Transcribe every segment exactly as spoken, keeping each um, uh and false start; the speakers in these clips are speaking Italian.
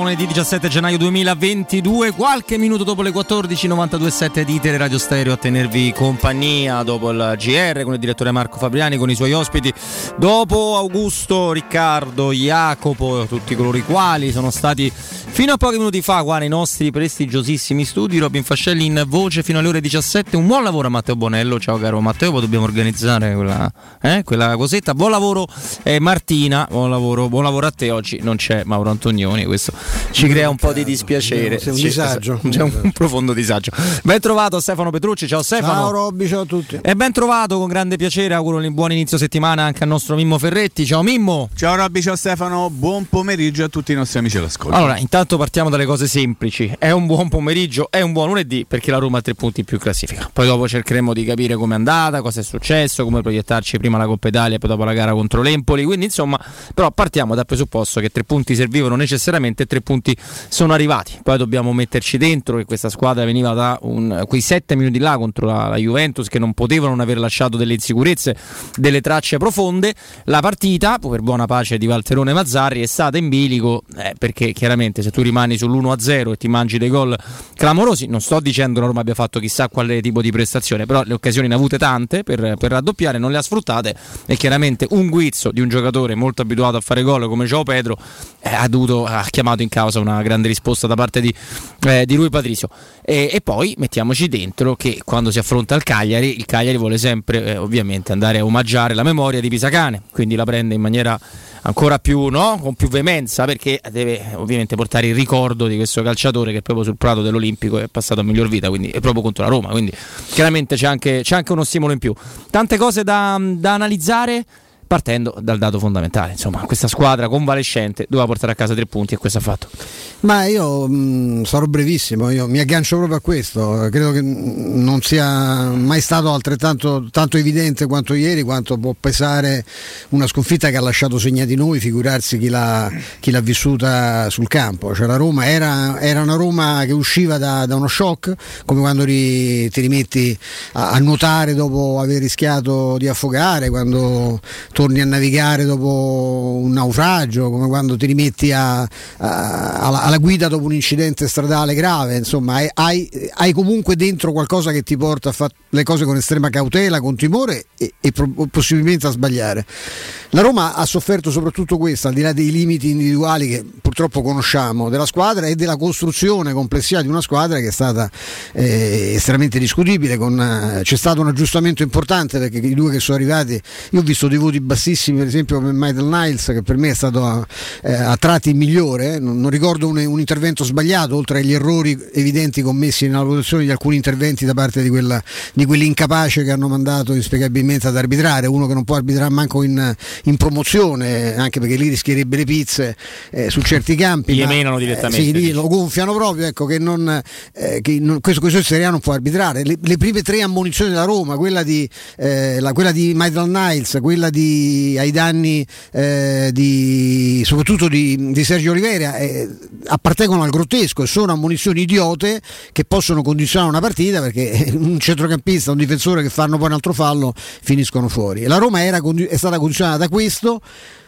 lunedì diciassette gennaio duemilaventidue, qualche minuto dopo le quattordici, novantadue virgola sette di Itere Radio Stereo a tenervi compagnia dopo il G R con il direttore Marco Fabriani, con i suoi ospiti, dopo Augusto, Riccardo, Jacopo, tutti coloro i quali sono stati fino a pochi minuti fa qua nei nostri prestigiosissimi studi. Robin Fascelli in voce fino alle ore diciassette. Un buon lavoro a Matteo Bonello, ciao caro Matteo, poi dobbiamo organizzare quella, eh, quella cosetta. Buon lavoro eh, Martina, buon lavoro, buon lavoro a te. Oggi non c'è Mauro Antonioni, questo ci crea un po' di dispiacere. C'è un C'è, disagio. C'è un, un profondo disagio. Ben trovato Stefano Petrucci, ciao Stefano. Ciao Robby, ciao a tutti. E ben trovato, con grande piacere, auguro un buon inizio settimana anche al nostro Mimmo Ferretti. Ciao Mimmo. Ciao Robby, ciao Stefano, buon pomeriggio a tutti i nostri amici all'ascolto. Allora, intanto partiamo dalle cose semplici. È un buon pomeriggio, è un buon lunedì perché la Roma ha tre punti in più in classifica. Poi dopo cercheremo di capire com'è andata, cosa è successo, come proiettarci prima la Coppa Italia e poi dopo la gara contro l'Empoli. Quindi insomma, però partiamo dal presupposto che tre punti servivano necessariamente e tre punti sono arrivati. Poi dobbiamo metterci dentro che questa squadra veniva da un, quei sette minuti là contro la, la Juventus, che non potevano non aver lasciato delle insicurezze, delle tracce profonde. La partita, per buona pace di Valterone Mazzarri, è stata in bilico eh, perché chiaramente se tu rimani sull'uno a zero e ti mangi dei gol clamorosi, non sto dicendo la Roma abbia fatto chissà quale tipo di prestazione, però le occasioni ne ha avute tante per, per raddoppiare, non le ha sfruttate e chiaramente un guizzo di un giocatore molto abituato a fare gol come João Pedro eh, ha, dovuto, ha chiamato in causa una grande risposta da parte di, eh, di Rui Patricio. E, e poi mettiamoci dentro che quando si affronta il Cagliari, il Cagliari vuole sempre eh, ovviamente andare a omaggiare la memoria di Pisacane, quindi la prende in maniera ancora più, no? Con più veemenza, perché deve ovviamente portare il ricordo di questo calciatore che proprio sul prato dell'Olimpico è passato a miglior vita, quindi è proprio contro la Roma, quindi chiaramente c'è anche, c'è anche uno stimolo in più. Tante cose da, da analizzare, partendo dal dato fondamentale, insomma questa squadra convalescente doveva portare a casa tre punti e questo ha fatto. Ma io mh, sarò brevissimo, io mi aggancio proprio a questo, credo che non sia mai stato altrettanto tanto evidente quanto ieri quanto può pesare una sconfitta che ha lasciato segnati noi, figurarsi chi l'ha, chi l'ha vissuta sul campo. Cioè la Roma era, era una Roma che usciva da, da uno shock, come quando ri, ti rimetti a, a nuotare dopo aver rischiato di affogare, quando torni a navigare dopo un naufragio, come quando ti rimetti a, a, alla, alla guida dopo un incidente stradale grave. Insomma hai, hai comunque dentro qualcosa che ti porta a fare le cose con estrema cautela, con timore e, e pro, possibilmente a sbagliare. La Roma ha sofferto soprattutto questo, al di là dei limiti individuali che purtroppo conosciamo della squadra e della costruzione complessiva di una squadra che è stata eh, estremamente discutibile. Con, eh, c'è stato un aggiustamento importante perché i due che sono arrivati, io ho visto dei voti bassissimi per esempio per Maitland-Niles, che per me è stato a, eh, a tratti il migliore, non, non ricordo un, un intervento sbagliato oltre agli errori evidenti commessi nella valutazione di alcuni interventi da parte di, quella, di quell'incapace che hanno mandato inspiegabilmente ad arbitrare, uno che non può arbitrare manco in, in promozione, anche perché lì rischierebbe le pizze eh, su certi campi, gli menano direttamente, eh, sì, lì lo gonfiano proprio, ecco, che non, eh, che non questo, questo Serie A non può arbitrare. Le, le prime tre ammonizioni della Roma, quella di eh, la, quella di Maitland-Niles, quella di ai danni eh, di, soprattutto di, di Sergio Oliveira, eh, appartengono al grottesco e sono ammonizioni idiote che possono condizionare una partita, perché un centrocampista, un difensore che fanno poi un altro fallo finiscono fuori. La Roma era, è stata condizionata da questo,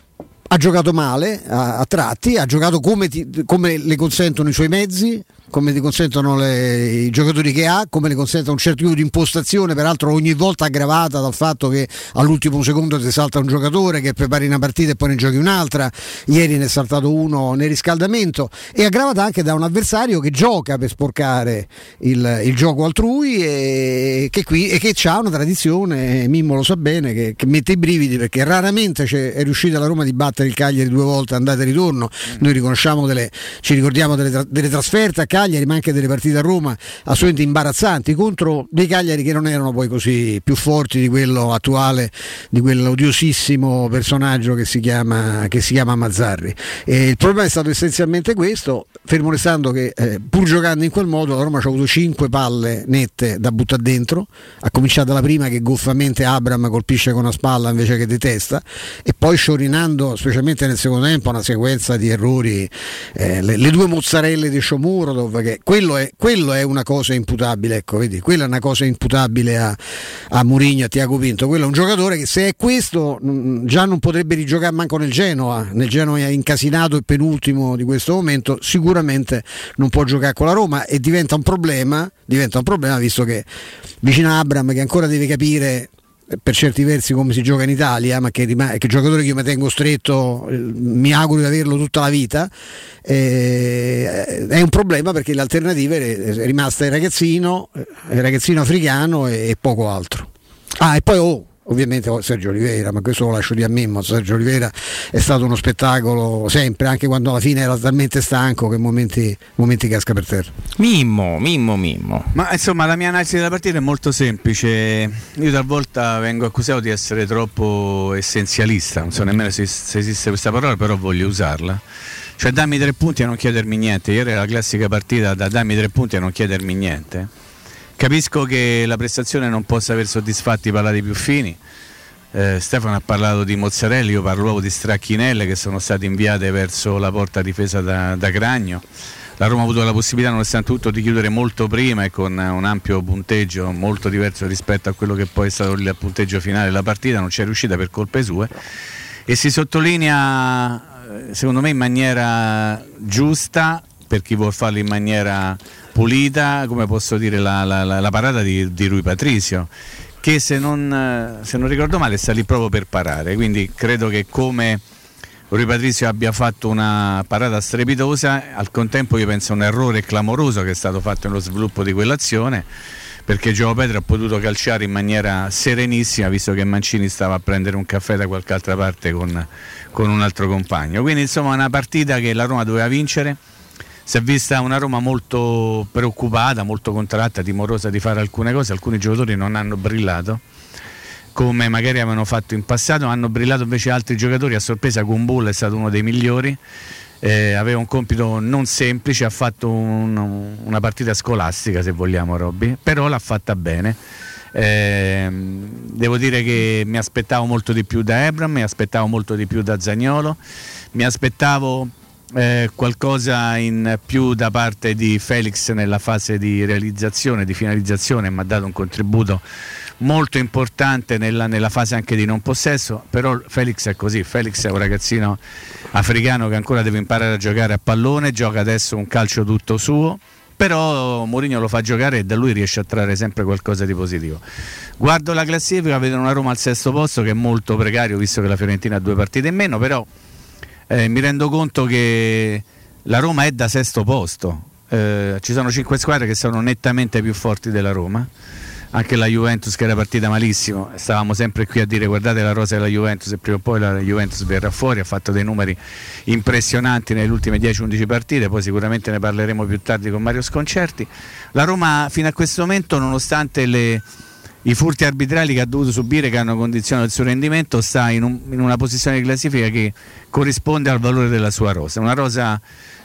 ha giocato male a, a tratti, ha giocato come, ti, come le consentono i suoi mezzi, come ti consentono le, i giocatori che ha, come le consentono un certo tipo di impostazione, peraltro ogni volta aggravata dal fatto che all'ultimo secondo ti salta un giocatore, che prepari una partita e poi ne giochi un'altra. Ieri ne è saltato uno nel riscaldamento, e aggravata anche da un avversario che gioca per sporcare il, il gioco altrui e che, qui, e che ha una tradizione, Mimmo lo sa bene, che, che mette i brividi, perché raramente è riuscita la Roma di battere il Cagliari due volte andata e ritorno. Noi riconosciamo delle, ci ricordiamo delle, delle trasferte a Cagliari, ma anche delle partite a Roma assolutamente imbarazzanti contro dei Cagliari che non erano poi così più forti di quello attuale, di quell'odiosissimo personaggio che si chiama, che si chiama Mazzarri. E il problema è stato essenzialmente questo, fermo restando che eh, pur giocando in quel modo la Roma ha avuto cinque palle nette da buttare dentro, a cominciare dalla prima che goffamente Abram colpisce con una spalla invece che di testa, e poi sciorinando specialmente specialmente nel secondo tempo, una sequenza di errori, eh, le, le due mozzarelle di Shomurodov, che quello è, quello è una cosa imputabile, ecco, vedi, quella è una cosa imputabile a, a Mourinho, a Tiago Pinto. Quello è un giocatore che, se è questo, mh, già non potrebbe rigiocare manco nel Genoa, nel Genoa è incasinato e penultimo di questo momento, sicuramente non può giocare con la Roma, e diventa un problema, diventa un problema visto che vicino a Abram, che ancora deve capire per certi versi come si gioca in Italia, ma che, rimane, che giocatore che io mi tengo stretto, eh, mi auguro di averlo tutta la vita, eh, è un problema, perché l'alternativa è rimasta il ragazzino, il ragazzino africano e, e poco altro. Ah, e poi oh, ovviamente oh, Sergio Oliveira, ma questo lo lascio di a Mimmo. Sergio Oliveira è stato uno spettacolo sempre, anche quando alla fine era talmente stanco che momenti, momenti casca per terra. Mimmo, Mimmo, Mimmo. Ma insomma, la mia analisi della partita è molto semplice. Io talvolta vengo accusato di essere troppo essenzialista, non so nemmeno se, se esiste questa parola, però voglio usarla. Cioè, dammi tre punti e non chiedermi niente. Ieri era la classica partita da dammi tre punti e non chiedermi niente. Capisco che la prestazione non possa aver soddisfatto i palati più fini. Eh, Stefano ha parlato di mozzarella, io parlavo di stracchinelle che sono state inviate verso la porta difesa da, da Cragno. La Roma ha avuto la possibilità, nonostante tutto, di chiudere molto prima e con un ampio punteggio molto diverso rispetto a quello che poi è stato il punteggio finale della partita. Non ci è riuscita per colpe sue, e si sottolinea, secondo me, in maniera giusta, per chi vuol farlo in maniera pulita, come posso dire, la, la, la, la parata di, di Rui Patricio, che se non, se non ricordo male sta lì proprio per parare, quindi credo che come Rui Patricio abbia fatto una parata strepitosa, al contempo io penso un errore clamoroso che è stato fatto nello sviluppo di quell'azione, perché João Pedro ha potuto calciare in maniera serenissima, visto che Mancini stava a prendere un caffè da qualche altra parte con, con un altro compagno. Quindi insomma una partita che la Roma doveva vincere. Si è vista una Roma molto preoccupata, molto contratta, timorosa di fare alcune cose. Alcuni giocatori non hanno brillato come magari avevano fatto in passato, hanno brillato invece altri giocatori. A sorpresa Kumbulla è stato uno dei migliori, eh, aveva un compito non semplice, ha fatto un, una partita scolastica, se vogliamo, Robby, però l'ha fatta bene. Eh, devo dire che mi aspettavo molto di più da Ebram, mi aspettavo molto di più da Zaniolo, mi aspettavo Eh, qualcosa in più da parte di Felix nella fase di realizzazione, di finalizzazione, mi ha dato un contributo molto importante nella, nella fase anche di non possesso. Però Felix è così, Felix è un ragazzino africano che ancora deve imparare a giocare a pallone, gioca adesso un calcio tutto suo, però Mourinho lo fa giocare e da lui riesce a trarre sempre qualcosa di positivo. Guardo la classifica, vedo una Roma al sesto posto che è molto precario, visto che la Fiorentina ha due partite in meno, però Eh, mi rendo conto che la Roma è da sesto posto, eh, ci sono cinque squadre che sono nettamente più forti della Roma, anche la Juventus che era partita malissimo, stavamo sempre qui a dire guardate la rosa della Juventus e prima o poi la Juventus verrà fuori, ha fatto dei numeri impressionanti nelle ultime dieci undici partite, poi sicuramente ne parleremo più tardi con Mario Sconcerti. La Roma fino a questo momento, nonostante le i furti arbitrali che ha dovuto subire, che hanno condizionato il suo rendimento, sta in, un, in una posizione di classifica che corrisponde al valore della sua rosa, una rosa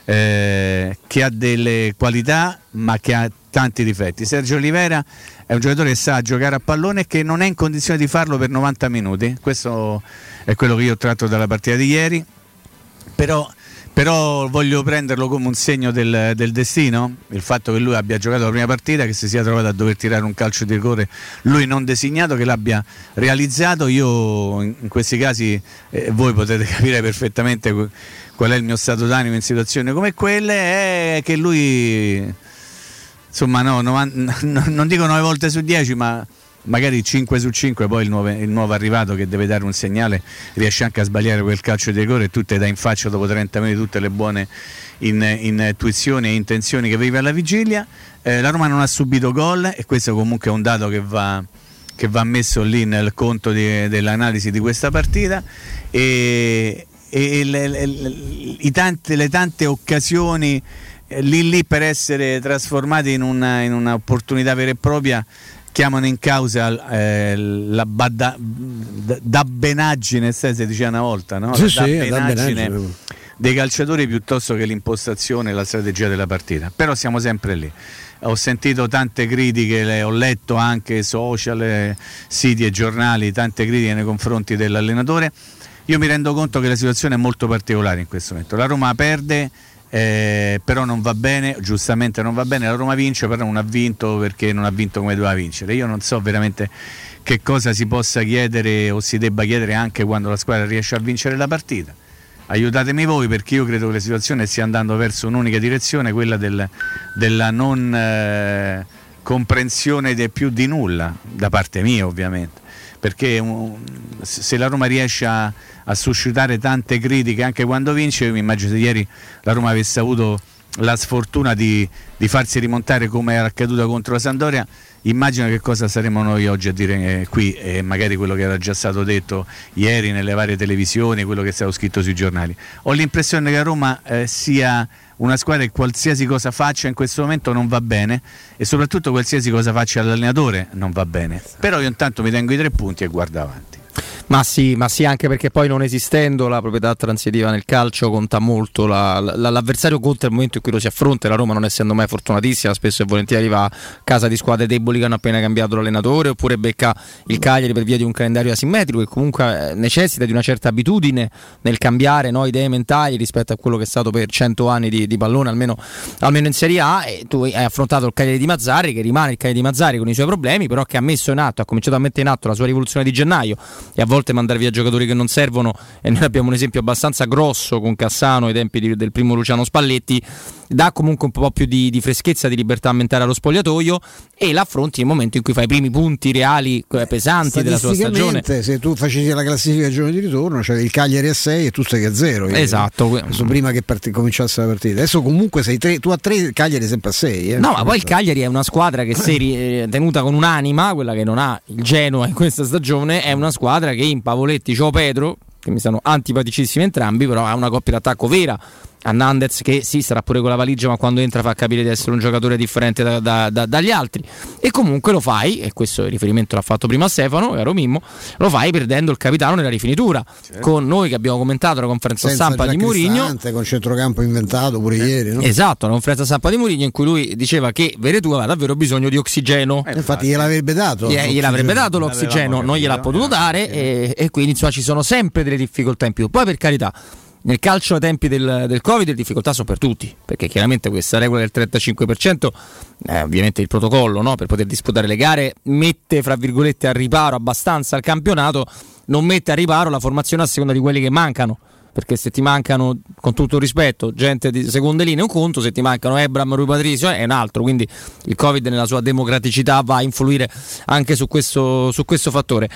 eh, che ha delle qualità ma che ha tanti difetti. Sergio Oliveira è un giocatore che sa giocare a pallone e che non è in condizione di farlo per novanta minuti, questo è quello che io ho tratto dalla partita di ieri, però però voglio prenderlo come un segno del, del destino, il fatto che lui abbia giocato la prima partita, che si sia trovato a dover tirare un calcio di rigore lui non designato, che l'abbia realizzato. Io in questi casi, eh, voi potete capire perfettamente qual è il mio stato d'animo in situazioni come quelle, è che lui insomma no, no, non dico nove volte su dieci, ma magari cinque su cinque, poi il nuovo, il nuovo arrivato che deve dare un segnale riesce anche a sbagliare quel calcio di rigore e tu te dai in faccia dopo trenta minuti tutte le buone in, in intuizioni e intenzioni che avevi alla vigilia. Eh, la Roma non ha subito gol e questo comunque è un dato che va, che va messo lì nel conto di, dell'analisi di questa partita, e, e le, le, le, i tante, le tante occasioni eh, lì lì per essere trasformate in una, in un'opportunità vera e propria chiamano in causa eh, la badda, dabbenaggine, si diceva una volta, no? Sì, la sì, dabbenaggine dei calciatori piuttosto che l'impostazione e la strategia della partita. Però siamo sempre lì. Ho sentito tante critiche, le ho letto anche social, siti e giornali, tante critiche nei confronti dell'allenatore. io mi rendo conto che la situazione è molto particolare in questo momento. La Roma perde, eh, però non va bene, giustamente non va bene. La Roma vince, però non ha vinto perché non ha vinto come doveva vincere. Io non so veramente che cosa si possa chiedere o si debba chiedere anche quando la squadra riesce a vincere la partita. Aiutatemi voi, perché io credo che la situazione stia andando verso un'unica direzione, quella del, della non eh, comprensione di più di nulla, da parte mia ovviamente, perché um, se la Roma riesce a, a suscitare tante critiche anche quando vince, io mi immagino se ieri la Roma avesse avuto la sfortuna di, di farsi rimontare come era accaduto contro la Sampdoria, immagino che cosa saremo noi oggi a dire eh, qui, e magari quello che era già stato detto ieri nelle varie televisioni, quello che è stato scritto sui giornali. Ho l'impressione che la Roma eh, sia una squadra che qualsiasi cosa faccia in questo momento non va bene, e soprattutto qualsiasi cosa faccia l'allenatore non va bene. Però io intanto mi tengo i tre punti e guardo avanti. Ma sì, ma sì, anche perché poi non esistendo la proprietà transitiva nel calcio conta molto, la, la, l'avversario conta il momento in cui lo si affronta. La Roma, non essendo mai fortunatissima, spesso e volentieri va a casa di squadre deboli che hanno appena cambiato l'allenatore, oppure becca il Cagliari per via di un calendario asimmetrico che comunque necessita di una certa abitudine nel cambiare, no, idee mentali rispetto a quello che è stato per cento anni di, di pallone, almeno, almeno in Serie A. E tu hai affrontato il Cagliari di Mazzarri, che rimane il Cagliari di Mazzarri con i suoi problemi, però che ha messo in atto, ha cominciato a mettere in atto la sua rivoluzione di gennaio, e a volte mandare via giocatori che non servono, e noi abbiamo un esempio abbastanza grosso con Cassano ai tempi di, del primo Luciano Spalletti. Dà comunque un po' più di, di freschezza, di libertà mentale allo spogliatoio, e l'affronti nel momento in cui fai i primi punti reali pesanti della sua stagione. Se tu facessi la classifica giorno di ritorno, cioè il Cagliari a sei e tu stai a zero. Esatto, questo prima che part- cominciasse la partita. Adesso comunque sei tre, tu a tre, il Cagliari sempre a sei. Eh? No, ma poi il Cagliari è una squadra che, se ri- tenuta con un'anima, quella che non ha il Genoa in questa stagione, è una squadra che in Pavoletti, Gio Pedro, che mi stanno antipaticissimi entrambi, però ha una coppia d'attacco vera. Hernandez, che sì, sarà pure con la valigia, ma quando entra fa capire di essere un giocatore differente da, da, da, dagli altri, e comunque lo fai, e questo il riferimento l'ha fatto prima Stefano, caro Mimmo, lo fai perdendo il capitano nella rifinitura, certo. Con noi che abbiamo commentato la conferenza senza stampa di Mourinho, con centrocampo inventato pure eh. ieri, no? Esatto, la conferenza stampa di Mourinho in cui lui diceva che Veretù aveva davvero bisogno di ossigeno, eh, infatti gliel'avrebbe dato Glie, gliel'avrebbe dato l'ossigeno, non gliel'ha potuto dare, e, e quindi insomma ci sono sempre delle difficoltà in più. Poi, per carità, nel calcio ai tempi del, del Covid le difficoltà sono per tutti, perché chiaramente questa regola del trentacinque per cento, eh, ovviamente il protocollo, no, per poter disputare le gare, mette fra virgolette a riparo abbastanza il campionato, non mette a riparo la formazione a seconda di quelli che mancano, perché se ti mancano, con tutto il rispetto, gente di seconde linee è un conto, se ti mancano Ebram, Rui Patricio è un altro, quindi il Covid nella sua democraticità va a influire anche su questo, su quessto fattore.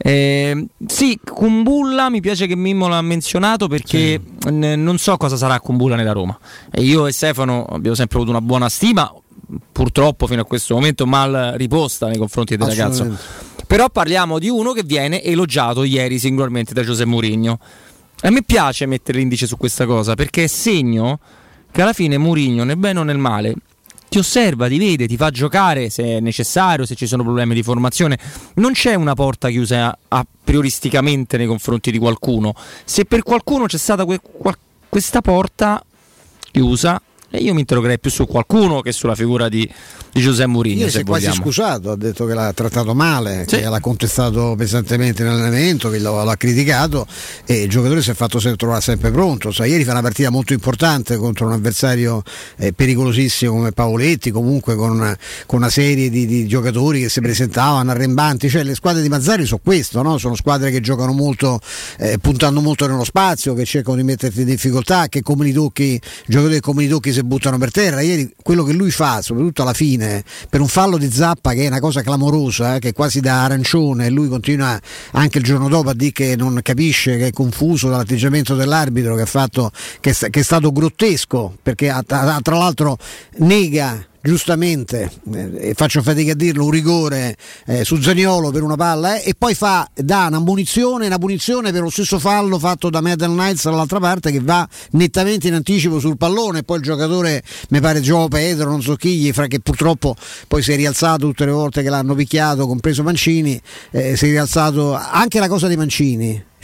Eh, sì, Kumbulla mi piace che Mimmo l'ha menzionato, perché sì. n- non so cosa sarà Kumbulla nella Roma, e io e Stefano abbiamo sempre avuto una buona stima, purtroppo fino a questo momento mal riposta nei confronti del ragazzo, però parliamo di uno che viene elogiato ieri singolarmente da José Mourinho. A me piace mettere l'indice su questa cosa, perché è segno che alla fine Mourinho, nel bene o nel male, ti osserva, ti vede, ti fa giocare se è necessario, se ci sono problemi di formazione. Non c'è una porta chiusa a prioristicamente nei confronti di qualcuno. Se per qualcuno c'è stata que- qual- questa porta chiusa, e io mi interrogerei più su qualcuno che sulla figura di, di José Mourinho. Io si è quasi scusato, ha detto che l'ha trattato male, sì. Che l'ha contestato pesantemente in allenamento, che l'ha, l'ha criticato, e il giocatore si è fatto sempre trovare sempre pronto. Cioè, ieri fa una partita molto importante contro un avversario eh, pericolosissimo come Pavoletti, comunque con una, con una serie di, di giocatori che si presentavano arrembanti. Cioè, le squadre di Mazzarri sono questo, no? Sono squadre che giocano molto, eh, puntando molto nello spazio, che cercano di metterti in difficoltà, che come li tocchi, giocatori come li tocchi si buttano per terra. Ieri quello che lui fa, soprattutto alla fine, per un fallo di Zappa che è una cosa clamorosa, eh, che quasi da arancione, e lui continua anche il giorno dopo a dire che non capisce, che è confuso dall'atteggiamento dell'arbitro, che ha fatto, che, che è stato grottesco, perché ha, ha, tra l'altro nega giustamente, eh, faccio fatica a dirlo, un rigore eh, su Zaniolo per una palla, eh, e poi fa dà una punizione, una punizione per lo stesso fallo fatto da Maitland Niles dall'altra parte, che va nettamente in anticipo sul pallone, e poi il giocatore, mi pare Gio Pedro, non so chi, gli fra, che purtroppo poi si è rialzato tutte le volte che l'hanno picchiato, compreso Mancini, eh, si è rialzato anche la cosa di Mancini.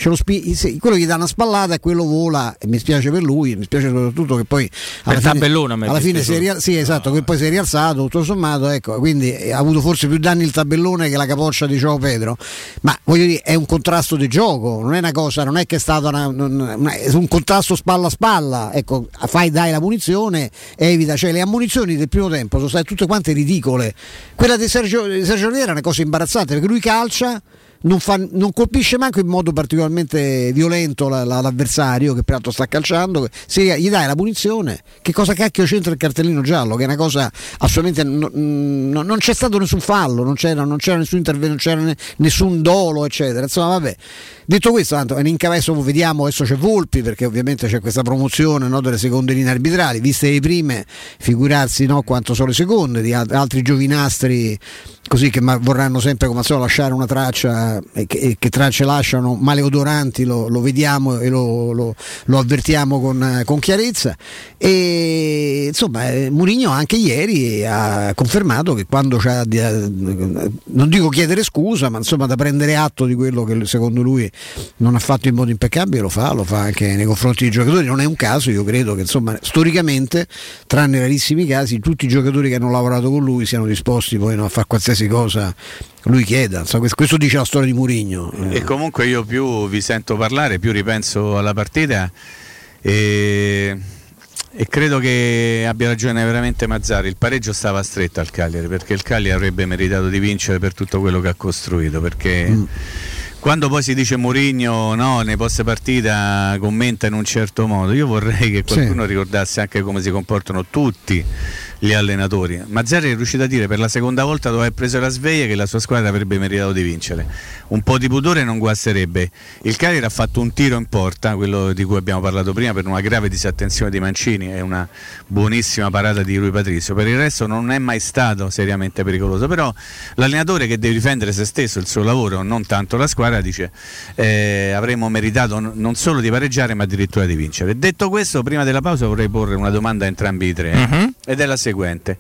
ce lo spi- quello gli dà una spallata e quello vola, e mi spiace per lui, mi spiace soprattutto che poi alla per fine, tabellone, alla fine si è ria- sì, esatto, no. Che poi si è rialzato tutto sommato, ecco, quindi ha avuto forse più danni il tabellone che la capoccia di João Pedro, ma voglio dire è un contrasto di gioco, non è una cosa, non è che è stata una, una, una, è un contrasto spalla a spalla, ecco, fai dai la punizione, evita, cioè le ammonizioni del primo tempo sono state tutte quante ridicole, quella di Sergio, di Sergio Oliveira è una cosa imbarazzante perché lui calcia, Non, fa, non colpisce manco in modo particolarmente violento la, la, l'avversario che peraltro sta calciando, se gli dai la punizione, che cosa cacchio c'entra il cartellino giallo, che è una cosa assolutamente no, no, non c'è stato nessun fallo, non c'era, non c'era nessun intervento, non c'era ne, nessun dolo eccetera, insomma vabbè, detto questo tanto in incavesso vediamo, adesso c'è Volpi perché ovviamente c'è questa promozione, no, delle seconde linee arbitrali, viste le prime figurarsi, no, quanto sono le seconde di altri giovinastri così che ma vorranno sempre come al solito lasciare una traccia e che, e che tracce lasciano maleodoranti, lo, lo vediamo e lo, lo, lo avvertiamo con, con chiarezza, e insomma Mourinho anche ieri ha confermato che quando c'ha di, non dico chiedere scusa, ma insomma da prendere atto di quello che secondo lui non ha fatto in modo impeccabile, lo fa, lo fa anche nei confronti dei giocatori. Non è un caso, io credo che insomma storicamente, tranne rarissimi casi, tutti i giocatori che hanno lavorato con lui siano disposti poi, no, a fare qualsiasi cosa lui chieda, insomma, questo dice la storia di Mourinho. E comunque io più vi sento parlare, più ripenso alla partita e, e credo che abbia ragione veramente Mazzarri. Il pareggio stava stretto al Cagliari, perché il Cagliari avrebbe meritato di vincere per tutto quello che ha costruito, perché mm. quando poi si dice Mourinho, no, nei post partita commenta in un certo modo, io vorrei che qualcuno sì. ricordasse anche come si comportano tutti gli allenatori. Mazzarri è riuscito a dire per la seconda volta, dopo aver preso la sveglia, che la sua squadra avrebbe meritato di vincere. Un po' di pudore non guasterebbe. Il Cagliari ha fatto un tiro in porta, quello di cui abbiamo parlato prima, per una grave disattenzione di Mancini e una buonissima parata di Rui Patricio. Per il resto non è mai stato seriamente pericoloso, però l'allenatore che deve difendere se stesso, il suo lavoro, non tanto la squadra, dice eh, avremmo meritato non solo di pareggiare ma addirittura di vincere. Detto questo, prima della pausa vorrei porre una domanda a entrambi i tre, uh-huh. ed è la seguente.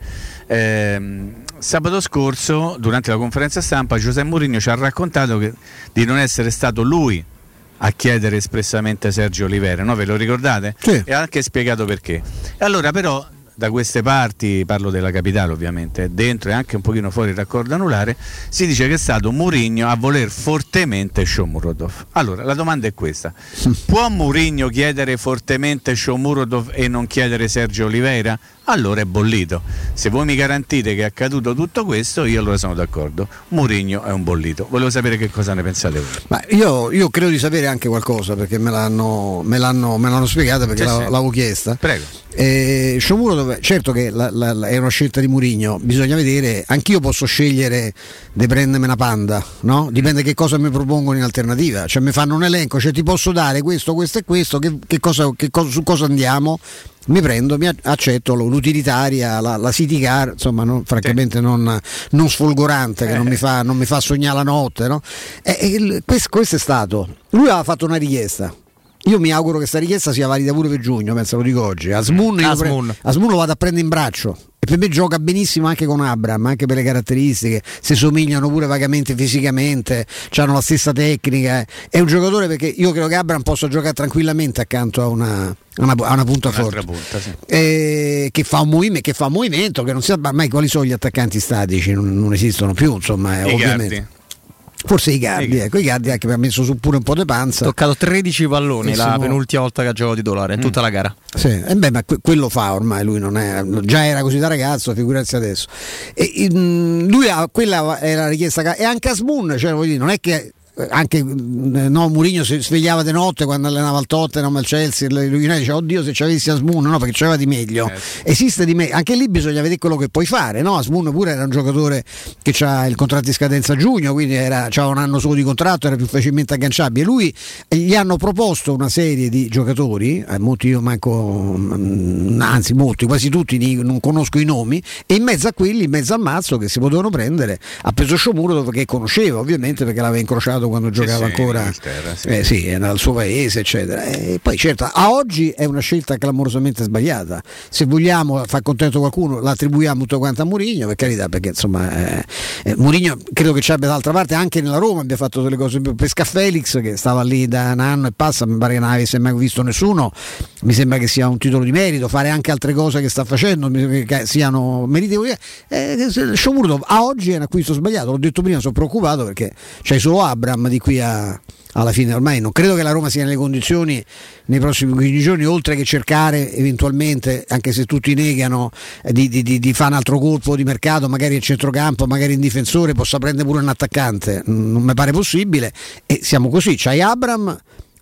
Eh, sabato scorso, durante la conferenza stampa, José Mourinho ci ha raccontato che, di non essere stato lui a chiedere espressamente Sergio Oliveira, no? Ve lo ricordate? Sì. E ha anche spiegato perché. E allora però da queste parti, parlo della capitale ovviamente, dentro e anche un pochino fuori il raccordo anulare, si dice che è stato Mourinho a voler fortemente Shomurodov. Allora la domanda è questa: può Mourinho chiedere fortemente Shomurodov e non chiedere Sergio Oliveira? Allora è bollito. Se voi mi garantite che è accaduto tutto questo, io allora sono d'accordo. Mourinho è un bollito. Volevo sapere che cosa ne pensate voi. Ma io, io credo di sapere anche qualcosa, perché me l'hanno, me l'hanno, me l'hanno spiegata, perché sì, l'avevo chiesta. Prego. Eh, Shomurodov, certo che la, la, la, è una scelta di Mourinho, bisogna vedere. Anch'io posso scegliere di prendermi una panda, no? Dipende che cosa mi propongono in alternativa. Cioè mi fanno un elenco, cioè ti posso dare questo, questo e questo, che, che cosa, che cosa, su cosa andiamo? Mi prendo, mi accetto l'utilitaria, la, la city car, insomma, non, francamente sì. non, non sfolgorante, che eh. non, mi fa, non mi fa sognare la notte, no? E, e, questo, questo è stato. Lui aveva fatto una richiesta. Io mi auguro che questa richiesta sia valida pure per giugno, penso, lo dico oggi. Asmun, mm. Asmun. Pre- Asmun lo vado a prendere in braccio. E per me gioca benissimo anche con Abraham, anche per le caratteristiche, si somigliano pure vagamente fisicamente, hanno la stessa tecnica. È un giocatore, perché io credo che Abraham possa giocare tranquillamente accanto a una, una, a una punta forte, punta, sì. eh, che, fa un movimento, che fa un movimento che non si sa mai quali sono gli attaccanti statici, non, non esistono più, insomma, eh, ovviamente. Gardi. Forse i Gardi, ecco, i Gardi anche mi ha messo su pure un po' di panza. Ha toccato tredici palloni Bellissimo. La penultima volta che ha giocato titolare in tutta mm. la gara. Sì, e beh, ma que- quello fa ormai, lui non è, già era così da ragazzo, figurarsi adesso. E, in, lui ha, quella era la richiesta, e anche Asmun, cioè, voglio dire, non è che anche no, Mourinho si svegliava di notte quando allenava il Tottenham, il Chelsea, lui diceva oddio se ci avessi Asmun, no, perché c'aveva di meglio, eh. esiste di meglio, anche lì bisogna vedere quello che puoi fare, no? Asmun pure era un giocatore che ha il contratto di scadenza a giugno, quindi era, c'era un anno solo di contratto, era più facilmente agganciabile. Lui gli hanno proposto una serie di giocatori, eh, molti io manco, anzi molti, quasi tutti non conosco i nomi, e in mezzo a quelli, in mezzo al mazzo che si potevano prendere, ha preso Shomurodov, che conosceva ovviamente perché l'aveva incrociato quando giocava sì, ancora sì. Eh, sì, era il suo paese eccetera, e poi certo a oggi è una scelta clamorosamente sbagliata. Se vogliamo far contento qualcuno l'attribuiamo tutto quanto a Mourinho, per carità, perché insomma eh, eh, Mourinho credo che ci abbia d'altra parte anche nella Roma abbia fatto delle cose. Pesca Felix che stava lì da un anno e passa, mi pare che non avesse mai visto nessuno, mi sembra che sia un titolo di merito. Fare anche altre cose che sta facendo che siano meritevoli. eh, Shomurodov a oggi è un acquisto sbagliato, l'ho detto prima, sono preoccupato perché c'hai solo Abram di qui a alla fine. Ormai non credo che la Roma sia nelle condizioni nei prossimi quindici giorni, oltre che cercare eventualmente, anche se tutti negano, di, di, di, di fare un altro colpo di mercato, magari a centrocampo, magari in difensore, possa prendere pure un attaccante. Non mi pare possibile, e siamo così, c'hai Abram,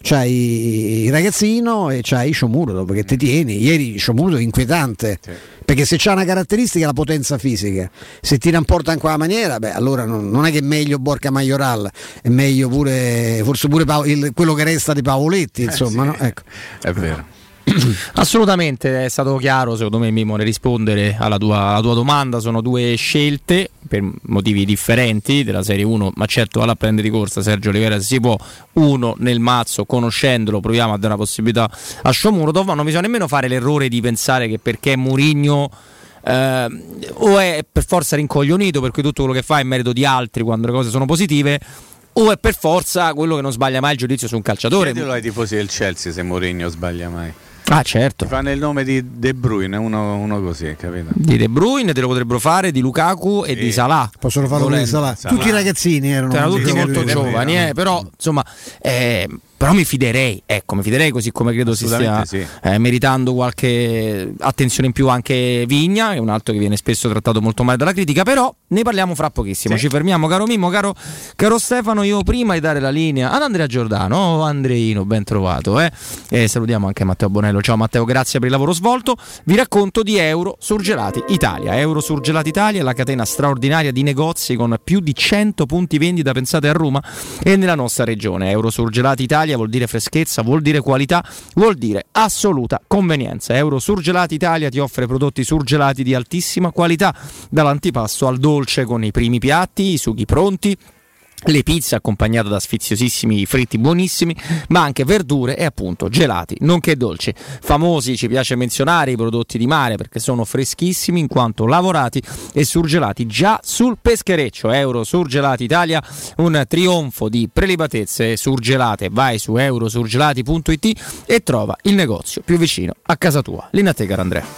c'hai il ragazzino e c'hai Shomurodov perché te tieni. Ieri Shomurodov è inquietante, sì, perché se c'ha una caratteristica è la potenza fisica, se tira in porta in quella maniera, beh allora non, non è che è meglio Borca Majoral, è meglio pure forse pure Paolo, il, quello che resta di Pavoletti, insomma, eh sì, no? Ecco. È vero. Assolutamente, è stato chiaro secondo me, Mimo, nel rispondere alla tua, alla tua domanda. Sono due scelte per motivi differenti della Serie uno, ma certo alla prende di corsa Sergio Olivera, si può uno nel mazzo, conoscendolo proviamo a dare una possibilità a Shomurodov, ma non bisogna nemmeno fare l'errore di pensare che perché Mourinho eh, o è per forza rincoglionito, per cui tutto quello che fa è merito di altri quando le cose sono positive, o è per forza quello che non sbaglia mai il giudizio su un calciatore. Chiedilo ai tifosi del Chelsea se Mourinho sbaglia mai. Ah certo. Ti fanno il nome di De Bruyne, uno, uno così, capito? Di De Bruyne te lo potrebbero fare, di Lukaku e, e di Salah. Possono farlo di Salah. Salah. Tutti i ragazzini erano, erano tutti sì, molto giovani, eh, però insomma eh, però mi fiderei, ecco, mi fiderei, così come credo si stia sì. eh, meritando qualche attenzione in più anche Vigna, che è un altro che viene spesso trattato molto male dalla critica, però ne parliamo fra pochissimo. Sì. Ci fermiamo, caro Mimmo, caro, caro Stefano. Io prima di dare la linea ad Andrea Giordano, oh, Andreino, ben trovato, eh? E salutiamo anche Matteo Bonello. Ciao Matteo, grazie per il lavoro svolto. Vi racconto di Euro Surgelati Italia. Euro Surgelati Italia è la catena straordinaria di negozi con più di cento punti vendita, pensate, a Roma e nella nostra regione. Euro Surgelati Italia vuol dire freschezza, vuol dire qualità, vuol dire assoluta convenienza. Euro Surgelati Italia ti offre prodotti surgelati di altissima qualità, dall'antipasto al dolce, con i primi piatti, i sughi pronti, le pizze accompagnate da sfiziosissimi fritti buonissimi, ma anche verdure e appunto gelati, nonché dolci. Famosi, ci piace menzionare i prodotti di mare perché sono freschissimi in quanto lavorati e surgelati già sul peschereccio. Euro Surgelati Italia, un trionfo di prelibatezze surgelate. Vai su eurosurgelati punto it e trova il negozio più vicino a casa tua. Linea a te, caro Andrea.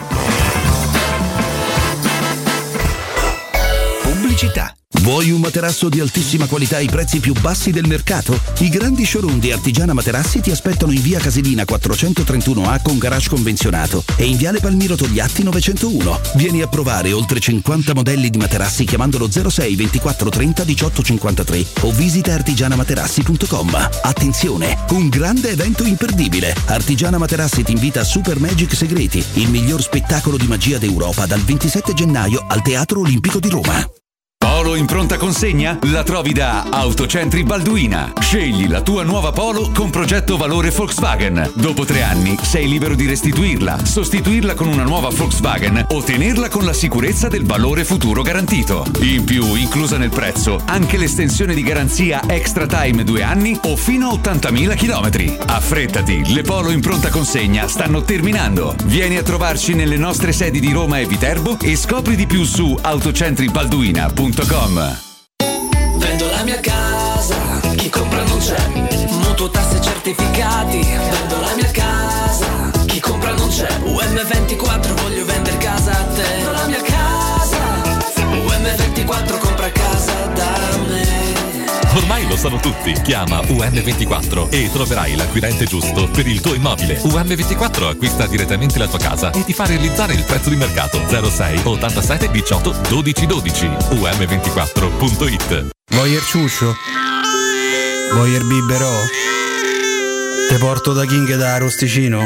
Pubblicità. Vuoi un materasso di altissima qualità ai prezzi più bassi del mercato? I grandi showroom di Artigiana Materassi ti aspettano in via Casilina quattrocentotrentuno A con garage convenzionato e in viale Palmiro Togliatti novecentouno. Vieni a provare oltre cinquanta modelli di materassi chiamandolo zero sei ventiquattro trenta diciotto cinquantatré o visita artigiana materassi punto com. Attenzione, un grande evento imperdibile. Artigiana Materassi ti invita a Super Magic Segreti, il miglior spettacolo di magia d'Europa, dal ventisette gennaio al Teatro Olimpico di Roma. Polo in pronta consegna? La trovi da Autocentri Balduina. Scegli la tua nuova Polo con progetto valore Volkswagen. Dopo tre anni sei libero di restituirla, sostituirla con una nuova Volkswagen o tenerla con la sicurezza del valore futuro garantito. In più, inclusa nel prezzo, anche l'estensione di garanzia Extra Time due anni o fino a ottantamila chilometri. Affrettati, le Polo in pronta consegna stanno terminando. Vieni a trovarci nelle nostre sedi di Roma e Viterbo e scopri di più su autocentri balduina punto com. Vendo la mia casa, chi compra non c'è. Mutuo, tasse, certificati. Vendo la mia casa, chi compra non c'è. U M ventiquattro, voglio vendere casa a te. Vendo la mia casa, U M ventiquattro, compra casa da me. Ormai lo sanno tutti. Chiama U M ventiquattro e troverai l'acquirente giusto per il tuo immobile. U M ventiquattro acquista direttamente la tua casa e ti fa realizzare il prezzo di mercato. zero sei ottantasette diciotto dodici dodici. U M ventiquattro punto it. Vuoi il ciuscio? Vuoi il biberò? Te porto da King da Arosticino.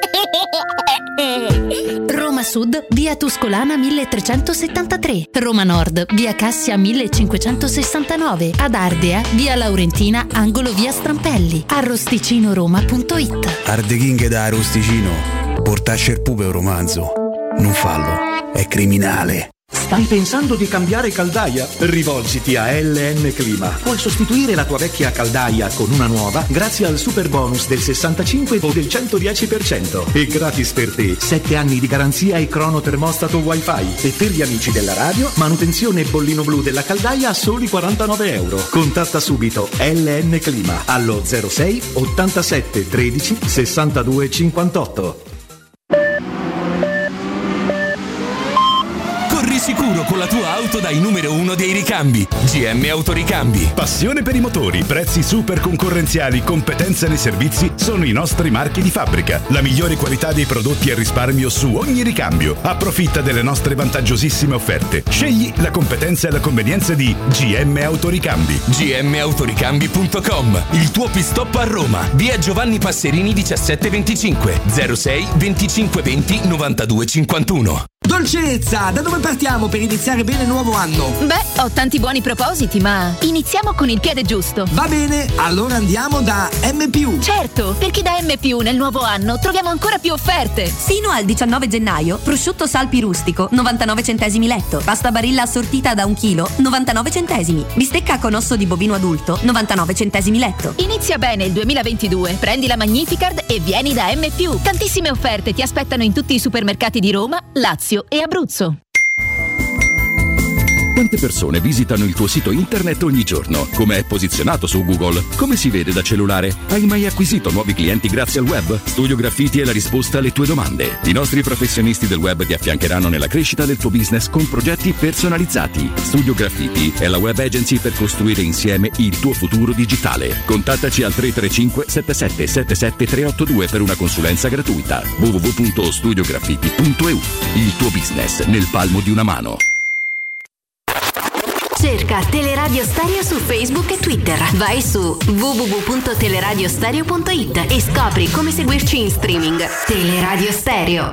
Roma Sud, via Tuscolana milletrecentosettantatré. Roma Nord, via Cassia millecinquecentosessantanove. Ad Ardea, via Laurentina, angolo via Strampelli. Arrosticinoroma punto it. Arde King da Arosticino. Portasce il pupe un romanzo. Non fallo, è criminale. Stai pensando di cambiare caldaia? Rivolgiti a L N Clima. Puoi sostituire la tua vecchia caldaia con una nuova grazie al super bonus del sessantacinque o del centodieci per cento. E gratis per te sette anni di garanzia e cronotermostato wifi. E per gli amici della radio, manutenzione e bollino blu della caldaia a soli quarantanove euro. Contatta subito L N Clima allo zero sei ottantasette tredici sessantadue cinquantotto. Sicuro con la tua auto dai numero uno dei ricambi. G M Autoricambi. Passione per i motori, prezzi super concorrenziali, competenza nei servizi sono i nostri marchi di fabbrica. La migliore qualità dei prodotti e risparmio su ogni ricambio. Approfitta delle nostre vantaggiosissime offerte. Scegli la competenza e la convenienza di G M Autoricambi. G M Autoricambi punto com. Il tuo pit-stop a Roma. Via Giovanni Passerini diciassette venticinque zero sei venticinque venti novantadue cinquantuno. Dolcezza, da dove partiamo per iniziare bene il nuovo anno? Beh, ho tanti buoni propositi, ma iniziamo con il piede giusto. Va bene, allora andiamo da M più. Certo, perché da M più nel nuovo anno troviamo ancora più offerte. Sino al diciannove gennaio, prosciutto Salpi rustico, novantanove centesimi letto. Pasta Barilla assortita da un chilo, novantanove centesimi. Bistecca con osso di bovino adulto, novantanove centesimi letto. Inizia bene il duemilaventidue, prendi la Magnificard e vieni da M più. Tantissime offerte ti aspettano in tutti i supermercati di Roma, Lazio e Abruzzo. Quante persone visitano il tuo sito internet ogni giorno? Come è posizionato su Google? Come si vede da cellulare? Hai mai acquisito nuovi clienti grazie al web? Studio Graffiti è la risposta alle tue domande. I nostri professionisti del web ti affiancheranno nella crescita del tuo business con progetti personalizzati. Studio Graffiti è la web agency per costruire insieme il tuo futuro digitale. Contattaci al tre tre cinque sette sette sette sette tre otto due per una consulenza gratuita. w w w punto studio graffiti punto e u. Il tuo business nel palmo di una mano. Cerca Teleradio Stereo su Facebook e Twitter. Vai su w w w punto teleradiostereo punto i t e scopri come seguirci in streaming. Teleradio Stereo.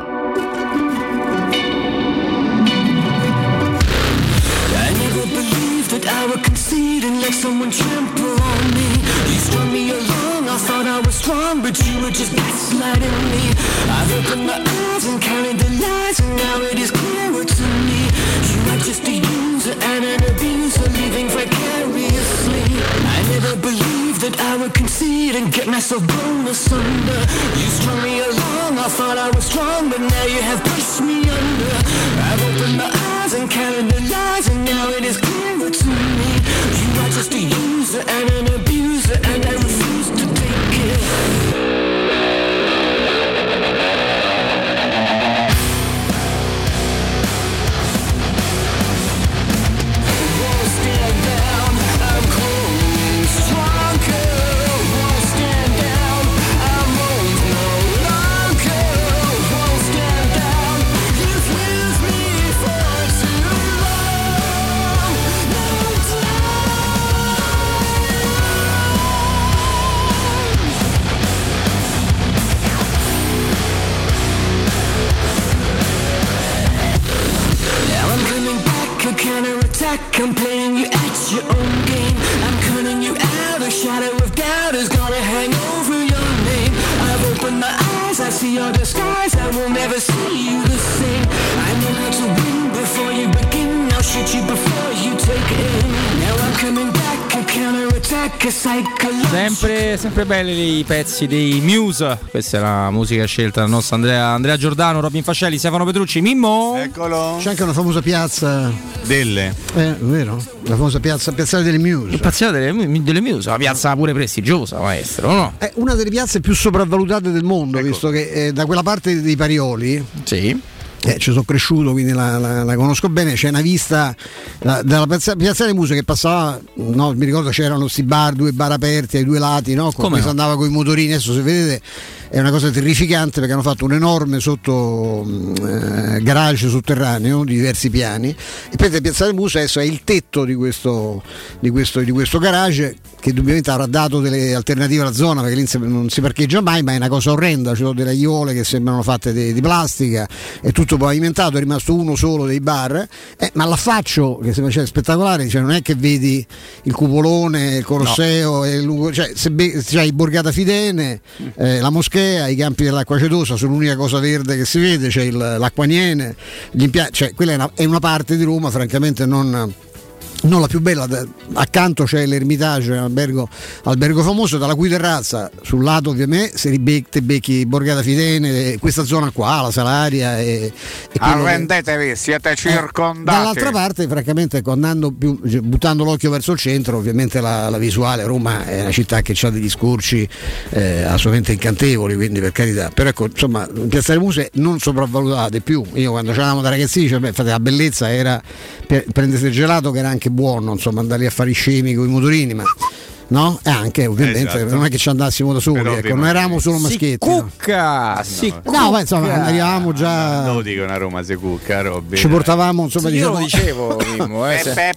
I never believed that I would concede and let someone trample on me. You strung me along, I thought I was strong, but you were just gaslighting me. I've opened my eyes and counted the lies, and now it is clearer to me. You are just a user and an abuser, living vicariously. I never believed that I would concede and get myself blown asunder. You strung me along, I thought I was strong, but now you have pushed me under. I've opened my eyes and counted the lies, and now it is clearer to me. You are just a user and an abuser, and I refuse to take it. I'm playing you at your own game. I'm cutting you out. A shadow of doubt is gonna hang over your name. I've opened my eyes, I see your disguise. I will never see you the same. I know how to win before you begin. I'll shoot you before you take it in. Now I'm coming back, a counterattack, a psychological. Sempre, sempre belli i pezzi dei Muse. Questa è la musica scelta dal nostro Andrea, Andrea Giordano, Robin Fascelli, Stefano Petrucci. Mimmo. Eccolo. C'è anche una famosa piazza delle. Eh, vero? La famosa piazza, piazzale delle Muse. Piazzale delle, delle Muse, una piazza pure prestigiosa, maestro, no? È una delle piazze più sopravvalutate del mondo, ecco. Visto che eh, da quella parte dei Parioli. Sì. Eh, ci sono cresciuto, quindi la, la, la conosco bene. C'è una vista la, dalla piazza, piazza delle Muse che passava, no, mi ricordo c'erano sti bar, due bar aperti ai due lati, no? Come no? Si andava con i motorini. Adesso se vedete è una cosa terrificante perché hanno fatto un enorme sotto eh, garage sotterraneo di diversi piani, e poi piazza delle Muse adesso è il tetto di questo, di questo, di questo garage, che indubbiamente avrà dato delle alternative alla zona, perché lì non si parcheggia mai, ma è una cosa orrenda. Ci sono delle aiuole che sembrano fatte di, di plastica, è tutto pavimentato, è rimasto uno solo dei bar, eh, ma l'affaccio che sembra cioè, spettacolare, cioè, non è che vedi il cupolone, il Colosseo, no. e il, cioè, se be- cioè, il Borgata Fidene, eh, la moschea Battipea, i campi dell'Acqua Cetosa sono l'unica cosa verde che si vede, c'è il, l'Acquaniene, gli impia- cioè quella è una, è una parte di Roma francamente non... non la più bella. Accanto c'è l'Ermitage, albergo, albergo famoso, dalla cui terrazza sul lato ovviamente se ribecchi becchi Borgata Fidene, questa zona qua, la Salaria e, e arrendetevi che... siete circondati. Eh, dall'altra parte francamente ecco, andando più, buttando l'occhio verso il centro, ovviamente la, la visuale, Roma è una città che ha degli scorci eh, assolutamente incantevoli, quindi per carità, però ecco insomma Piazza delle Muse non sopravvalutate più. Io quando c'eravamo da ragazzini cioè, beh, fate, la bellezza era prendersi il gelato che era anche buono, insomma, andare a fare i scemi con i motorini, ma no? E anche ovviamente esatto. Non è che ci andassimo da soli, ecco, non eravamo solo maschietti. Si cucca, no. si no, no ma insomma arrivavamo già. Non lo dico una Roma si cucca, Robby. Ci portavamo, insomma, sì, diciamo, io lo dicevo, Mimmo, eh, se...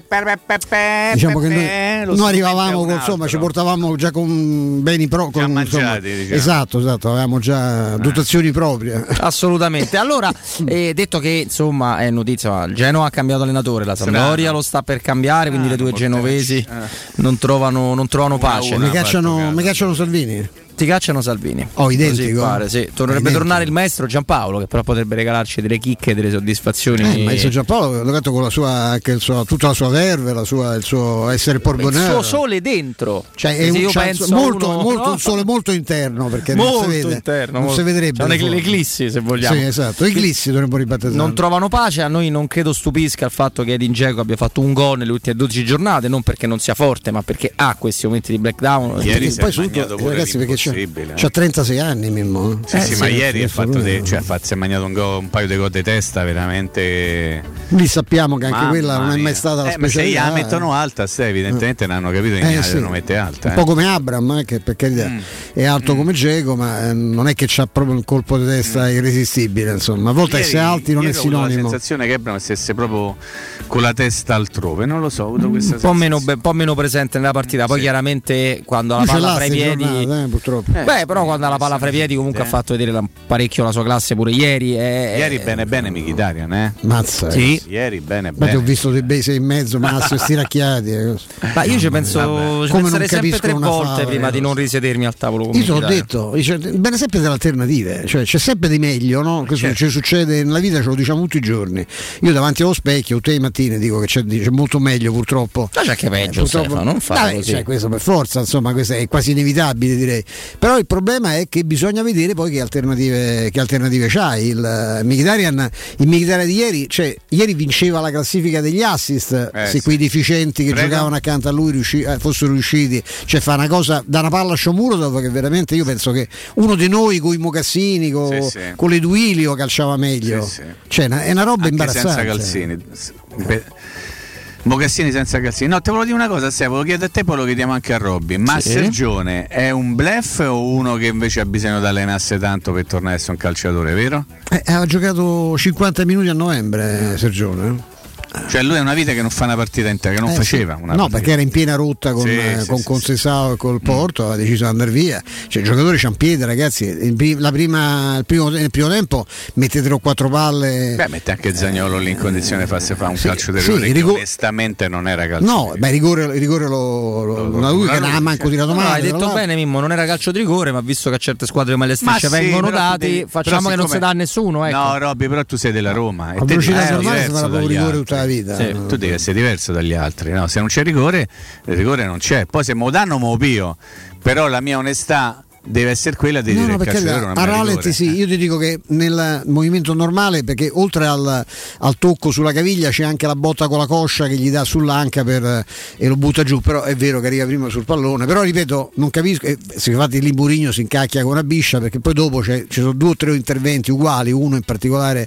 diciamo che noi, noi arrivavamo con, insomma, ci portavamo già con beni pro, con, mangiati, insomma, diciamo. Esatto, esatto, avevamo già dotazioni proprie. Assolutamente. Allora, eh, detto che insomma è notizia, il Genoa ha cambiato allenatore, la Sampdoria lo sta per cambiare, quindi ah, le due genovesi eh. non trovano non trovano pace. Mi cacciano, mi cacciano Salvini. Ti cacciano Salvini. Oh, identico. Pare, sì. Tornerebbe a tornare il maestro Giampaolo, che però potrebbe regalarci delle chicche e delle soddisfazioni. Eh, il maestro Giampaolo ha detto con la sua, anche il suo, tutta la sua verve, la sua, il suo essere porbonero. Il suo sole dentro. Cioè è un penso molto, uno, molto, no? un sole molto interno, perché molto non si vede. Interno, non molto. si vedrebbe. Cioè, le eclissi, se vogliamo. Sì, esatto. Eclissi dovremmo ribattezzare. Non trovano pace. A noi non credo stupisca il fatto che Edin Dzeko abbia fatto un gol nelle ultime dodici giornate, non perché non sia forte, ma perché ha questi momenti di breakdown. Ieri si poi è magnato pure ragazzi, perché c'è, c'ha trentasei anni Mimmo. Sì, eh, sì, sì, ma ieri ha fatto de, cioè, si è magnato un, go, un paio di gol di testa veramente. Lì sappiamo che anche Mamma quella non è mai mia. stata la eh, specialità. Ma se la mettono alta, se evidentemente non hanno capito che eh, sì. devono mettere alta. Un eh. po' come Abram, eh, che per carità mm. è alto mm. come Dzeko, ma eh, non è che c'ha proprio un colpo di testa mm. irresistibile. Insomma, a volte ieri, essere alti non è sinonimo. Ho avuto la sensazione che Abram stesse proprio con la testa altrove, non lo so, ho avuto questa un po' meno, un po' meno presente nella partita. Poi sì. chiaramente quando la palla fra i piedi, giornata, eh, purtroppo. Eh, beh, però quando la palla fra i piedi comunque ha fatto vedere parecchio la sua classe pure ieri. È, ieri bene bene Mkhitaryan, eh? Mazza. Sì. Ieri bene ma bene. Ti ho visto dei bei sei e mezzo, Massimo stiracchiati. Eh. Ma io ci penso, ci penserei sempre tre volte fava, prima eh, di non risedermi al tavolo. Io te l'ho detto, cioè, bene sempre delle alternative, cioè c'è sempre di meglio, no? Questo certo. ci succede nella vita, ce lo diciamo tutti i giorni. Io davanti allo specchio tutte le mattine dico che c'è, c'è molto meglio purtroppo. Ma c'è che peggio, eh, Stefano, non fare così. Cioè, questo per forza, insomma, questo è quasi inevitabile, direi. Però il problema è che bisogna vedere poi che alternative, che alternative c'hai. Il Mkhitaryan, il Mkhitaryan di ieri, cioè ieri vinceva la classifica degli assist, eh, se sì. quei deficienti che Prego. giocavano accanto a lui riusci, eh, fossero riusciti, cioè fa una cosa da una palla a Shomurodov che veramente io penso che uno di noi con i mocassini, con, sì, sì. con le Duilio calciava meglio. Sì, sì. Cioè è una roba anche imbarazzante. Senza calzini. Be- Mocassini senza calzini. No, te volevo dire una cosa, Stefano, volevo chiedere a te, poi lo chiediamo anche a Robby. Ma sì. Sergione è un bluff o uno che invece ha bisogno di allenarsi tanto per tornare a essere un calciatore, vero? Eh, ha giocato cinquanta minuti a novembre, Sergione. Cioè lui è una vita che non fa una partita intera, che non eh, faceva sì. una no partita. perché era in piena rotta con, sì, eh, sì, con sì, Conceição sì. e col Porto, mm. aveva deciso di andare via, cioè i giocatori c'hanno piede, ragazzi, il, la prima, il primo, nel primo tempo mette tre o quattro palle, beh mette anche Zaniolo lì in condizione di farsi fare un sì, calcio di sì, rigore rigor- che onestamente non era calcio no beh rigore, rigore lo, lo, lo, lui che non ha manco tirato male. No, hai detto bene Mimmo, non era calcio di rigore, ma visto che a certe squadre come le strisce sì, vengono dati devi, facciamo che non si dà a nessuno, ecco. No Robby, però tu sei della Roma e a velocità normale si farà proprio rigore tutta la vita, sì, tu devi essere diverso dagli altri, no? Se non c'è rigore, il rigore non c'è. Poi se me lo danno me lo pio, però la mia onestà deve essere quella di no, dire no, che il calciatore non a rallenti sì, io ti dico che nel movimento normale, perché oltre al, al tocco sulla caviglia c'è anche la botta con la coscia che gli dà sull'anca per, e lo butta giù, però è vero che arriva prima sul pallone, però ripeto non capisco, eh, se infatti lì Mourinho si incacchia con una biscia, perché poi dopo c'è, ci sono due o tre interventi uguali, uno in particolare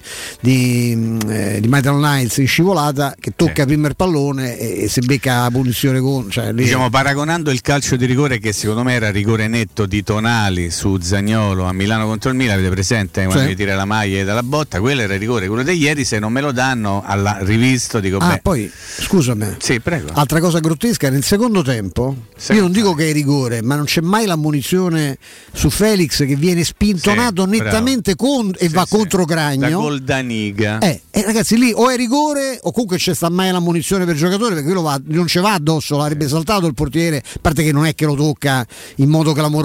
di, eh, di Maitland Niles in scivolata che tocca sì. prima il pallone e, e se becca la punizione con, cioè, lì... diciamo paragonando il calcio di rigore che secondo me era rigore netto di Tonali su Zaniolo a Milano contro il Milan, avete presente quando sì. gli tira la maglia dalla botta, quello era il rigore, quello di ieri se non me lo danno alla rivisto dico ah beh. Poi scusami, sì, prego. Altra cosa grottesca, nel secondo tempo sì. io non dico che è rigore, ma non c'è mai l'ammonizione su Felix che viene spintonato sì, nettamente con, e sì, va sì. contro Cragno da gol Daniga eh, eh, ragazzi lì o è rigore o comunque c'è sta mai l'ammonizione per il giocatore, perché quello va, non ce va addosso, l'avrebbe saltato il portiere, a parte che non è che lo tocca in modo clamoroso, ma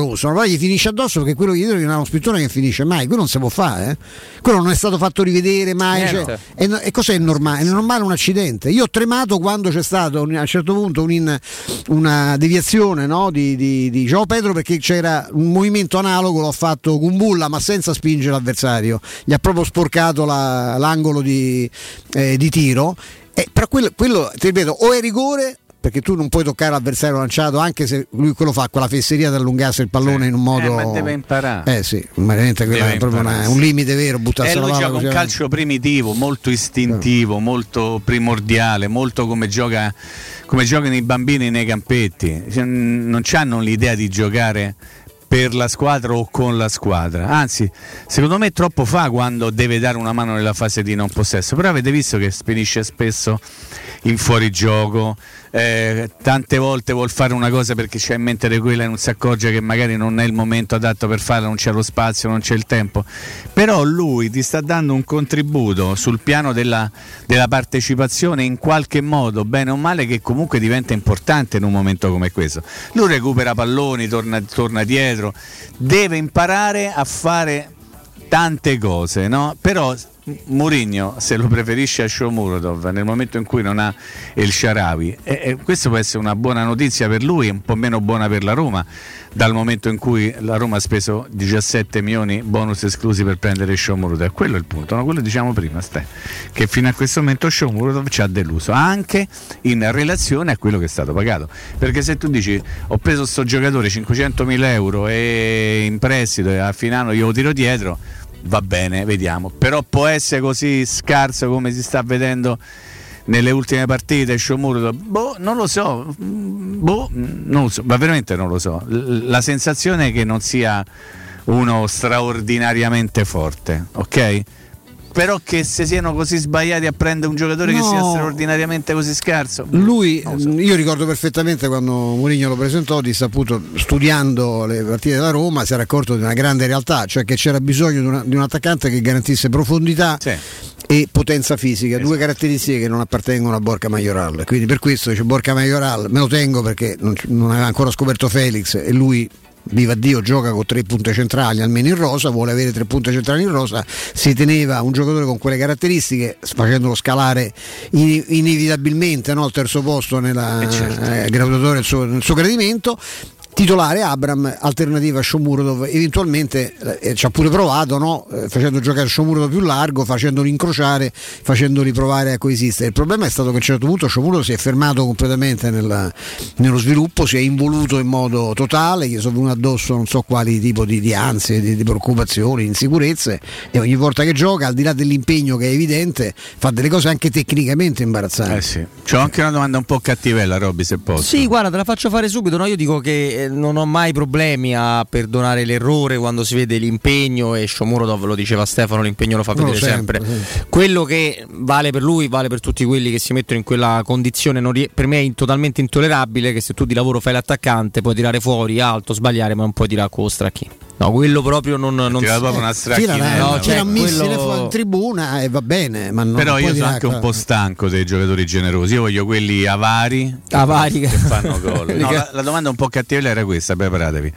gli finisce addosso, perché quello dietro è uno spintone che finisce mai, quello non si può fare, eh? Quello non è stato fatto rivedere mai, cioè, è, è, cos'è normale? È normale un accidente. Io ho tremato quando c'è stato a un certo punto un in, una deviazione, no, di, di, di João Pedro, perché c'era un movimento analogo, l'ho fatto Kumbulla ma senza spingere l'avversario, gli ha proprio sporcato la, l'angolo di, eh, di tiro, eh, però quello, quello ti ripeto, o è rigore, perché tu non puoi toccare l'avversario lanciato, anche se lui quello fa quella fesseria di allungarsi il pallone, sì, in un modo, eh, ma deve imparare, eh sì, ma veramente quella è proprio una, un limite vero, buttarsi eh, la lui palla gioca un così calcio primitivo, molto istintivo, no. molto primordiale, molto come gioca come giocano i bambini nei campetti, cioè, non hanno l'idea di giocare per la squadra o con la squadra, anzi secondo me troppo fa quando deve dare una mano nella fase di non possesso, però avete visto che finisce spesso in fuorigioco, eh, tante volte vuol fare una cosa perché c'è in mente di quella e non si accorge che magari non è il momento adatto per farla, non c'è lo spazio, non c'è il tempo, però lui ti sta dando un contributo sul piano della, della partecipazione in qualche modo, bene o male, che comunque diventa importante in un momento come questo. Lui recupera palloni, torna, torna dietro, deve imparare a fare tante cose, no? Però Mourinho se lo preferisce a Shomurodov nel momento in cui non ha El Shaarawy, e, e questo può essere una buona notizia per lui, un po' meno buona per la Roma, dal momento in cui la Roma ha speso diciassette milioni bonus esclusi per prendere Shomurodov. Quello è il punto, no? Quello diciamo prima, stai, che fino a questo momento Shomurodov ci ha deluso anche in relazione a quello che è stato pagato, perché se tu dici ho preso sto giocatore cinquecentomila euro e in prestito e a fine anno io lo tiro dietro, va bene, vediamo, però può essere così scarso come si sta vedendo nelle ultime partite Shomurodov? Boh, non lo so, boh, non lo so, ma veramente non lo so. La sensazione è che non sia uno straordinariamente forte, ok? Però che se siano così sbagliati a prendere un giocatore, no, che sia straordinariamente così scarso. Lui, so. io ricordo perfettamente quando Mourinho lo presentò, di saputo, studiando le partite della Roma, si era accorto di una grande realtà, cioè che c'era bisogno di, una, di un attaccante che garantisse profondità, sì, e potenza fisica, esatto, due caratteristiche che non appartengono a Borja Mayoral. Quindi per questo dice Borja Mayoral me lo tengo, perché non, non aveva ancora scoperto Felix e lui, viva Dio, gioca con tre punte centrali almeno in rosa, vuole avere tre punte centrali in rosa, si teneva un giocatore con quelle caratteristiche, facendolo scalare in, inevitabilmente, no, al terzo posto nella, eh certo. eh, graduatoria del suo, nel suo gradimento. Titolare Abram, alternativa a Shomurodov, eventualmente eh, ci ha pure provato, no? eh, facendo giocare Shomurodov più largo, facendoli incrociare, facendoli provare a coesistere. Il problema è stato che a un certo punto Shomurodov si è fermato completamente nella, nello sviluppo, si è involuto in modo totale, gli sono venuti addosso non so quali tipo di, di ansie, di, di preoccupazioni, insicurezze, e ogni volta che gioca, al di là dell'impegno che è evidente, fa delle cose anche tecnicamente imbarazzanti. Eh sì. C'ho anche una domanda un po' cattivella, Robby, se posso. Sì, guarda, te la faccio fare subito, no? Io dico che non ho mai problemi a perdonare l'errore quando si vede l'impegno, e Shomurodov, lo diceva Stefano, l'impegno lo fa vedere no, sempre, sempre. Sì. Quello che vale per lui vale per tutti quelli che si mettono in quella condizione. Non rie- per me è totalmente intollerabile che se tu di lavoro fai l'attaccante puoi tirare fuori alto, sbagliare, ma non puoi tirare con stracchi. No, quello proprio non, non si proprio una stracchina, no, c'era cioè, un missile quello... in tribuna e va bene, ma non però io sono anche qua. un po' stanco dei giocatori generosi, io voglio quelli avari, avari che, che fanno gol. No, la, la domanda un po' cattiva era questa, preparatevi.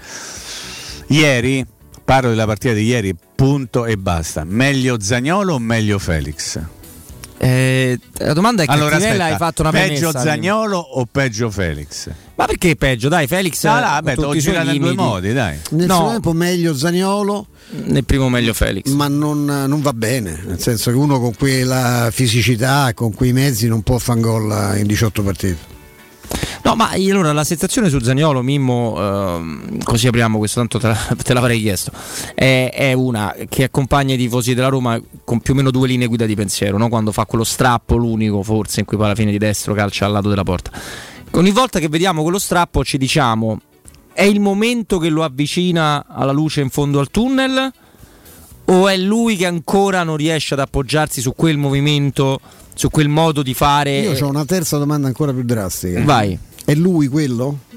Ieri, parlo della partita di ieri, punto e basta. Meglio Zaniolo o meglio Felix? Eh, la domanda è che allora, aspetta, hai fatto una peggio premessa, Zaniolo o peggio Felix? Ma perché peggio? Dai, Felix, no, no, beh, ho girato in due modi, dai. Nel no. suo tempo meglio Zaniolo, nel primo meglio Felix, ma non, non va bene, nel senso che uno con quella fisicità, con quei mezzi non può fare gol in diciotto partite. No, ma allora la sensazione su Zaniolo, Mimmo, ehm, così apriamo questo, tanto te, la, te l'avrei chiesto, è, è una che accompagna i tifosi della Roma con più o meno due linee guida di pensiero, no? Quando fa quello strappo, l'unico forse in cui poi alla fine di destro calcia al lato della porta. Ogni volta che vediamo quello strappo ci diciamo: è il momento che lo avvicina alla luce in fondo al tunnel, o è lui che ancora non riesce ad appoggiarsi su quel movimento, su quel modo di fare? Io ho una terza domanda ancora più drastica. Vai. È lui quello?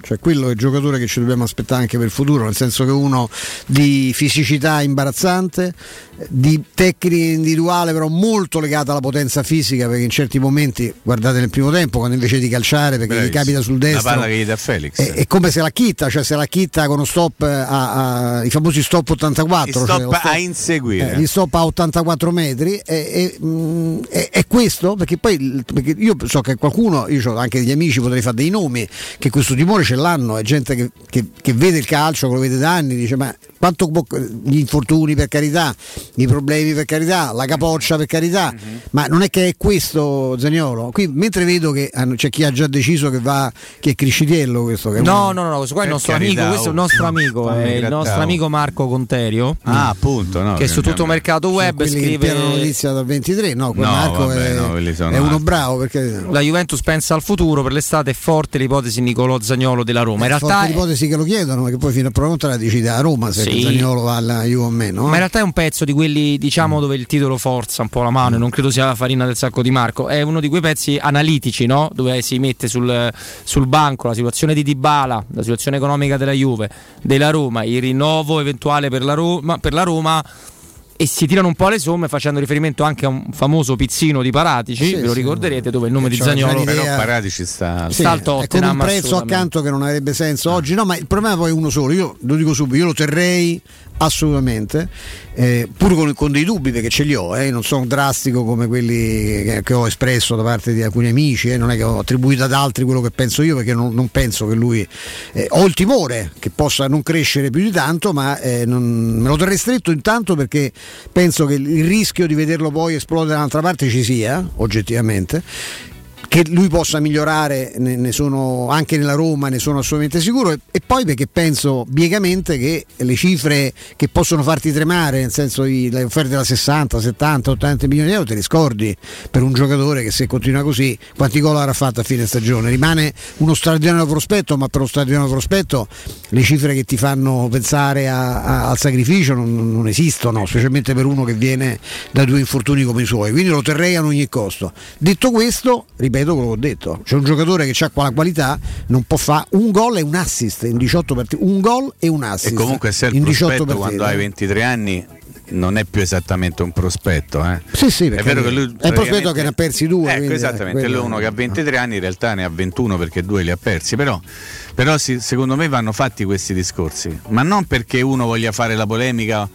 cioè quello è il giocatore che ci dobbiamo aspettare anche per il futuro, nel senso che uno di fisicità imbarazzante, di tecnica individuale però molto legata alla potenza fisica, perché in certi momenti, guardate nel primo tempo, quando invece di calciare perché Bravissimo. gli capita sul destro, la palla che gli dà Felix, è, è come se la chitta, cioè se la chitta con uno stop a, a, i famosi stop ottantaquattro, stop, cioè stop a inseguire, eh, gli stop a ottantaquattro metri, è, è, mh, è, è questo, perché poi perché io so che qualcuno, io ho anche degli amici, potrei fare dei nomi, che questo timore ce l'hanno, è gente che, che, che vede il calcio, che lo vede da anni, dice ma quanto gli infortuni per carità, i problemi per carità, la capoccia per carità, mm-hmm. ma non è che è questo Zaniolo. Qui mentre vedo che hanno, c'è chi ha già deciso che va, che è Criscitiello questo, che no, un... no no no questo qua è il nostro carità, amico, questo è il nostro amico, è il nostro amico Marco Conterio, ah appunto, no, che su tutto il mercato web scrive la notizia dal ventitré, no, quel no Marco vabbè, è, no, è uno bravo, perché la Juventus pensa al futuro, per l'estate è forte l'ipotesi Nicolò Zaniolo della Roma, in realtà è l'ipotesi che lo chiedono, perché poi fino a prova contraria decide a Roma se sì. Zaniolo va alla Juve o meno, no? Ma in realtà è un pezzo di quelli, diciamo, dove il titolo forza un po' la mano, e non credo sia la farina del sacco di Marco, è uno di quei pezzi analitici, no? Dove si mette sul, sul banco la situazione di Dybala, la situazione economica della Juve, della Roma, il rinnovo eventuale per la Roma, per la Roma, e si tirano un po' le somme facendo riferimento anche a un famoso pizzino di Paratici, sì, ve lo ricorderete, dove il nome di Zaniolo, però Paratici sta, sì, sta al Tottenham, con un prezzo accanto che non avrebbe senso oggi, no, ma il problema poi è uno solo, io lo dico subito, io lo terrei assolutamente, eh, pur con, con dei dubbi, perché ce li ho, eh, non sono drastico come quelli che, che ho espresso da parte di alcuni amici, eh, non è che ho attribuito ad altri quello che penso io, perché non, non penso che lui, eh, ho il timore che possa non crescere più di tanto, ma eh, non, me lo terrei stretto intanto perché penso che il rischio di vederlo poi esplodere dall'altra parte ci sia, oggettivamente. Che lui possa migliorare ne, ne sono anche nella Roma, ne sono assolutamente sicuro, e, e poi perché penso biecamente che le cifre che possono farti tremare, nel senso i, le offerte da sessanta, settanta, ottanta milioni di euro te li scordi per un giocatore che, se continua così, quanti gol avrà fatto a fine stagione? Rimane uno straordinario prospetto, ma per lo straordinario prospetto le cifre che ti fanno pensare a, a, al sacrificio non, non esistono, specialmente per uno che viene da due infortuni come i suoi, quindi lo terrei a ogni costo. Detto questo, ripeto quello che ho detto, c'è un giocatore che ha quella qualità, non può fare un gol e un assist in diciotto partite, un gol e un assist, e comunque se il prospetto quando hai ventitré anni non è più esattamente un prospetto, eh. Sì, sì, è vero che lui è un prospetto che ne ha persi due, ecco, esattamente, quello... lui uno che ha ventitré anni in realtà ne ha ventuno, perché due li ha persi, però, però sì, secondo me vanno fatti questi discorsi, ma non perché uno voglia fare la polemica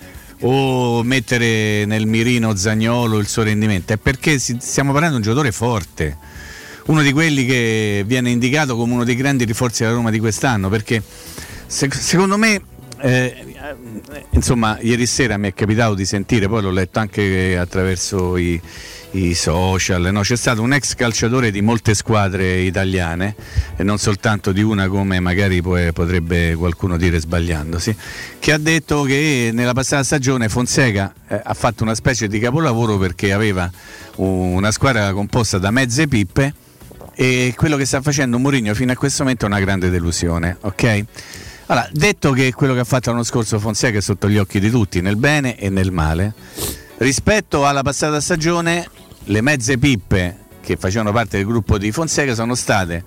o mettere nel mirino Zaniolo il suo rendimento, è perché stiamo parlando di un giocatore forte, uno di quelli che viene indicato come uno dei grandi rinforzi della Roma di quest'anno, perché se, secondo me eh, insomma ieri sera mi è capitato di sentire, poi l'ho letto anche attraverso i, i social, no? C'è stato un ex calciatore di molte squadre italiane e non soltanto di una, come magari poi potrebbe qualcuno dire sbagliandosi, che ha detto che nella passata stagione Fonseca eh, ha fatto una specie di capolavoro perché aveva una squadra composta da mezze pippe, e quello che sta facendo Mourinho fino a questo momento è una grande delusione, ok? Allora, detto che quello che ha fatto l'anno scorso Fonseca è sotto gli occhi di tutti, nel bene e nel male, rispetto alla passata stagione le mezze pippe che facevano parte del gruppo di Fonseca sono state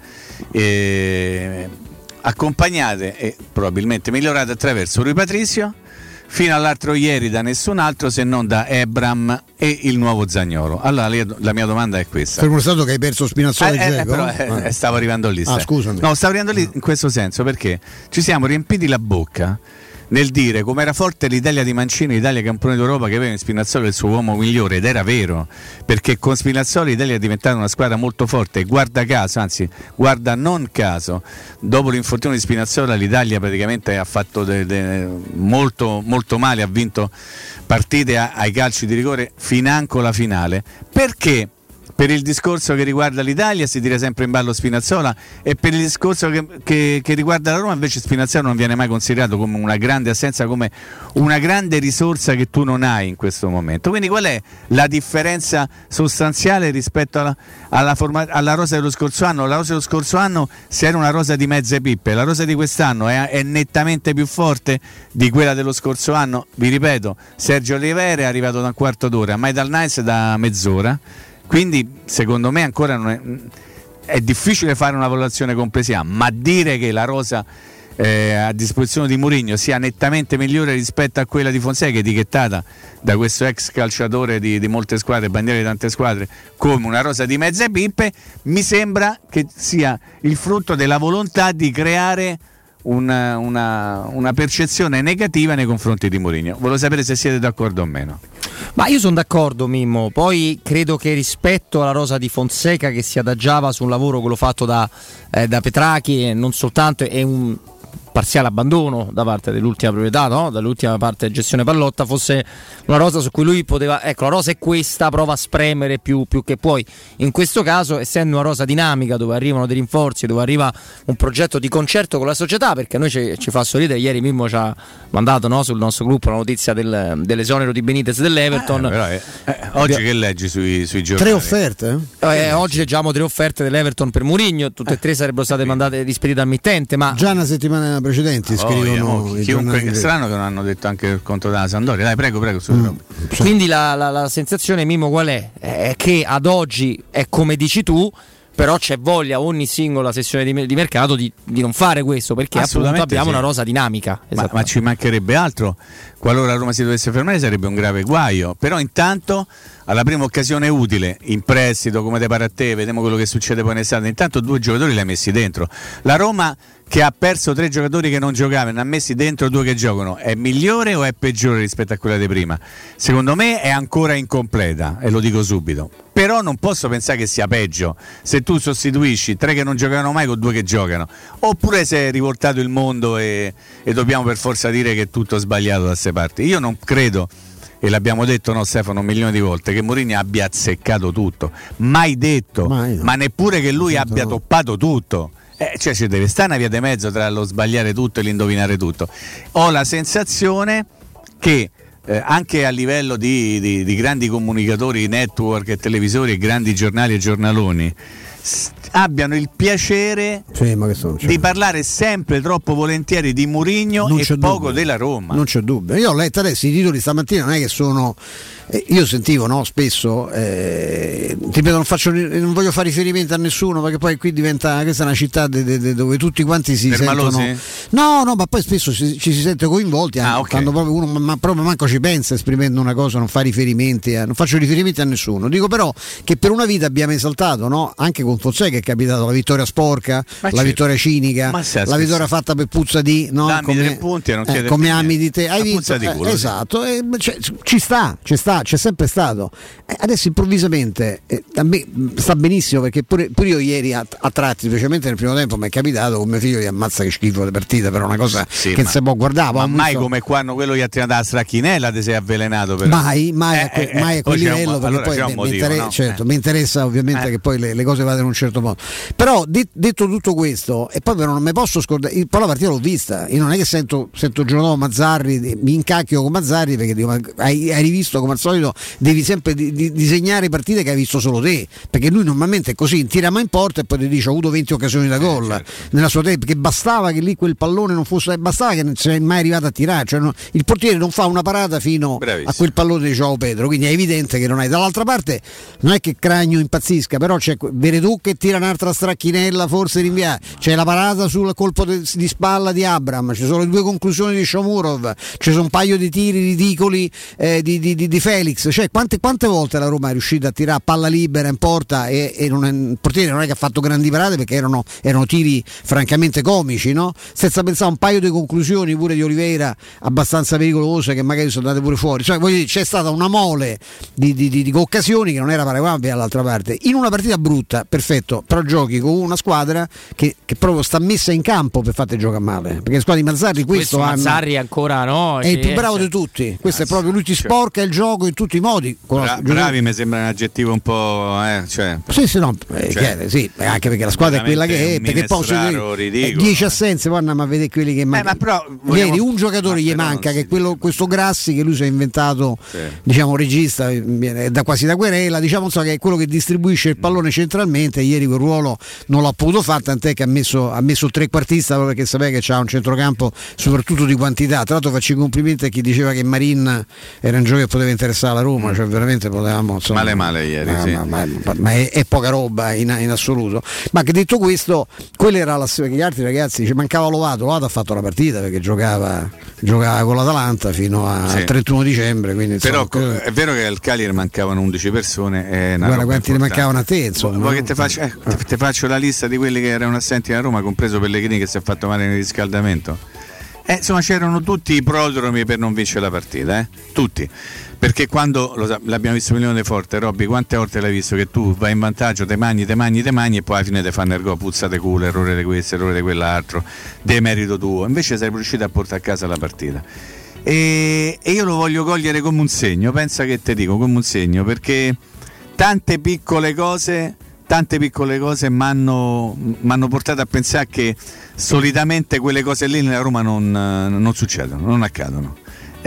eh, accompagnate e probabilmente migliorate attraverso Rui Patricio, fino all'altro ieri da nessun altro se non da Ebram e il nuovo Zaniolo. Allora la mia domanda è questa: fermo stato che hai perso Spinazzola eh, e eh, però, eh, eh, stavo arrivando lì, ah, scusami. no stavo arrivando lì in questo senso, perché ci siamo riempiti la bocca nel dire come era forte l'Italia di Mancini, l'Italia campione d'Europa, che aveva in Spinazzola il suo uomo migliore, ed era vero, perché con Spinazzola l'Italia è diventata una squadra molto forte, e guarda caso, anzi guarda non caso, dopo l'infortunio di Spinazzola l'Italia praticamente ha fatto de, de, molto, molto male, ha vinto partite a, ai calci di rigore financo la finale, perché per il discorso che riguarda l'Italia si tira sempre in ballo Spinazzola, e per il discorso che, che, che riguarda la Roma invece Spinazzola non viene mai considerato come una grande assenza, come una grande risorsa che tu non hai in questo momento. Quindi qual è la differenza sostanziale rispetto alla, alla, forma, alla rosa dello scorso anno? La rosa dello scorso anno, se era una rosa di mezze pippe, la rosa di quest'anno è, è nettamente più forte di quella dello scorso anno. Vi ripeto, Sergio Oliveira è arrivato da un quarto d'ora, Maitland Niles da mezz'ora. Quindi secondo me ancora non è, è difficile fare una valutazione complessiva, ma dire che la rosa eh, a disposizione di Mourinho sia nettamente migliore rispetto a quella di Fonseca, etichettata da questo ex calciatore di, di molte squadre, bandiera di tante squadre, come una rosa di mezze pippe, mi sembra che sia il frutto della volontà di creare Una, una, una percezione negativa nei confronti di Mourinho. Volevo sapere se siete d'accordo o meno. Ma io sono d'accordo, Mimmo. Poi credo che rispetto alla rosa di Fonseca, che si adagiava su un lavoro quello fatto da, eh, da Petrachi, e non soltanto, è un parziale abbandono da parte dell'ultima proprietà, no? Dall'ultima parte gestione Pallotta, fosse una rosa su cui lui poteva, ecco, la rosa è questa, prova a spremere più, più che puoi. In questo caso, essendo una rosa dinamica, dove arrivano dei rinforzi, dove arriva un progetto di concerto con la società, perché a noi ci, ci fa sorridere, ieri Mimmo ci ha mandato, no, sul nostro gruppo la notizia del, dell'esonero di Benitez dell'Everton. Eh, però è, eh, oggi che leggi sui, sui giornali? Tre offerte? Eh, oggi leggiamo tre offerte dell'Everton per Mourinho, tutte e tre sarebbero state mandate rispedite al mittente, ma già una settimana precedenti oh, scrivono yeah, chiunque, è strano che non hanno detto anche il conto della Sampdoria. Dai, prego, prego. Mm. Quindi la, la, la sensazione, Mimo, qual è? È che ad oggi è come dici tu, però c'è voglia ogni singola sessione di, di mercato di, di non fare questo, perché appunto abbiamo sì. una rosa dinamica. Ma, ma ci mancherebbe altro. Qualora Roma si dovesse fermare sarebbe un grave guaio. Però intanto, alla prima occasione utile, in prestito come te pare a te, vediamo quello che succede poi in estate. Intanto due giocatori li ha messi dentro. La Roma, che ha perso tre giocatori che non giocavano, ne ha messi dentro due che giocano, è migliore o è peggiore rispetto a quella di prima? Secondo me è ancora incompleta, e lo dico subito. Però non posso pensare che sia peggio se tu sostituisci tre che non giocavano mai con due che giocano, oppure se è rivoltato il mondo e, e dobbiamo per forza dire che è tutto sbagliato da queste parti. Io non credo, e l'abbiamo detto, no, Stefano, un milione di volte, che Mourinho abbia azzeccato tutto, mai detto, mai no. ma neppure che lui abbia no. toppato tutto. Eh, cioè ci deve stare una via di mezzo tra lo sbagliare tutto e l'indovinare tutto. Ho la sensazione che eh, anche a livello di, di, di grandi comunicatori, network e televisori e grandi giornali e giornaloni st- abbiano il piacere sì, ma che sono, di parlare sempre troppo volentieri di Mourinho non e c'è poco dubbio. della Roma. Non c'è dubbio. Io ho letto adesso i titoli stamattina, non è che sono eh, io sentivo, no, spesso eh, ti ripeto, non, faccio, non voglio fare riferimento a nessuno, perché poi qui diventa, questa è una città de, de, de, dove tutti quanti si per sentono Malosi? no no ma poi spesso ci, ci si sente coinvolti ah, eh, okay. quando proprio uno ma proprio manco ci pensa esprimendo una cosa, non fa riferimenti a, non faccio riferimenti a nessuno. Dico però che per una vita abbiamo esaltato, no, anche con Fonseca che è capitato la vittoria sporca, ma la certo. vittoria cinica, la vittoria fatta per puzza di, no, dammi come, tre punti e non eh, come ami di te, hai vinto, di culo, eh, esatto, eh, cioè, ci sta, ci sta, c'è sempre stato. Eh, adesso improvvisamente eh, a me sta benissimo, perché pure, pure io ieri a, a tratti, specialmente nel primo tempo, mi è capitato con mio figlio di ammazza che schifo le partite, però una cosa sì, che non si può guardare. Ma mai visto... come quando quello gli ha tirato la stracchinella ti sei avvelenato però. Mai, mai, eh, a, que- eh, mai a quel livello, un, perché allora poi un mi, motivo, inter- no? certo, eh. mi interessa ovviamente eh. che poi le, le cose vadano in un certo modo. Però de- detto tutto questo, e poi però non mi posso scordare, poi la partita l'ho vista, io non è che sento, sento il giorno dopo Mazzarri, mi incacchio con Mazzarri, perché dico, hai, hai rivisto come al solito, devi sempre di, di, disegnare partite che hai visto solo te, perché lui normalmente è così, tira mai in porta e poi ti dice ho avuto venti occasioni da gol eh, certo. nella sua tempo, perché bastava che lì quel pallone non fosse, bastava che non sia mai arrivato a tirare, cioè no, il portiere non fa una parata fino Bravissimo. a quel pallone di João Pedro, quindi è evidente che non hai. Dall'altra parte non è che Cragno impazzisca, però c'è Veredù che tira un'altra stracchinella, forse rinvia, c'è la parata sul colpo de, di spalla di Abraham, ci sono le due conclusioni di Shomurodov, ci sono un paio di tiri ridicoli eh, di, di, di, di Felix, cioè quante, quante volte la Roma è riuscita a tirare palla libera in porta e, e non è, il portiere non è che ha fatto grandi parate, perché erano, erano tiri francamente comici, no? Senza pensare a un paio di conclusioni pure di Oliveira abbastanza pericolose che magari sono andate pure fuori, cioè voglio dire, c'è stata una mole di, di, di, di occasioni che non era paragonabile all'altra parte, in una partita brutta, perfetto, però giochi con una squadra che, che proprio sta messa in campo per farti giocare male, perché la squadra di Mazzarri questo, questo Mazzarri ancora no, è il più bravo di tutti, questo ah, è proprio, lui ti sporca il gioco in tutti i modi. Bra- bravi mi sembra un aggettivo un po' eh, cioè, sì sì no cioè, chiaro, sì, anche perché la squadra è quella che è, perché poi dieci assenze, poi andiamo a vedere quelli che mancano. Eh, ma però ieri un giocatore gli manca, che è quello, questo Grassi, che lui si è inventato sì. diciamo regista, viene da quasi da querela, diciamo so, che è quello che distribuisce il pallone centralmente, chiaramente ieri quel ruolo non l'ha potuto fare, tant'è che ha messo, ha messo il trequartista proprio perché sapeva che c'ha un centrocampo soprattutto di quantità. Tra l'altro faccio i complimenti a chi diceva che Marin era un gioco che poteva interessare la Roma, cioè veramente potevamo insomma, male male ieri ma, sì. ma, ma, ma, ma è, è poca roba in, in assoluto. Ma che detto questo, quella era la che gli altri ragazzi, ci mancava Lovato. Lovato ha fatto la partita perché giocava, giocava con l'Atalanta fino al sì. trentuno dicembre, quindi, insomma, però credo... è vero che al Cagliari mancavano undici persone, è una guarda quanti ne mancavano a te, insomma. Vuoi che te faccio, eh, te, te faccio la lista di quelli che erano assenti a Roma, compreso Pellegrini che si è fatto male nel riscaldamento. Eh, insomma c'erano tutti i prodromi per non vincere la partita, eh? Tutti. Perché quando lo, l'abbiamo visto milione forte, Robby, quante volte l'hai visto che tu vai in vantaggio, te magni, te magni, te magni e poi alla fine te fanno il gol, puzzate culo, errore di questo, errore di quell'altro, demerito tuo. Invece sei riuscito a portare a casa la partita. E, e io lo voglio cogliere come un segno, pensa che te dico, come un segno, perché tante piccole cose tante piccole cose mi hanno portato a pensare che solitamente quelle cose lì nella Roma non, non succedono, non accadono.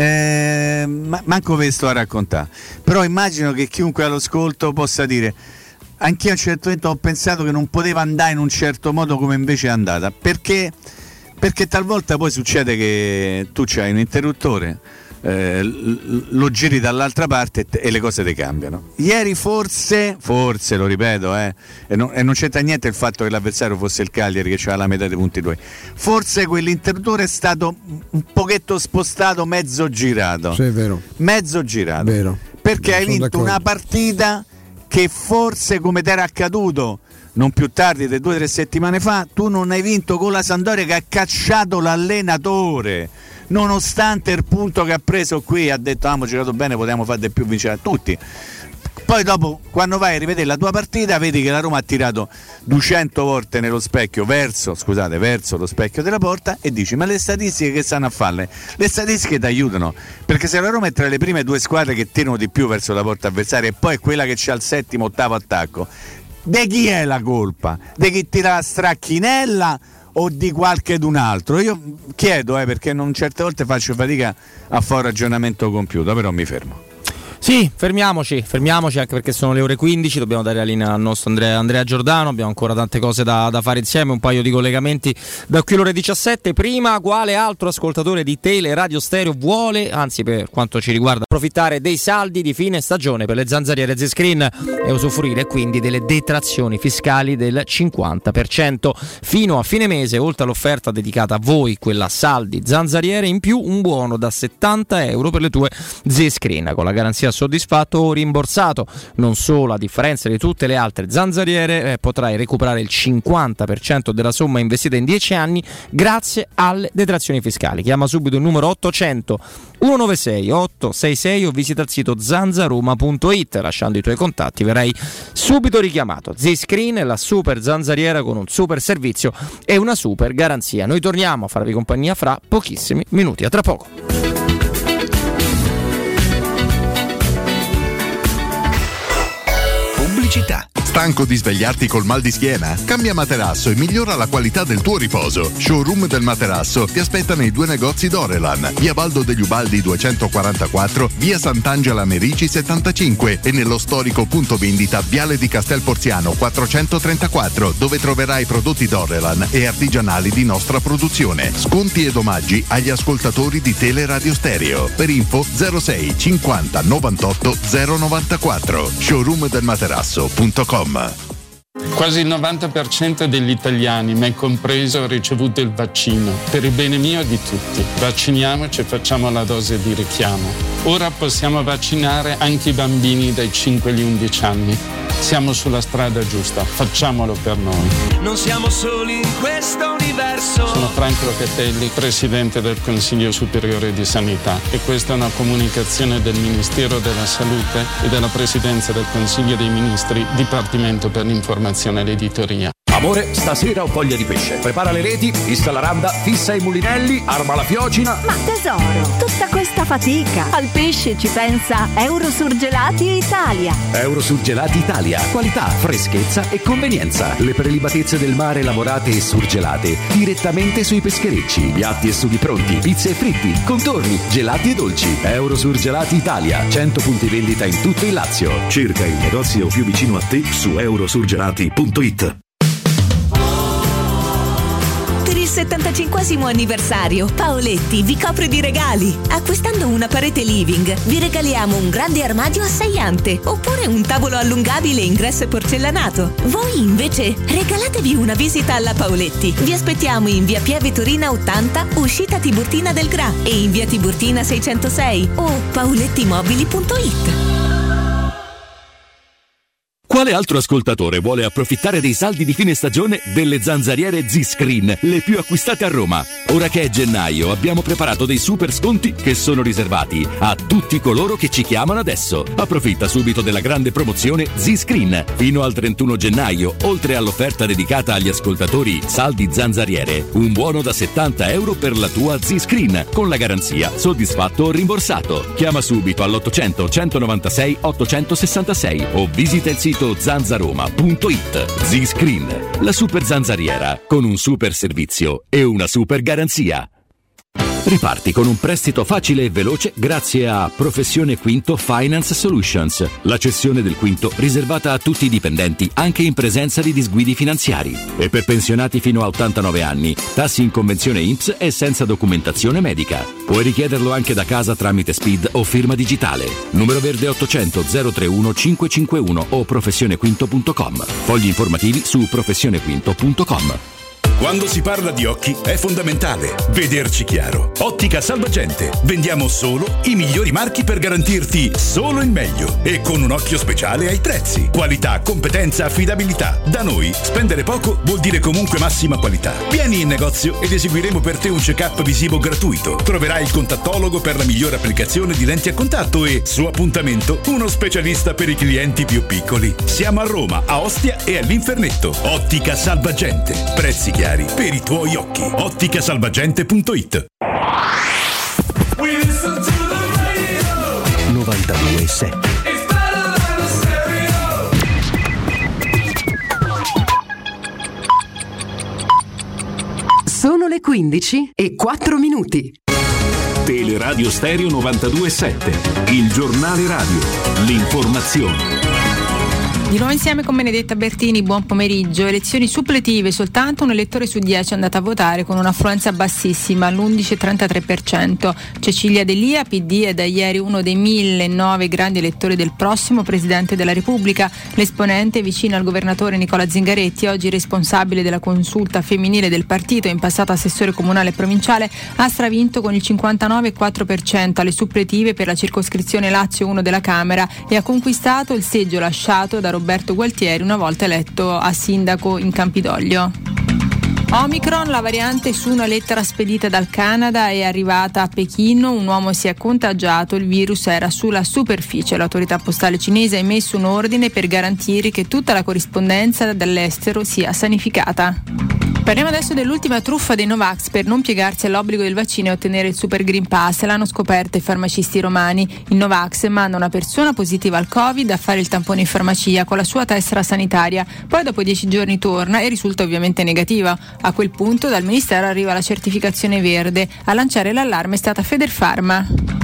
Eh, manco ve sto a raccontare, però immagino che chiunque all'ascolto possa dire: anch'io a un certo momento ho pensato che non poteva andare in un certo modo come invece è andata, perché, perché talvolta poi succede che tu c'hai un interruttore, eh, lo giri dall'altra parte e le cose ti cambiano. Ieri forse, forse lo ripeto, eh, e, non, e non c'entra niente il fatto che l'avversario fosse il Cagliari che c'ha la metà dei punti tuoi, forse quell'interruttore è stato un pochetto spostato, mezzo girato. Sì, è vero. Mezzo girato. Vero. Perché hai Sono vinto d'accordo. una partita che forse, come t'era accaduto non più tardi di due o tre settimane fa, tu non hai vinto con la Sampdoria che ha cacciato l'allenatore, nonostante il punto che ha preso qui, ha detto ah, abbiamo giocato bene, potevamo fare di più, vincere tutti. Poi dopo, quando vai a rivedere la tua partita, vedi che la Roma ha tirato duecento volte nello specchio verso, scusate, verso lo specchio della porta, e dici: ma le statistiche che stanno a farle? Le statistiche ti aiutano, perché se la Roma è tra le prime due squadre che tirano di più verso la porta avversaria e poi è quella che c'ha il settimo, ottavo attacco, di chi è la colpa? Di chi tira la stracchinella o di qualche d'un altro? Io chiedo, eh, perché non, certe volte faccio fatica a fare un ragionamento compiuto, però mi fermo. Sì, fermiamoci, fermiamoci anche perché sono le ore quindici, dobbiamo dare la linea al nostro Andrea, Andrea Giordano, abbiamo ancora tante cose da, da fare insieme, un paio di collegamenti da qui alle ore diciassette. Prima, quale altro ascoltatore di Tele Radio Stereo vuole, anzi per quanto ci riguarda, approfittare dei saldi di fine stagione per le zanzariere Z-Screen e usufruire quindi delle detrazioni fiscali del cinquanta per cento fino a fine mese, oltre all'offerta dedicata a voi, quella saldi zanzariere, in più un buono da settanta euro per le tue Z-Screen con la garanzia soddisfatto o rimborsato. Non solo, a differenza di tutte le altre zanzariere, eh, potrai recuperare il cinquanta per cento della somma investita in dieci anni grazie alle detrazioni fiscali. Chiama subito il numero ottocento centonovantasei ottocentosessantasei o visita il sito zanzaroma punto it. Lasciando i tuoi contatti verrai subito richiamato. Z-Screen è la super zanzariera con un super servizio e una super garanzia. Noi torniamo a farvi compagnia fra pochissimi minuti. A tra poco. Pubblicità. Stanco di svegliarti col mal di schiena? Cambia materasso e migliora la qualità del tuo riposo. Showroom del materasso ti aspetta nei due negozi Dorelan, via Baldo degli Ubaldi duecentoquarantaquattro, via Sant'Angela Merici settantacinque e nello storico punto vendita Viale di Castel Porziano quattrocentotrentaquattro, dove troverai prodotti Dorelan e artigianali di nostra produzione. Sconti ed omaggi agli ascoltatori di Tele Radio Stereo. Per info zero sei cinquanta novantotto zero novantaquattro. showroom del materasso punto com. Quasi il novanta per cento degli italiani, me compreso, ha ricevuto il vaccino. Per il bene mio e di tutti. Vacciniamoci e facciamo la dose di richiamo. Ora possiamo vaccinare anche i bambini dai cinque agli undici anni. Siamo sulla strada giusta, facciamolo per noi. Non siamo soli in questo universo. Sono Franco Locatelli, Presidente del Consiglio Superiore di Sanità, e questa è una comunicazione del Ministero della Salute e della Presidenza del Consiglio dei Ministri, Dipartimento per l'Informazione e l'Editoria. Amore, stasera ho voglia di pesce. Prepara le reti, fissa la randa, fissa i mulinelli, arma la fiocina. Ma tesoro, tutta questa fatica. Al pesce ci pensa Eurosurgelati Italia. Eurosurgelati Italia. Qualità, freschezza e convenienza. Le prelibatezze del mare lavorate e surgelate direttamente sui pescherecci. Piatti e sughi pronti, pizze e fritti, contorni, gelati e dolci. Eurosurgelati Italia. cento punti vendita in tutto il Lazio. Cerca il negozio più vicino a te su eurosurgelati punto it. Per il settantacinquesimo anniversario, Paoletti vi copre di regali. Acquistando una parete living, vi regaliamo un grande armadio a sei ante oppure un tavolo allungabile ingresso porcellanato. Voi invece regalatevi una visita alla Paoletti. Vi aspettiamo in via Pieve Torina ottanta, uscita Tiburtina del Gra, e in via Tiburtina seicentosei o paolettimobili punto it. Quale altro ascoltatore vuole approfittare dei saldi di fine stagione delle zanzariere Z-Screen, le più acquistate a Roma? Ora che è gennaio abbiamo preparato dei super sconti che sono riservati a tutti coloro che ci chiamano adesso. Approfitta subito della grande promozione Z-Screen. Fino al trentuno gennaio, oltre all'offerta dedicata agli ascoltatori saldi zanzariere, un buono da settanta euro per la tua Z-Screen, con la garanzia soddisfatto o rimborsato. Chiama subito all'ottocento centonovantasei ottocentosessantasei o visita il sito zanzaroma punto it. Z-Screen, la super zanzariera con un super servizio e una super garanzia. Riparti con un prestito facile e veloce grazie a Professione Quinto Finance Solutions, la cessione del quinto riservata a tutti i dipendenti anche in presenza di disguidi finanziari, e per pensionati fino a ottantanove anni, tassi in convenzione I N P S e senza documentazione medica. Puoi richiederlo anche da casa tramite S P I D o firma digitale. Numero verde ottocento zero trentuno cinquecentocinquantuno o professionequinto punto com. Fogli informativi su professionequinto punto com. Quando si parla di occhi è fondamentale vederci chiaro. Ottica Salvagente. Vendiamo solo i migliori marchi per garantirti solo il meglio e con un occhio speciale ai prezzi. Qualità, competenza, affidabilità. Da noi spendere poco vuol dire comunque massima qualità. Vieni in negozio ed eseguiremo per te un check-up visivo gratuito. Troverai il contattologo per la migliore applicazione di lenti a contatto e, su appuntamento, uno specialista per i clienti più piccoli. Siamo a Roma, a Ostia e all'Infernetto. Ottica Salvagente. Prezzi chiari per i tuoi occhi. otticasalvagente punto it. novantadue sette. Sono le quindici e quattro minuti. Teleradio Stereo novantadue sette, il giornale radio, l'informazione. Di nuovo insieme con Benedetta Bertini, buon pomeriggio. Elezioni suppletive, soltanto un elettore su dieci è andato a votare con un'affluenza bassissima, l'undici virgola trentatré per cento. Cecilia D'Elia, P D, è da ieri uno dei millenove grandi elettori del prossimo Presidente della Repubblica. L'esponente, vicino al governatore Nicola Zingaretti, oggi responsabile della consulta femminile del partito, in passato assessore comunale e provinciale, ha stravinto con il cinquantanove virgola quattro per cento alle suppletive per la circoscrizione Lazio uno della Camera e ha conquistato il seggio lasciato da Roberto Gualtieri una volta eletto a sindaco in Campidoglio. Omicron, la variante su una lettera spedita dal Canada è arrivata a Pechino, un uomo si è contagiato, il virus era sulla superficie. L'autorità postale cinese ha emesso un ordine per garantire che tutta la corrispondenza dall'estero sia sanificata. Parliamo adesso dell'ultima truffa dei Novax per non piegarsi all'obbligo del vaccino e ottenere il Super Green Pass. L'hanno scoperto i farmacisti romani. Il Novax manda una persona positiva al Covid a fare il tampone in farmacia con la sua tessera sanitaria, poi dopo dieci giorni torna e risulta ovviamente negativa. A quel punto dal Ministero arriva la certificazione verde. A lanciare l'allarme è stata Federpharma.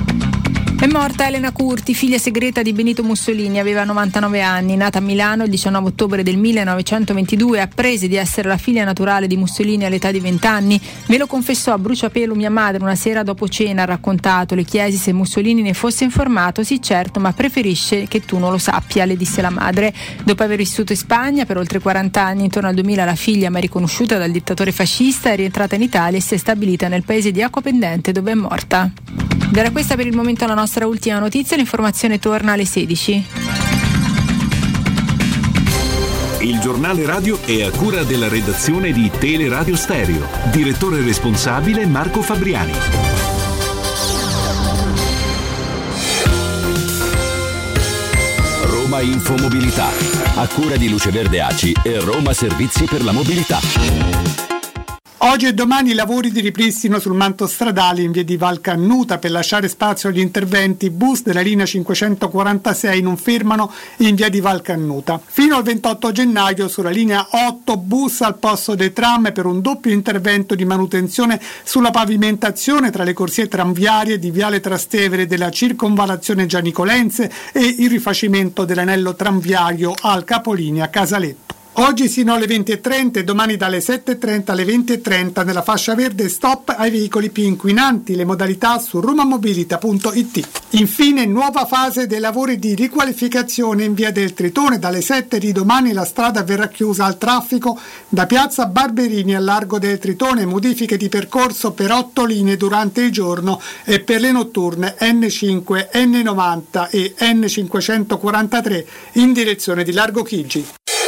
È morta Elena Curti, figlia segreta di Benito Mussolini, aveva novantanove anni, nata a Milano il diciannove ottobre del millenovecentoventidue, apprese di essere la figlia naturale di Mussolini all'età di venti anni. Me lo confessò a bruciapelo mia madre una sera dopo cena, ha raccontato. Le chiesi se Mussolini ne fosse informato. Sì, certo, ma preferisce che tu non lo sappia, le disse la madre. Dopo aver vissuto in Spagna per oltre quaranta anni, intorno al duemila la figlia, ma riconosciuta dal dittatore fascista, è rientrata in Italia e si è stabilita nel paese di Acquapendente, dove è morta. Ed era questa per il momento la nostra ultima notizia, l'informazione torna alle sedici. Il giornale radio è a cura della redazione di Teleradio Stereo. Direttore responsabile Marco Fabriani. Roma Infomobilità. A cura di Luce Verde A C I e Roma Servizi per la Mobilità. Oggi e domani i lavori di ripristino sul manto stradale in via di Val Cannuta per lasciare spazio agli interventi. Bus della linea cinquecentoquarantasei non fermano in via di Val Cannuta. Fino al ventotto gennaio sulla linea otto bus al posto dei tram per un doppio intervento di manutenzione sulla pavimentazione tra le corsie tranviarie di viale Trastevere della circonvallazione Gianicolense e il rifacimento dell'anello tranviario al capolinea Casaletto. Oggi sino alle venti e trenta e domani dalle sette e trenta alle venti e trenta nella fascia verde stop ai veicoli più inquinanti, le modalità su romamobilita punto it. Infine nuova fase dei lavori di riqualificazione in via del Tritone. Dalle sette di domani la strada verrà chiusa al traffico da piazza Barberini al largo del Tritone, modifiche di percorso per otto linee durante il giorno e per le notturne N cinque, N novanta e N cinquecentoquarantatré in direzione di Largo Chigi.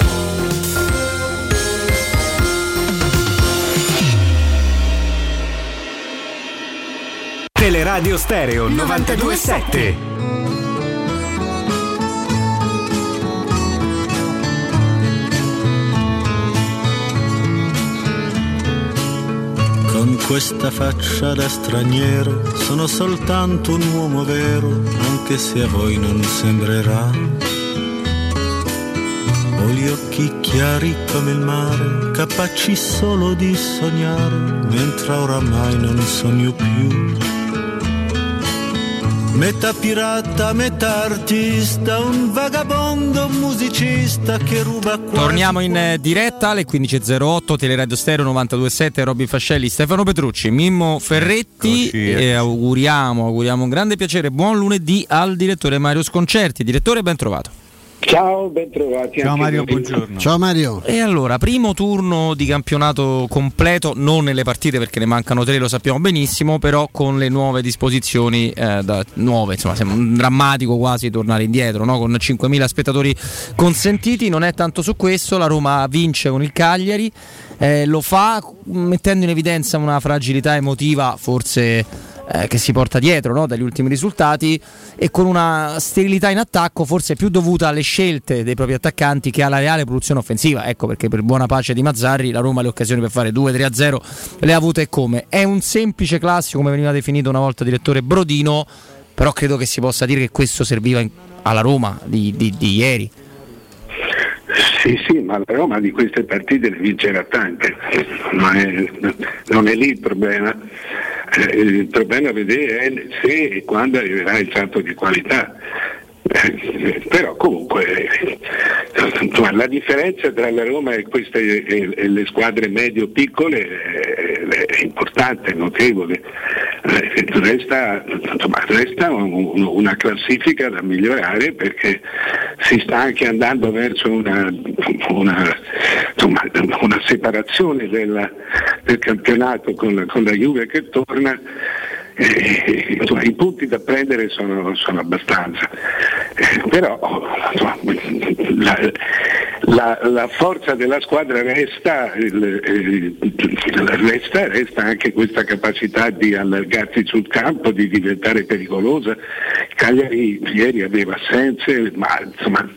Teleradio Stereo novantadue sette. Con questa faccia da straniero sono soltanto un uomo vero, anche se a voi non sembrerà. Ho gli occhi chiari come il mare, capaci solo di sognare, mentre oramai non sogno più. Metà pirata, metà artista, un vagabondo musicista che ruba quasi... Torniamo in diretta alle quindici e zero otto, Teleradio Stereo novantadue sette, Robin Fascelli, Stefano Petrucci, Mimmo Ferretti e auguriamo, auguriamo un grande piacere, buon lunedì al direttore Mario Sconcerti. Direttore, ben trovato. Ciao, ben trovati. Ciao Mario, voi. buongiorno. Ciao Mario. E allora, primo turno di campionato completo, non nelle partite perché ne mancano tre, lo sappiamo benissimo, però con le nuove disposizioni, eh, da, nuove, insomma, sembra un drammatico quasi tornare indietro, no? Con cinquemila spettatori consentiti, non è tanto su questo, la Roma vince con il Cagliari, eh, lo fa mettendo in evidenza una fragilità emotiva forse... Eh, che si porta dietro, no? Dagli ultimi risultati, e con una sterilità in attacco forse più dovuta alle scelte dei propri attaccanti che alla reale produzione offensiva. Ecco perché, per buona pace di Mazzarri, la Roma le occasioni per fare due tre a zero le ha avute. Come è un semplice classico, come veniva definito una volta direttore Brodino, però credo che si possa dire che questo serviva in, alla Roma di, di, di ieri. Sì, sì, ma la Roma di queste partite ne vincerà tante, non è, non è lì il problema. Eh, il problema a vedere è se e quando arriverà il salto di qualità. Eh, però comunque eh, la differenza tra la Roma e queste e, e le squadre medio-piccole è, è importante, è notevole. Eh, resta, insomma, resta un, una classifica da migliorare, perché si sta anche andando verso una, una, insomma, una separazione della, del campionato con la, con la Juve che torna. Eh, insomma, i punti da prendere sono, sono abbastanza, eh, però insomma, la, la, la forza della squadra resta, il, il, resta, resta anche questa capacità di allargarsi sul campo, di diventare pericolosa. Cagliari ieri aveva assenze, ma insomma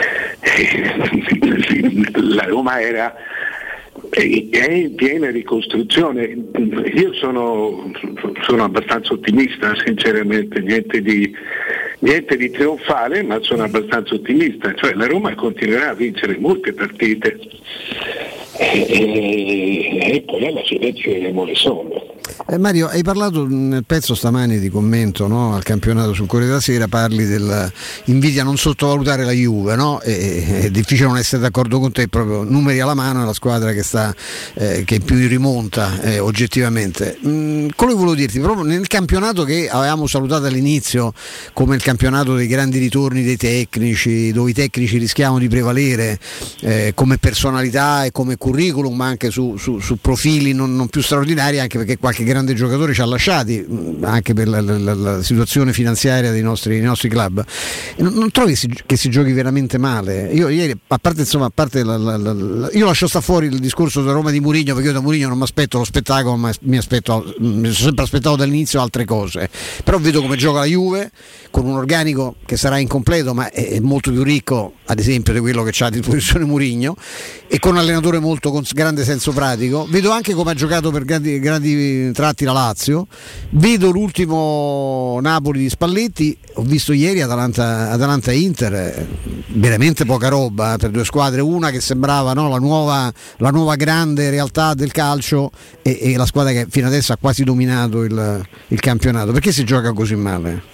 eh, la Roma era è in piena ricostruzione. Io sono, sono abbastanza ottimista, sinceramente, niente di, niente di trionfale, ma sono abbastanza ottimista, cioè la Roma continuerà a vincere molte partite e, e poi alla fine tireremo le somme. Eh, Mario, hai parlato nel pezzo stamani di commento, no, al campionato sul Corriere della Sera, parli dell'invidia non sottovalutare la Juve, no? E, è difficile non essere d'accordo con te, proprio numeri alla mano è la squadra che sta eh, che più rimonta eh, oggettivamente. Mm, quello che volevo dirti, proprio nel campionato che avevamo salutato all'inizio come il campionato dei grandi ritorni dei tecnici, dove i tecnici rischiavano di prevalere eh, come personalità e come curriculum, ma anche su, su, su profili non, non più straordinari, anche perché qualche grande giocatore ci ha lasciati anche per la, la, la situazione finanziaria dei nostri, dei nostri club. Non, non trovi che si, che si giochi veramente male? Io ieri, a parte insomma, a parte la, la, la, io lascio sta fuori il discorso della Roma di Mourinho, perché io da Mourinho non mi aspetto lo spettacolo, ma mi aspetto, mi sono sempre aspettato dall'inizio altre cose. Però vedo come gioca la Juve con un organico che sarà incompleto, ma è, è molto più ricco ad esempio di quello che c'ha a disposizione Mourinho, e con un allenatore molto con grande senso pratico. Vedo anche come ha giocato per grandi, grandi tratti la Lazio, vedo l'ultimo Napoli di Spalletti, ho visto ieri Atalanta, Atalanta e Inter, eh, veramente poca roba eh, per due squadre, una che sembrava, no, la, nuova, la nuova grande realtà del calcio e, e la squadra che fino adesso ha quasi dominato il, il campionato. Perché si gioca così male?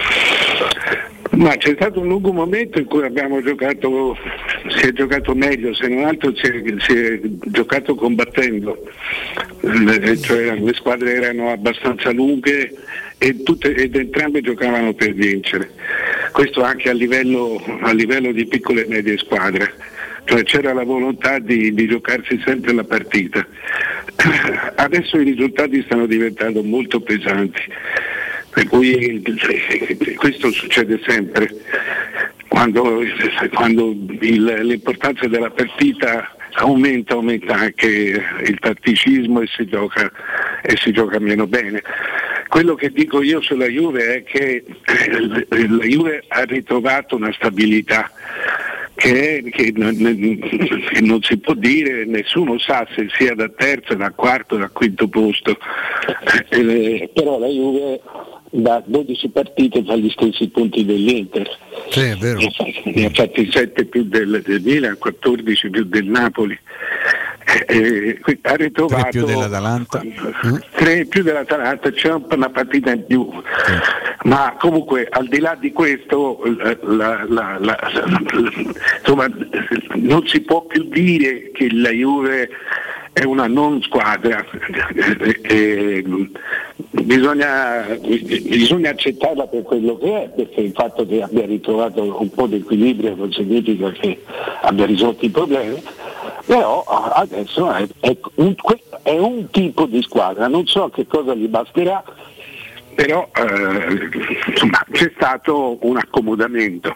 Ma c'è stato un lungo momento in cui abbiamo giocato, si è giocato meglio, se non altro si è, si è giocato combattendo, cioè le squadre erano abbastanza lunghe e tutte, ed entrambe giocavano per vincere. Questo anche a livello, a livello di piccole e medie squadre, cioè c'era la volontà di, di giocarsi sempre la partita. Adesso i risultati stanno diventando molto pesanti. Per cui questo succede sempre, quando, quando il, l'importanza della partita aumenta, aumenta anche il tatticismo e si gioca, e si gioca meno bene. Quello che dico io sulla Juve è che la Juve ha ritrovato una stabilità che, che, non, che non si può dire, nessuno sa se sia da terzo, da quarto, da quinto posto, eh, però la Juve da dodici partite fa gli stessi punti dell'Inter. Sì, è vero. Ne ha fatti sette più del, del Milan, quattordici più del Napoli. Eh, eh, ha ritrovato tre più dell'Atalanta. tre più dell'Atalanta, c'è una partita in più. Sì. Ma comunque al di là di questo la, la, la, la, insomma, non si può più dire che la Juve è una non squadra, eh, bisogna, bisogna accettarla per quello che è, perché il fatto che abbia ritrovato un po' di equilibrio non significa che abbia risolto i problemi, però adesso è, è, un, è un tipo di squadra, non so che cosa gli basterà, però eh, insomma, c'è stato un accomodamento.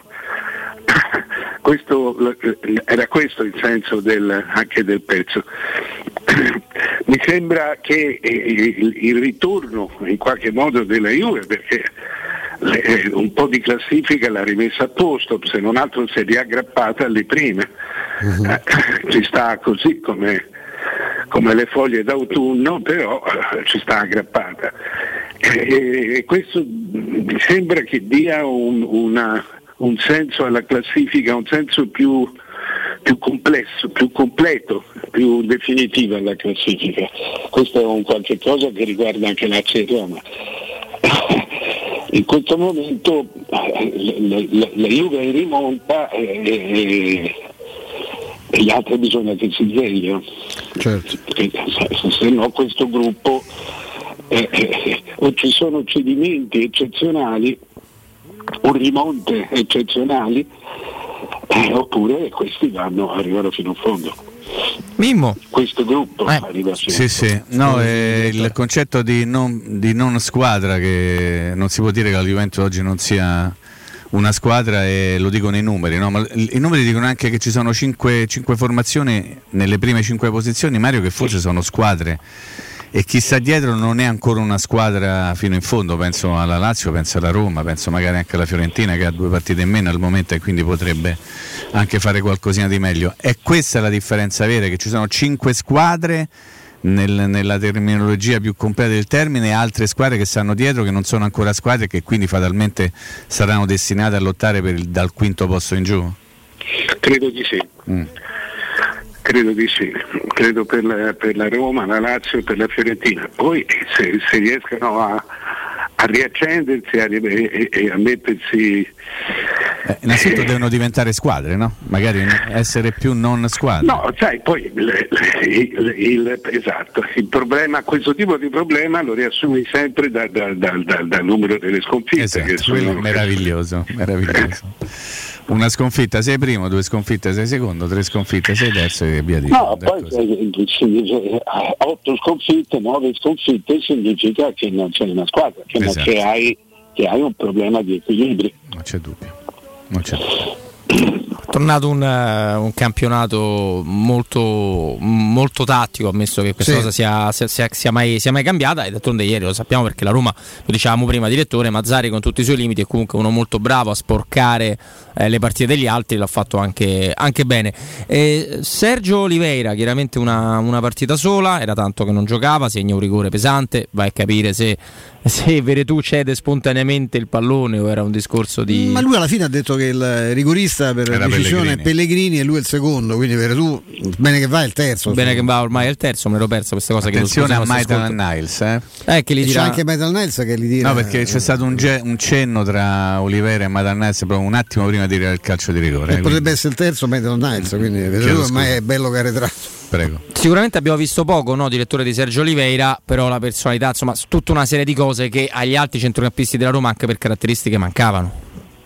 Questo, era questo il senso del, anche del pezzo. Mi sembra che il, il ritorno in qualche modo della Juve, perché le, un po' di classifica l'ha rimessa a posto, se non altro si è riaggrappata alle prime, uh-huh. eh, ci sta così come, come le foglie d'autunno, però eh, ci sta aggrappata, e, e questo mi sembra che dia un, una un senso alla classifica, un senso più, più complesso, più completo, più definitivo alla classifica. Questo è un qualche cosa che riguarda anche Lazio e Roma. In questo momento la, la, la Juve è in rimonta e, e, e gli altri bisogna che si svegliano. Certo. Perché se, se no questo gruppo eh, eh, o ci sono cedimenti eccezionali o rimonte eccezionali, eh, oppure questi vanno, arrivano fino in fondo. Mimmo, questo gruppo eh. arriva fino sì, in sì. fondo. No, è il concetto di non, di non squadra, che non si può dire che la Juventus oggi non sia una squadra, e lo dicono i numeri, no? Ma i numeri dicono anche che ci sono cinque, cinque formazioni nelle prime cinque posizioni, Mario, che forse sono squadre, e chi sta dietro non è ancora una squadra fino in fondo. Penso alla Lazio, penso alla Roma, penso magari anche alla Fiorentina, che ha due partite in meno al momento e quindi potrebbe anche fare qualcosina di meglio. E questa è la differenza vera, che ci sono cinque squadre nel, nella terminologia più completa del termine, e altre squadre che stanno dietro che non sono ancora squadre, che quindi fatalmente saranno destinate a lottare per il, dal quinto posto in giù. Credo di sì. Mm. Credo di sì, credo per la, per la Roma, la Lazio e per la Fiorentina. Poi se, se riescono a, a riaccendersi a, e, e a mettersi... Eh, innanzitutto eh, devono diventare squadre, no? Magari essere più non squadre. No, sai, poi il, il, il, esatto, il problema, questo tipo di problema lo riassumi sempre da, da, da, da, dal numero delle sconfitte. Esatto, che sono, quello è meraviglioso, meraviglioso. Una sconfitta sei primo, due sconfitte sei secondo, tre sconfitte sei terzo e via dicendo. No, poi eh, otto sconfitte, nove sconfitte significa che non c'è una squadra, che, esatto. che, hai, che hai un problema di equilibrio. Non c'è dubbio, non c'è dubbio. Tornato un, uh, un campionato molto, molto tattico, ammesso che questa sì. cosa sia, sia, sia, mai, sia mai cambiata, e d'altronde ieri lo sappiamo, perché la Roma, lo dicevamo prima, direttore Mazzarri con tutti i suoi limiti è comunque uno molto bravo a sporcare eh, le partite degli altri, l'ha fatto anche, anche bene. Eh, Sergio Oliveira, chiaramente una, una partita sola, era tanto che non giocava, segna un rigore pesante, vai a capire se, se Veretù cede spontaneamente il pallone o era un discorso di... Ma lui alla fine ha detto che il rigorista per Era decisione Pellegrini. è Pellegrini e lui è il secondo, quindi Veretù bene che va è il terzo. Bene che va, ormai è il terzo, me l'ero perso queste cose. Attenzione che a Maitland Niles, eh? Eh, che li E dirà... c'è anche Maitland Niles che li dirà. No, perché c'è stato un, ge- un cenno tra Oliveira e Maitland Niles proprio un attimo prima di tirare il calcio di rigore. E eh, potrebbe essere il terzo Maitland Niles, quindi Veretù ormai è bello che arretrato. Prego. Sicuramente abbiamo visto poco, no, direttore di Sergio Oliveira, però la personalità, insomma, tutta una serie di cose che agli altri centrocampisti della Roma anche per caratteristiche mancavano.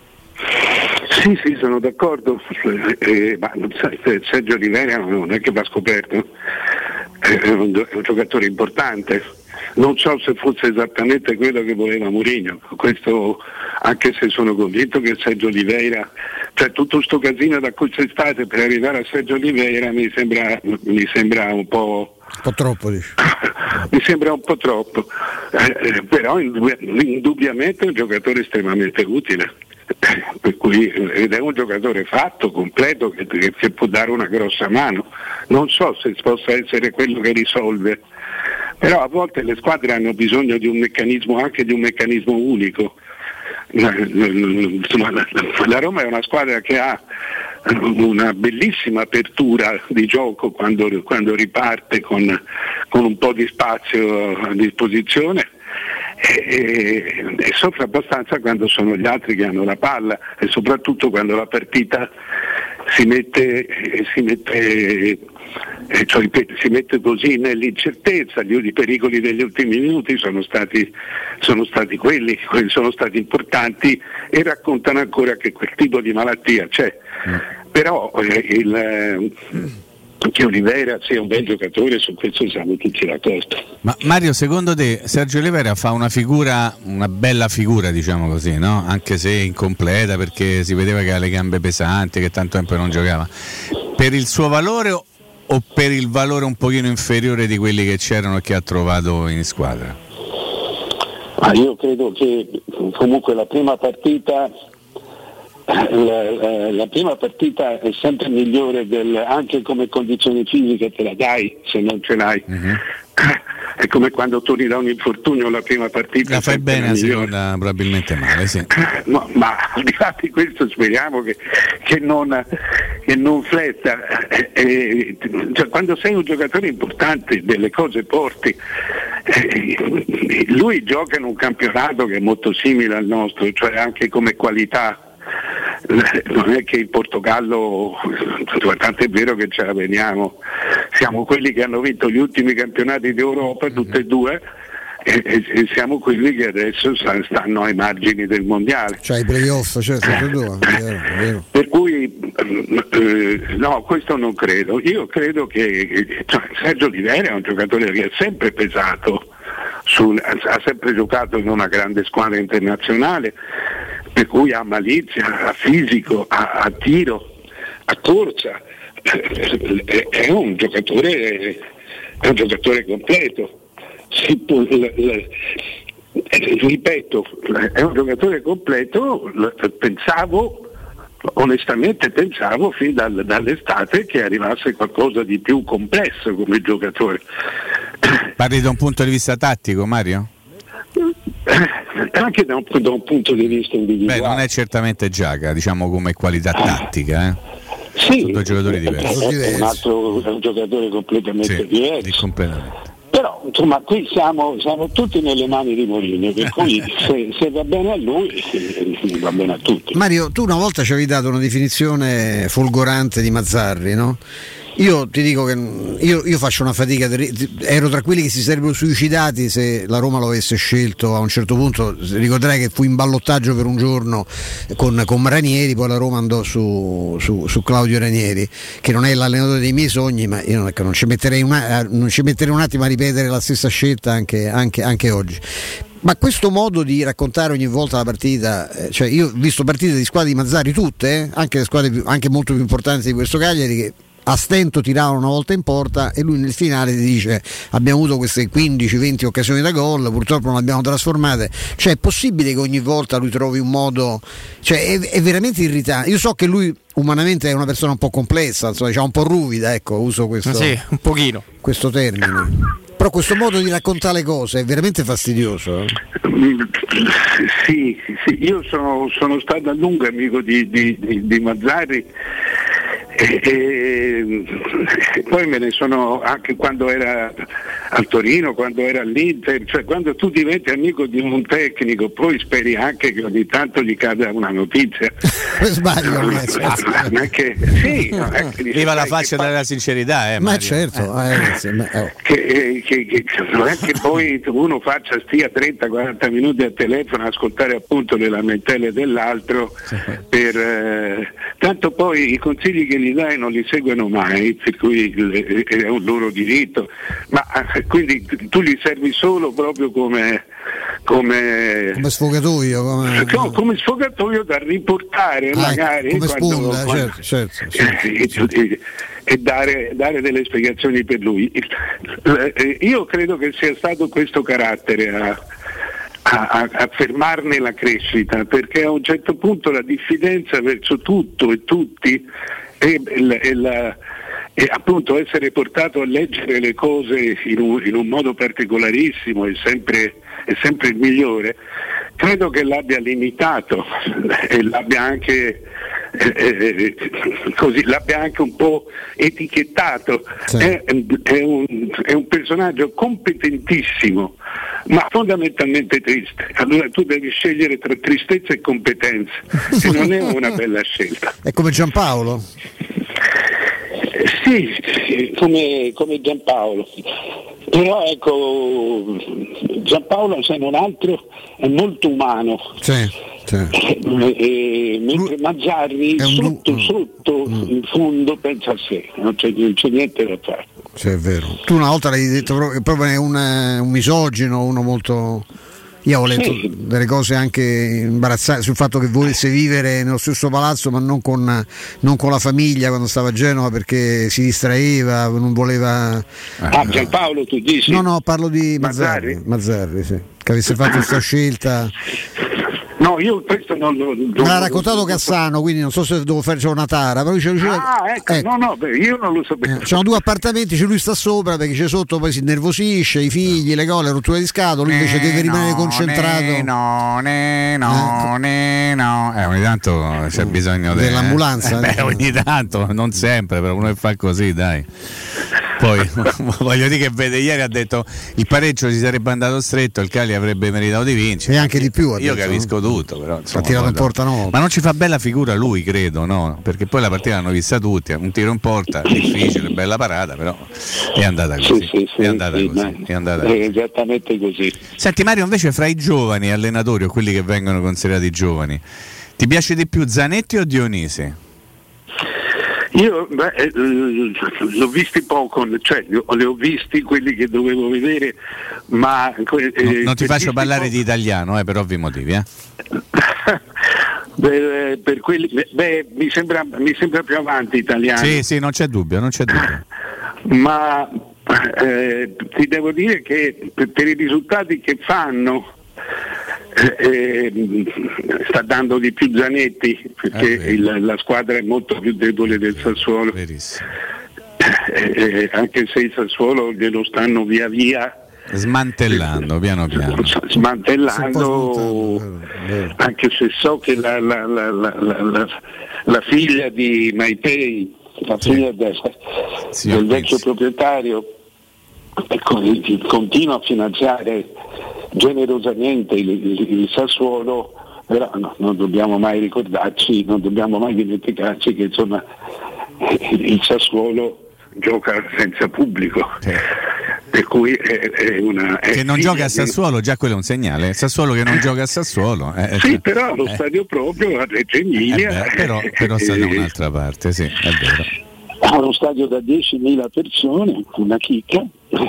Sì, sì, sono d'accordo, eh, ma sai, Sergio Oliveira non è che va scoperto, è un, è un giocatore importante. Non so se fosse esattamente quello che voleva Mourinho, questo, anche se sono convinto che Sergio Oliveira, cioè tutto sto casino da quest'estate per arrivare a Sergio Oliveira mi sembra, mi sembra un po'... Un po' troppo, dici. Mi sembra un po' troppo, eh, però indubbiamente è un giocatore estremamente utile. Per cui, ed è un giocatore fatto, completo, che, che può dare una grossa mano. Non so se possa essere quello che risolve, però a volte le squadre hanno bisogno di un meccanismo, anche di un meccanismo unico. Insomma, la, la Roma è una squadra che ha una bellissima apertura di gioco quando, quando riparte con, con un po' di spazio a disposizione. E, e soffre abbastanza quando sono gli altri che hanno la palla e soprattutto quando la partita si mette, si mette, cioè, si mette così nell'incertezza. I pericoli degli ultimi minuti sono stati, sono stati quelli, sono stati importanti e raccontano ancora che quel tipo di malattia c'è. Mm. Però eh, il che Oliveira sia un bel giocatore, su questo siamo tutti d'accordo. Ma Mario, secondo te Sergio Oliveira fa una figura, una bella figura, diciamo così, no? Anche se incompleta, perché si vedeva che ha le gambe pesanti, che tanto tempo non giocava, per il suo valore o, o per il valore un pochino inferiore di quelli che c'erano e che ha trovato in squadra? Ma io credo che comunque la prima partita La, la, la prima partita è sempre migliore del, anche come condizioni fisiche te la dai se non ce l'hai. Uh-huh. È come quando torni da un infortunio, la prima partita la fai bene, la seconda probabilmente male, sì. No, ma al di là di questo speriamo che, che non che non fletta. Eh, eh, cioè, quando sei un giocatore importante delle cose porti. Eh, lui gioca in un campionato che è molto simile al nostro, cioè anche come qualità. Non è che in Portogallo, tanto è vero che ce la veniamo, siamo quelli che hanno vinto gli ultimi campionati d'Europa, tutte e due, e, e, e siamo quelli che adesso stanno ai margini del mondiale. Cioè i playoff, cioè, tutte e due, vero, vero. Per cui eh, no, questo non credo. Io credo che cioè, Sergio Oliveira è un giocatore che è sempre pesato, sul, ha sempre giocato in una grande squadra internazionale, per cui ha malizia, ha fisico, ha, ha tiro, ha corsa, è un giocatore, è un giocatore completo. Si può, l, l, ripeto, è un giocatore completo, pensavo, onestamente pensavo fin dal, dall'estate che arrivasse qualcosa di più complesso come giocatore. Parli da un punto di vista tattico, Mario? Anche da un, da un punto di vista individuale. Beh, non è certamente Giaga, diciamo, come qualità tattica, eh? Sì, sono due giocatori diversi. È un altro è un giocatore completamente sì, diverso. Completamente. Però insomma qui siamo, siamo tutti nelle mani di Mourinho, per cui se, se va bene a lui va bene a tutti. Mario, tu una volta ci avevi dato una definizione folgorante di Mazzarri, no? Io ti dico che io, io faccio una fatica, ero tra quelli che si sarebbero suicidati se la Roma lo avesse scelto a un certo punto. Ricorderai che fu in ballottaggio per un giorno con, con Ranieri, poi la Roma andò su, su, su Claudio Ranieri, che non è l'allenatore dei miei sogni, ma io non, non, ci metterei una, non ci metterei un attimo a ripetere la stessa scelta anche, anche, anche oggi. Ma questo modo di raccontare ogni volta la partita, eh, cioè io ho visto partite di squadre di Mazzarri tutte, eh, anche le squadre più, anche molto più importanti di questo Cagliari, che a stento tiravano una volta in porta e lui nel finale ti dice abbiamo avuto queste quindici venti occasioni da gol, purtroppo non le abbiamo trasformate. Cioè è possibile che ogni volta lui trovi un modo, cioè è, è veramente irritante. Io so che lui umanamente è una persona un po' complessa, insomma, diciamo un po' ruvida, ecco, uso questo, sì, un pochino questo termine. Però questo modo di raccontare le cose è veramente fastidioso. Eh? Sì, sì, io sono, sono stato a lungo amico di, di, di, di Mazzarri e, e, e poi me ne sono, anche quando era al Torino, quando era all'Inter, cioè quando tu diventi amico di un tecnico poi speri anche che ogni tanto gli cada una notizia. Sbaglio, non è che, sì, non è che viva la faccia fa... della sincerità, eh, ma Mario. certo, eh. Eh, sì, ma, oh. che, che, che non è che poi uno faccia stia trenta quaranta minuti al telefono a ascoltare appunto le lamentele dell'altro, sì. per eh, tanto poi i consigli che gli dai non li seguono mai, per cui è un loro diritto, ma quindi tu gli servi solo proprio come come, come sfogatoio, come... No, come sfogatoio da riportare ah, magari come quando, spunta, quando, certo, certo, certo. e, e dare, dare delle spiegazioni per lui. Io credo che sia stato questo carattere a, a, a fermarne la crescita, perché a un certo punto la diffidenza verso tutto e tutti e, e, e la e appunto essere portato a leggere le cose in un, in un modo particolarissimo è sempre, è sempre il migliore, credo che l'abbia limitato e l'abbia anche eh, eh, così l'abbia anche un po' etichettato. Sì. È, è, un, è un personaggio competentissimo ma fondamentalmente triste, allora tu devi scegliere tra tristezza e competenza e non è una bella scelta. È come Giampaolo. Sì, come, come Giampaolo, però ecco Giampaolo se non altro è molto umano, sì, sì. E, e, mentre Mazzarri sotto mm. sotto mm. in fondo pensa a sé, non c'è, non c'è niente da fare. Sì, è vero. Tu una volta l'hai detto proprio, proprio è un, un misogino, uno molto... Io ho letto sì. delle cose anche imbarazzanti sul fatto che volesse vivere nello stesso palazzo ma non con, non con la famiglia quando stava a Genova perché si distraeva, non voleva... Ah, Giampaolo tu dici? No, no, parlo di Mazzarri, Mazzarri, sì, che avesse fatto questa scelta. No, io questo non lo... Me l'ha raccontato Cassano, quindi non so se devo farci una tara, però dice, ah, ecco, ecco. no, no, beh, io non lo sapevo. Eh, c'erano due appartamenti, c'è lui sta sopra perché c'è sotto, poi si innervosisce, i figli, le cose, le rotture di scatole, lui invece deve rimanere no, concentrato. Ne, no, ne, no, eh. ne, no. Eh, ogni tanto c'è bisogno de... dell'ambulanza. Eh, beh, ogni tanto, non sempre, però uno che fa così, dai. Poi voglio dire che vede ieri ha detto il pareggio si sarebbe andato stretto, il Cali avrebbe meritato di vincere. E anche di più. Io detto, capisco no? tutto, però insomma, ha tirato in porta no. Ma non ci fa bella figura lui, credo, no? Perché poi la partita l'hanno vista tutti, un tiro in porta, difficile, bella parata, però è andata così. Sì, sì, sì, è andata sì, così, è andata è così. Esattamente così. Senti Mario, invece fra i giovani allenatori o quelli che vengono considerati giovani, ti piace di più Zanetti o Dionisi? Io beh, eh, l'ho visti poco, cioè li ho visti quelli che dovevo vedere, ma eh, no, non ti faccio parlare poco... di italiano, eh, per ovvi motivi, eh. per, per quelli, beh, mi sembra, mi sembra più avanti italiano. Sì, sì, non c'è dubbio, non c'è dubbio. Ma eh, ti devo dire che per, per i risultati che fanno Eh, sta dando di più Zanetti perché ah, il, la squadra è molto più debole del Sassuolo, eh, eh, anche se il Sassuolo glielo stanno via via smantellando piano piano smantellando anche se so che la, la, la, la, la, la figlia di Maipei, la figlia sì. del, sì, del vecchio proprietario, ecco, continua a finanziare generosamente il, il, il Sassuolo, però no, non dobbiamo mai ricordarci, non dobbiamo mai dimenticarci che insomma il Sassuolo gioca senza pubblico, sì. per cui è, è una è che non gioca a Sassuolo, già quello è un segnale. Sassuolo che non gioca a Sassuolo, eh, sì, però lo eh. stadio proprio a Reggio Emilia, eh beh, però, però sta da un'altra parte, sì, è vero. Ha uno stadio da diecimila persone, una chicca.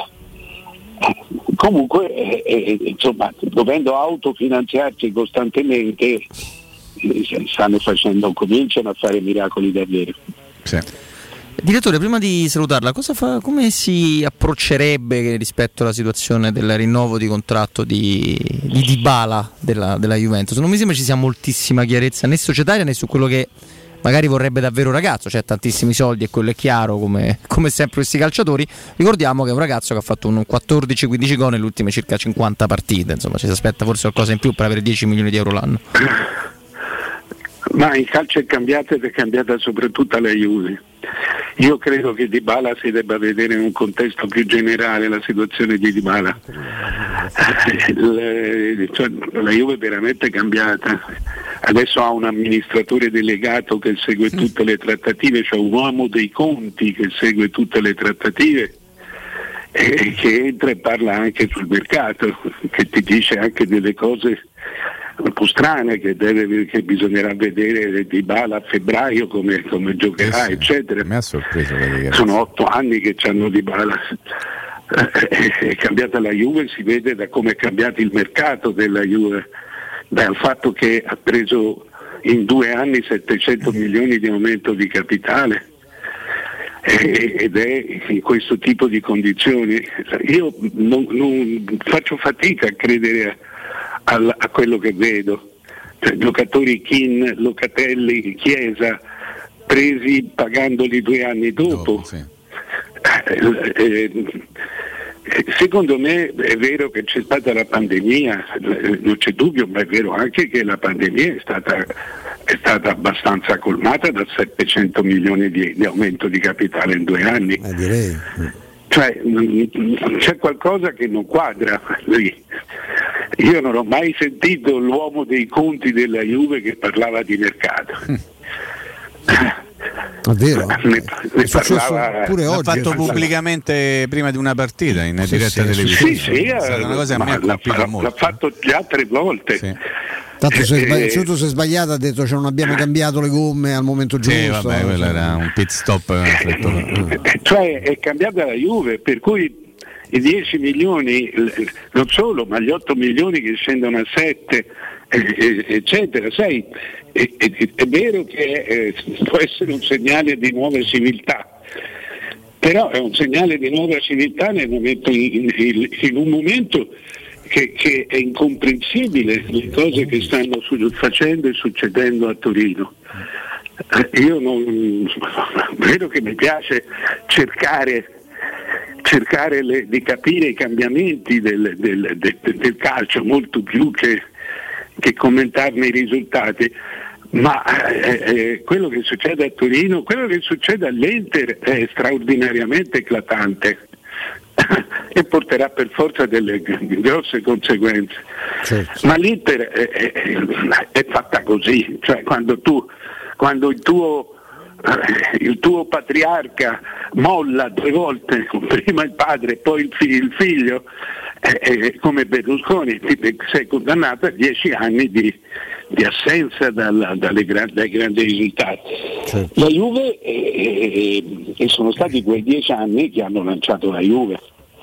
Comunque eh, eh, insomma, dovendo autofinanziarsi costantemente, eh, stanno facendo, cominciano a fare miracoli davvero. Sì. Direttore, prima di salutarla, cosa fa, come si approccerebbe rispetto alla situazione del rinnovo di contratto di, di Dybala della, della Juventus? Non mi sembra ci sia moltissima chiarezza né societaria né su quello che magari vorrebbe davvero un ragazzo. C'è tantissimi soldi e quello è chiaro, come, come sempre questi calciatori. Ricordiamo che è un ragazzo che ha fatto un quattordici quindici gol nelle ultime circa cinquanta partite, insomma ci si aspetta forse qualcosa in più per avere dieci milioni di euro l'anno. Ma il calcio è cambiato ed è cambiata soprattutto la Juve. Io credo che Dybala si debba vedere in un contesto più generale, la situazione di Dybala. La, cioè, la Juve è veramente cambiata. Adesso ha un amministratore delegato che segue tutte le trattative, cioè un uomo dei conti che segue tutte le trattative e che entra e parla anche sul mercato, che ti dice anche delle cose un po' strane che, deve, che bisognerà vedere Dybala a febbraio come, come giocherà, eh sì, eccetera. Mi ha sorpreso. Sono otto anni che c'hanno Dybala. È cambiata la Juve, si vede da come è cambiato il mercato della Juve, dal fatto che ha preso in due anni settecento milioni di aumento di capitale ed è in questo tipo di condizioni. Io non, non faccio fatica a credere a, a, a quello che vedo, cioè, giocatori Kin, Locatelli, Chiesa presi pagandoli due anni dopo. dopo sì. eh, eh, Secondo me è vero che c'è stata la pandemia, non c'è dubbio, ma è vero anche che la pandemia è stata, è stata abbastanza colmata da settecento milioni di, di aumento di capitale in due anni. Eh, direi. Cioè c'è qualcosa che non quadra lì. Io non ho mai sentito l'uomo dei conti della Juve che parlava di mercato. Mm. È vero, ne, ne parlava, pure oggi. L'ha fatto pubblicamente prima di una partita in sì, diretta sì, televisiva. Sì, sì, è stata una cosa che mi ha colpito molto. L'ha fatto già tre volte. Sì. Tanto se è sbagliato, se è sbagliato ha detto cioè non abbiamo cambiato le gomme al momento giusto. Sì, vabbè, quello era un pit stop. Eh, cioè è cambiata la Juve, per cui i dieci milioni, non solo, ma gli otto milioni che scendono a sette, eccetera, sai, è, è, è vero che eh, può essere un segnale di nuova civiltà, però è un segnale di nuova civiltà nel momento in, in, in un momento che, che è incomprensibile le cose che stanno su, facendo e succedendo a Torino. Io non vedo che mi piace cercare cercare le, di capire i cambiamenti del, del, del, del calcio molto più che, che commentarne i risultati, ma eh, eh, quello che succede a Torino, quello che succede all'Inter è straordinariamente eclatante e porterà per forza delle grosse conseguenze. Certo. Ma l'Inter è, è, è fatta così, cioè quando tu quando il tuo il tuo patriarca molla due volte, prima il padre e poi il figlio, il figlio eh, eh, come Berlusconi, sei condannato a dieci anni di, di assenza dalla, dalle, dai grandi risultati. Certo. La Juve eh, eh, sono stati quei dieci anni che hanno lanciato la Juve,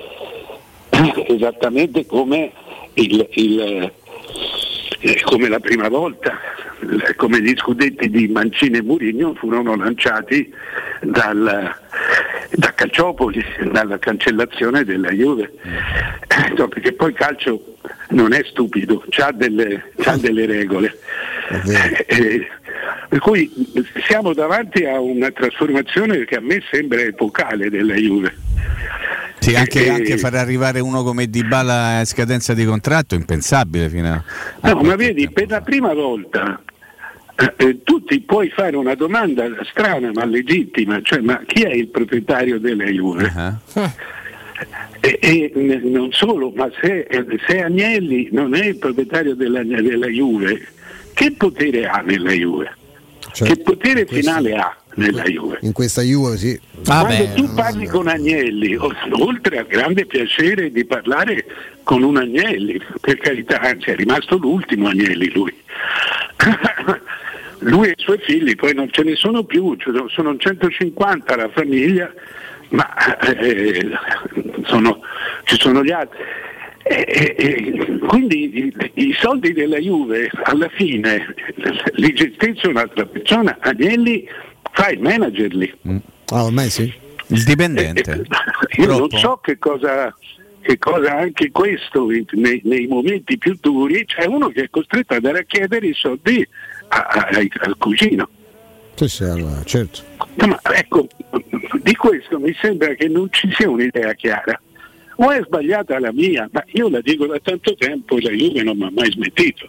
esattamente come il, il eh, come la prima volta, come gli scudetti di Mancini e Mourinho furono lanciati dal, da Calciopoli, dalla cancellazione della Juve, eh, perché poi il calcio non è stupido, c'ha delle, c'ha delle regole, eh, eh, per cui siamo davanti a una trasformazione che a me sembra epocale della Juve. Sì, anche, anche far arrivare uno come Dybala a scadenza di contratto è impensabile fino a... No, ma vedi, per la prima volta eh, tu ti puoi fare una domanda strana ma legittima, cioè ma chi è il proprietario della Juve? Uh-huh. E, e non solo, ma se, se Agnelli non è il proprietario della, della Juve, che potere ha nella Juve? Cioè, che potere finale ha nella Juve? In questa Juve sì. Quando ah tu parli con Agnelli, oltre al grande piacere di parlare con un Agnelli, per carità, anzi è rimasto l'ultimo Agnelli lui. Lui e i suoi figli, poi non ce ne sono più, sono centocinquanta la famiglia, ma eh, sono, ci sono gli altri. E, e, quindi i, i soldi della Juve alla fine li gestisce un'altra persona, Agnelli fa il manager lì. Mm. Ah, ormai sì. Il dipendente. Eh, io non so che cosa, che cosa anche questo nei, nei momenti più duri, c'è uno che è costretto ad andare a chiedere i soldi a, a, al cugino. Sì, sì, allora, certo. No, ma ecco, di questo mi sembra che non ci sia un'idea chiara. O è sbagliata la mia, ma io la dico da tanto tempo, la Juve non mi ha mai smentito.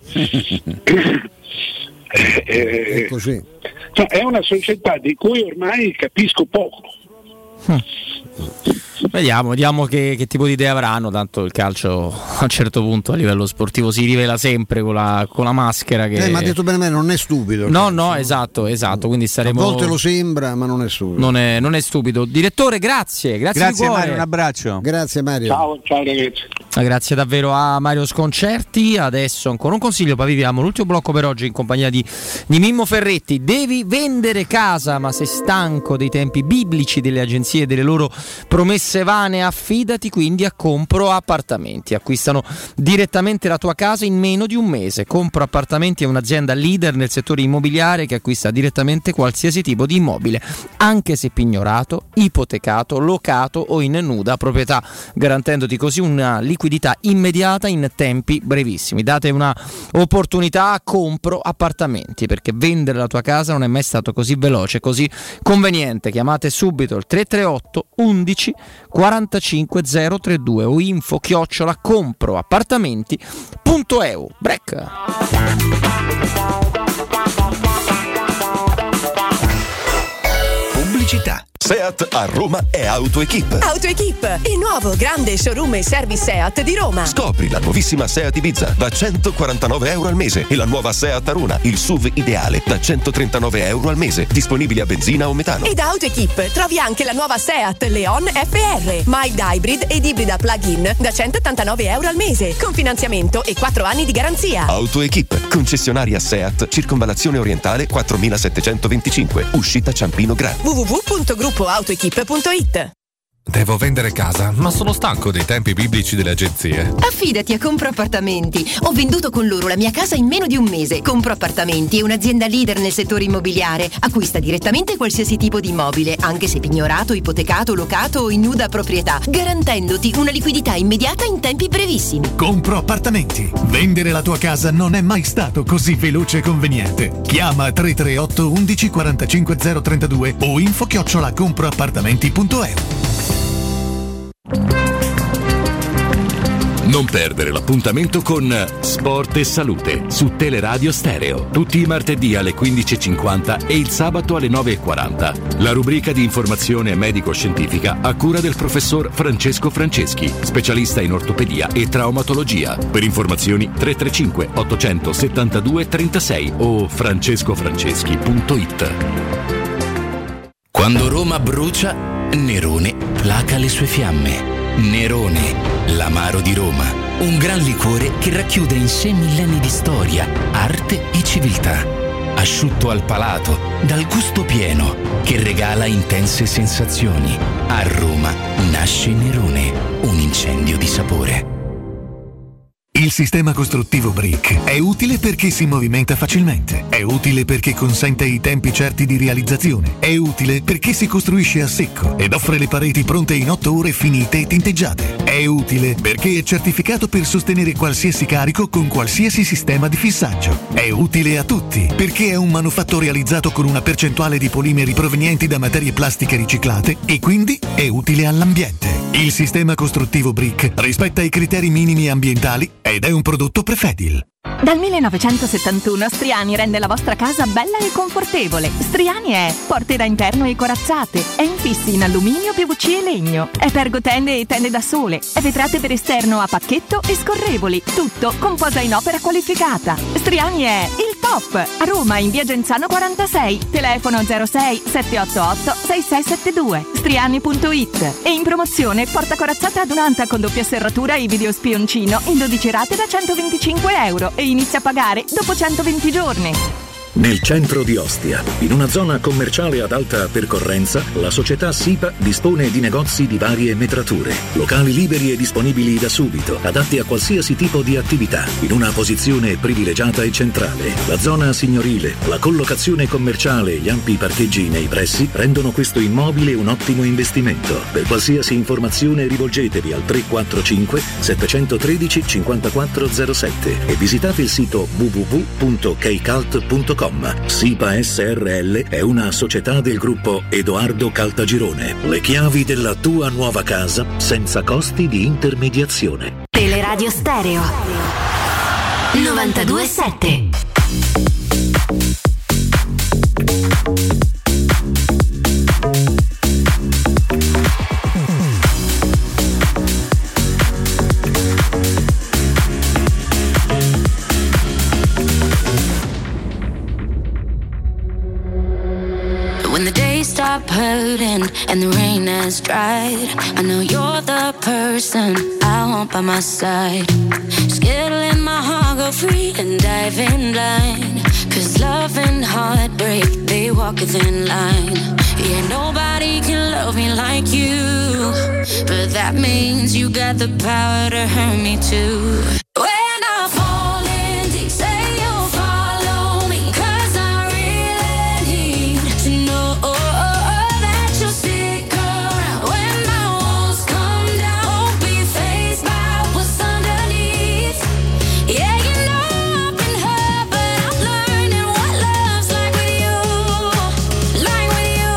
eh, è così. Cioè, è una società di cui ormai capisco poco. Hm. Vediamo, vediamo che, che tipo di idee avranno, tanto il calcio a un certo punto a livello sportivo si rivela sempre con la, con la maschera che... Eh, ma ha detto bene me, non è stupido. No, no, esatto, esatto, quindi saremo... A volte lo sembra, ma non è stupido. Non è, non è stupido. Direttore, grazie, grazie, grazie di cuore. Mario, un abbraccio. Grazie Mario. Ciao, ciao ragazzi. Grazie davvero a Mario Sconcerti. Adesso ancora un consiglio, poi viviamo l'ultimo blocco per oggi in compagnia di, di Mimmo Ferretti. Devi vendere casa, ma sei stanco dei tempi biblici delle agenzie e delle loro promesse vane, affidati quindi a Compro Appartamenti. Acquistano direttamente la tua casa in meno di un mese. Compro Appartamenti è un'azienda leader nel settore immobiliare che acquista direttamente qualsiasi tipo di immobile, anche se pignorato, ipotecato, locato o in nuda proprietà, garantendoti così una liquidità immediata in tempi brevissimi. Date una opportunità a Compro Appartamenti, perché vendere la tua casa non è mai stato così veloce, così conveniente. Chiamate subito il tre tre otto undici quarantacinque zero trentadue o info chiocciola comproappartamenti punto e u. Break. Pubblicità. Seat a Roma è AutoEquip. AutoEquip, il nuovo grande showroom e service Seat di Roma. Scopri la nuovissima Seat Ibiza da centoquarantanove euro al mese e la nuova Seat Arona, il S U V ideale, da centotrentanove euro al mese, disponibili a benzina o metano. E da AutoEquip trovi anche la nuova Seat Leon F R, mild hybrid ed ibrida plug-in da centottantanove euro al mese, con finanziamento e quattro anni di garanzia. AutoEquip, concessionaria Seat, Circonvallazione Orientale quattromilasettecentoventicinque, uscita Ciampino Grande. w w w punto gruppo autoequip punto it. Devo vendere casa, ma sono stanco dei tempi biblici delle agenzie. Affidati a Compro Appartamenti. Ho venduto con loro la mia casa in meno di un mese. Compro Appartamenti è un'azienda leader nel settore immobiliare. Acquista direttamente qualsiasi tipo di immobile, anche se pignorato, ipotecato, locato o in nuda proprietà, garantendoti una liquidità immediata in tempi brevissimi. Compro Appartamenti. Vendere la tua casa non è mai stato così veloce e conveniente. Chiama tre tre otto undici quarantacinque zero trentadue o info chiocciola comproappartamenti punto e u. Non perdere l'appuntamento con Sport e Salute su Teleradio Stereo, tutti i martedì alle quindici e cinquanta e il sabato alle nove e quaranta. La rubrica di informazione medico-scientifica a cura del professor Francesco Franceschi, specialista in ortopedia e traumatologia. Per informazioni tre tre cinque ottocentosettantadue trentasei o francescofranceschi punto it. Quando Roma brucia, Nerone placa le sue fiamme. Nerone, l'amaro di Roma, un gran liquore che racchiude in sé millenni di storia, arte e civiltà. Asciutto al palato, dal gusto pieno, che regala intense sensazioni. A Roma nasce Nerone, un incendio di sapore. Il sistema costruttivo Brick è utile perché si movimenta facilmente, è utile perché consente i tempi certi di realizzazione, è utile perché si costruisce a secco ed offre le pareti pronte in otto ore finite e tinteggiate, è utile perché è certificato per sostenere qualsiasi carico con qualsiasi sistema di fissaggio, è utile a tutti perché è un manufatto realizzato con una percentuale di polimeri provenienti da materie plastiche riciclate e quindi è utile all'ambiente. Il sistema costruttivo Brick rispetta i criteri minimi ambientali ed è un prodotto Prefedil. Dal millenovecentosettantuno Striani rende la vostra casa bella e confortevole. Striani è porte da interno e corazzate, è infissi in alluminio, P V C e legno, è pergotende e tende da sole, è vetrate per esterno a pacchetto e scorrevoli, tutto con posa in opera qualificata. Striani è il top! A Roma in via Genzano quarantasei, telefono zero sei sette otto otto sei sei sette due, striani punto it. E in promozione porta corazzata adunata con doppia serratura e video spioncino in dodici rate da centoventicinque euro e inizia a pagare dopo centoventi giorni. Nel centro di Ostia, in una zona commerciale ad alta percorrenza, la società SIPA dispone di negozi di varie metrature, locali liberi e disponibili da subito, adatti a qualsiasi tipo di attività, in una posizione privilegiata e centrale. La zona signorile, la collocazione commerciale e gli ampi parcheggi nei pressi rendono questo immobile un ottimo investimento. Per qualsiasi informazione rivolgetevi al tre quattro cinque sette uno tre cinquantaquattro zero sette e visitate il sito w w w punto keicalt punto com. SIPA S R L è una società del gruppo Edoardo Caltagirone. Le chiavi della tua nuova casa senza costi di intermediazione. Teleradio Stereo novantadue sette. When the days stop hurting and the rain has dried, I know you're the person I want by my side. Scared to let my heart go free and dive in line, 'cause love and heartbreak, they walk a thin line. Yeah, nobody can love me like you, but that means you got the power to hurt me too. When I fall in deep, say you'll follow me, 'cause I really need to know that you'll stick around when my walls come down. Won't be faced by what's underneath. Yeah, you know I've been hurt, but I'm learning what love's like with you, like with you.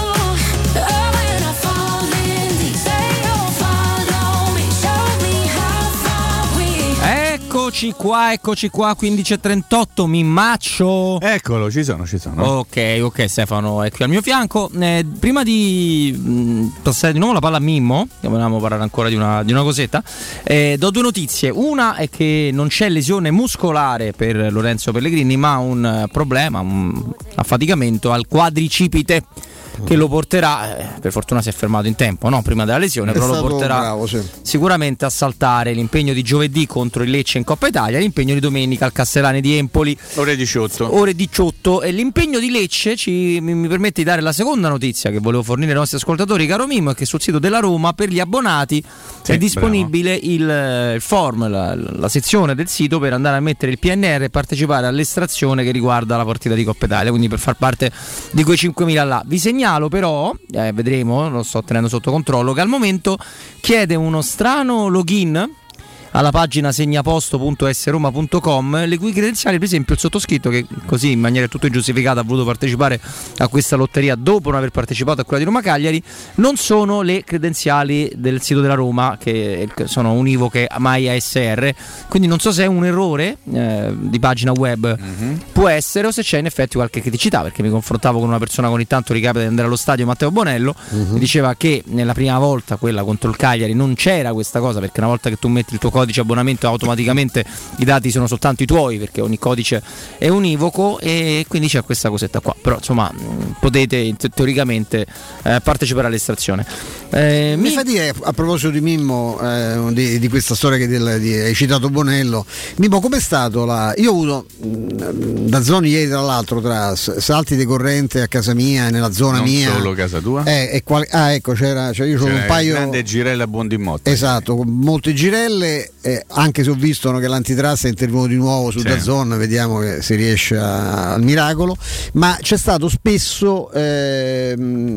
Oh, when I fall in deep, say you'll follow me, show me how far we. Eccoci qua, eccoci qua, quindici e trentotto, Mimmaccio. Eccolo, ci sono, ci sono. Ok, ok, Stefano è qui al mio fianco. Eh, prima di mh, passare di nuovo la palla a Mimmo, che volevamo parlare ancora di una, di una cosetta, eh, do due notizie. Una è che non c'è lesione muscolare per Lorenzo Pellegrini, ma un problema, un affaticamento al quadricipite, che lo porterà, eh, per fortuna si è fermato in tempo, no? Prima della lesione, È però lo stato porterà bravo, sì. sicuramente a saltare l'impegno di giovedì contro il Lecce in Coppa Italia, l'impegno di domenica al Castellani di Empoli ore diciotto. ore diciotto, e l'impegno di Lecce ci, mi, mi permette di dare la seconda notizia che volevo fornire ai nostri ascoltatori, caro Mimmo, è che sul sito della Roma per gli abbonati Sì, è disponibile il, il form, la, la sezione del sito per andare a mettere il P N R e partecipare all'estrazione che riguarda la partita di Coppa Italia, quindi per far parte di quei cinquemila là. Vi segnalo però, eh, vedremo, lo sto tenendo sotto controllo, che al momento chiede uno strano login alla pagina segnaposto punto s roma punto com, le cui credenziali, per esempio il sottoscritto, che così in maniera tutto ingiustificata ha voluto partecipare a questa lotteria dopo non aver partecipato a quella di Roma Cagliari, non sono le credenziali del sito della Roma, che sono univoche mai A S R, quindi non so se è un errore eh, di pagina web, mm-hmm. può essere, o se c'è in effetti qualche criticità, perché mi confrontavo con una persona che ogni tanto ricapita di andare allo stadio, Matteo Bonello, mm-hmm. mi diceva che nella prima volta, quella contro il Cagliari, non c'era questa cosa, perché una volta che tu metti il tuo codice abbonamento automaticamente i dati sono soltanto i tuoi, perché ogni codice è univoco, e quindi c'è questa cosetta qua. Però insomma potete teoricamente eh, partecipare all'estrazione. Eh, mi, mi fa dire, a proposito di Mimmo, eh, di, di questa storia che del, di, hai citato Bonello, Mimmo, com'è stato la... io ho avuto mh, da zone ieri, tra l'altro, tra salti di corrente a casa mia e nella zona non mia, solo casa tua, eh, e qual... ah ecco c'era, cioè io c'ho un paio grande girella buon di moto, esatto, con molte girelle, eh, anche se ho visto no, che l'antitrust è intervenuto di nuovo su sì. DAZN, vediamo che si riesce a, al miracolo, ma c'è stato spesso eh,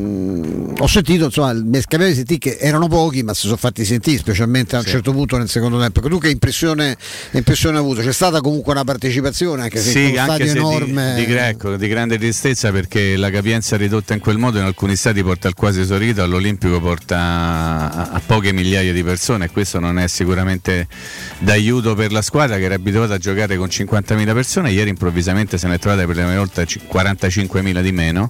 mh, ho sentito, insomma, mi è di sentire che erano pochi, ma si sono fatti sentire, specialmente a un sì. certo punto nel secondo tempo. Tu che impressione, impressione hai avuto? C'è stata comunque una partecipazione, anche se sì, uno anche stadio se enorme di, di, ecco, di grande tristezza, perché la capienza ridotta in quel modo in alcuni stati porta al quasi esaurito, all'Olimpico porta a, a poche migliaia di persone, e questo non è sicuramente d'aiuto per la squadra, che era abituata a giocare con cinquantamila persone. Ieri improvvisamente se ne è trovata per le prime volte quarantacinquemila di meno,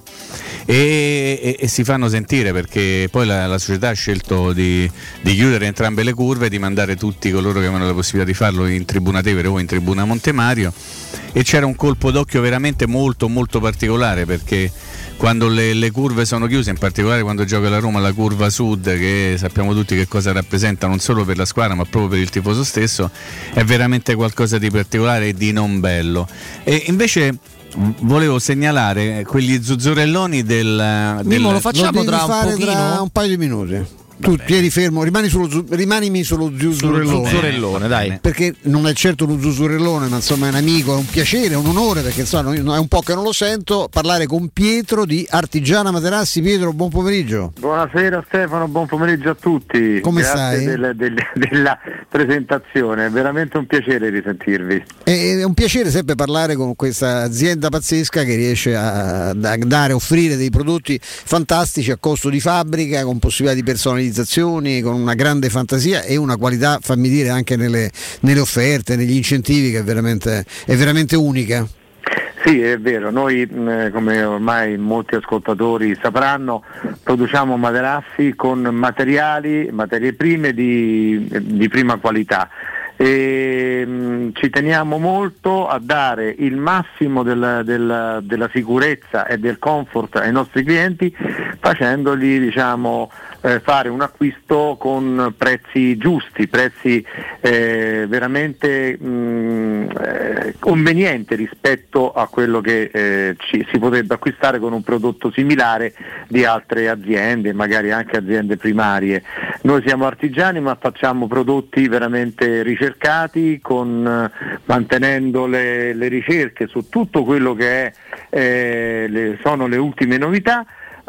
e, e, e si fanno sentire, perché poi la, la società ha scelto di, di chiudere entrambe le curve, di mandare tutti coloro che avevano la possibilità di farlo in tribuna Tevere o in tribuna Montemario, e c'era un colpo d'occhio veramente molto molto particolare, perché quando le, le curve sono chiuse, in particolare quando gioca la Roma, la curva sud, che sappiamo tutti che cosa rappresenta non solo per la squadra ma proprio per il tifoso stesso, è veramente qualcosa di particolare e di non bello. E invece Volevo segnalare quegli zuzzurelloni del, del... Mimo, lo facciamo lo tra un fare pochino? tra un paio di minuti. Tu tieni fermo, rimani sullo zu- rimanimi sullo zuzzurellone. Zuzzurellone, dai. Perché non è certo uno zuzzurellone, ma insomma è un amico, è un piacere, è un onore, perché insomma è un po' che non lo sento, parlare con Pietro di Artigiana Materassi. Pietro, buon pomeriggio. Buonasera Stefano, buon pomeriggio a tutti. Come Grazie stai? Del, del, della presentazione, è veramente un piacere risentirvi. È un piacere sempre parlare con questa azienda pazzesca che riesce a, a dare, offrire dei prodotti fantastici a costo di fabbrica, con possibilità di personalizzazione, con una grande fantasia e una qualità, fammi dire, anche nelle, nelle offerte, negli incentivi, che è veramente, è veramente unica. Sì, è vero, noi eh, come ormai molti ascoltatori sapranno, produciamo materassi con materiali, materie prime di, di prima qualità. E, mh, ci teniamo molto a dare il massimo del, del, della sicurezza e del comfort ai nostri clienti, facendogli, diciamo, eh, fare un acquisto con prezzi giusti, prezzi eh, veramente mh, eh, convenienti rispetto a quello che eh, ci, si potrebbe acquistare con un prodotto similare di altre aziende, magari anche aziende primarie. Noi siamo artigiani, ma facciamo prodotti veramente ricercati, con, mantenendo le, le ricerche su tutto quello che è, eh, le, sono le ultime novità.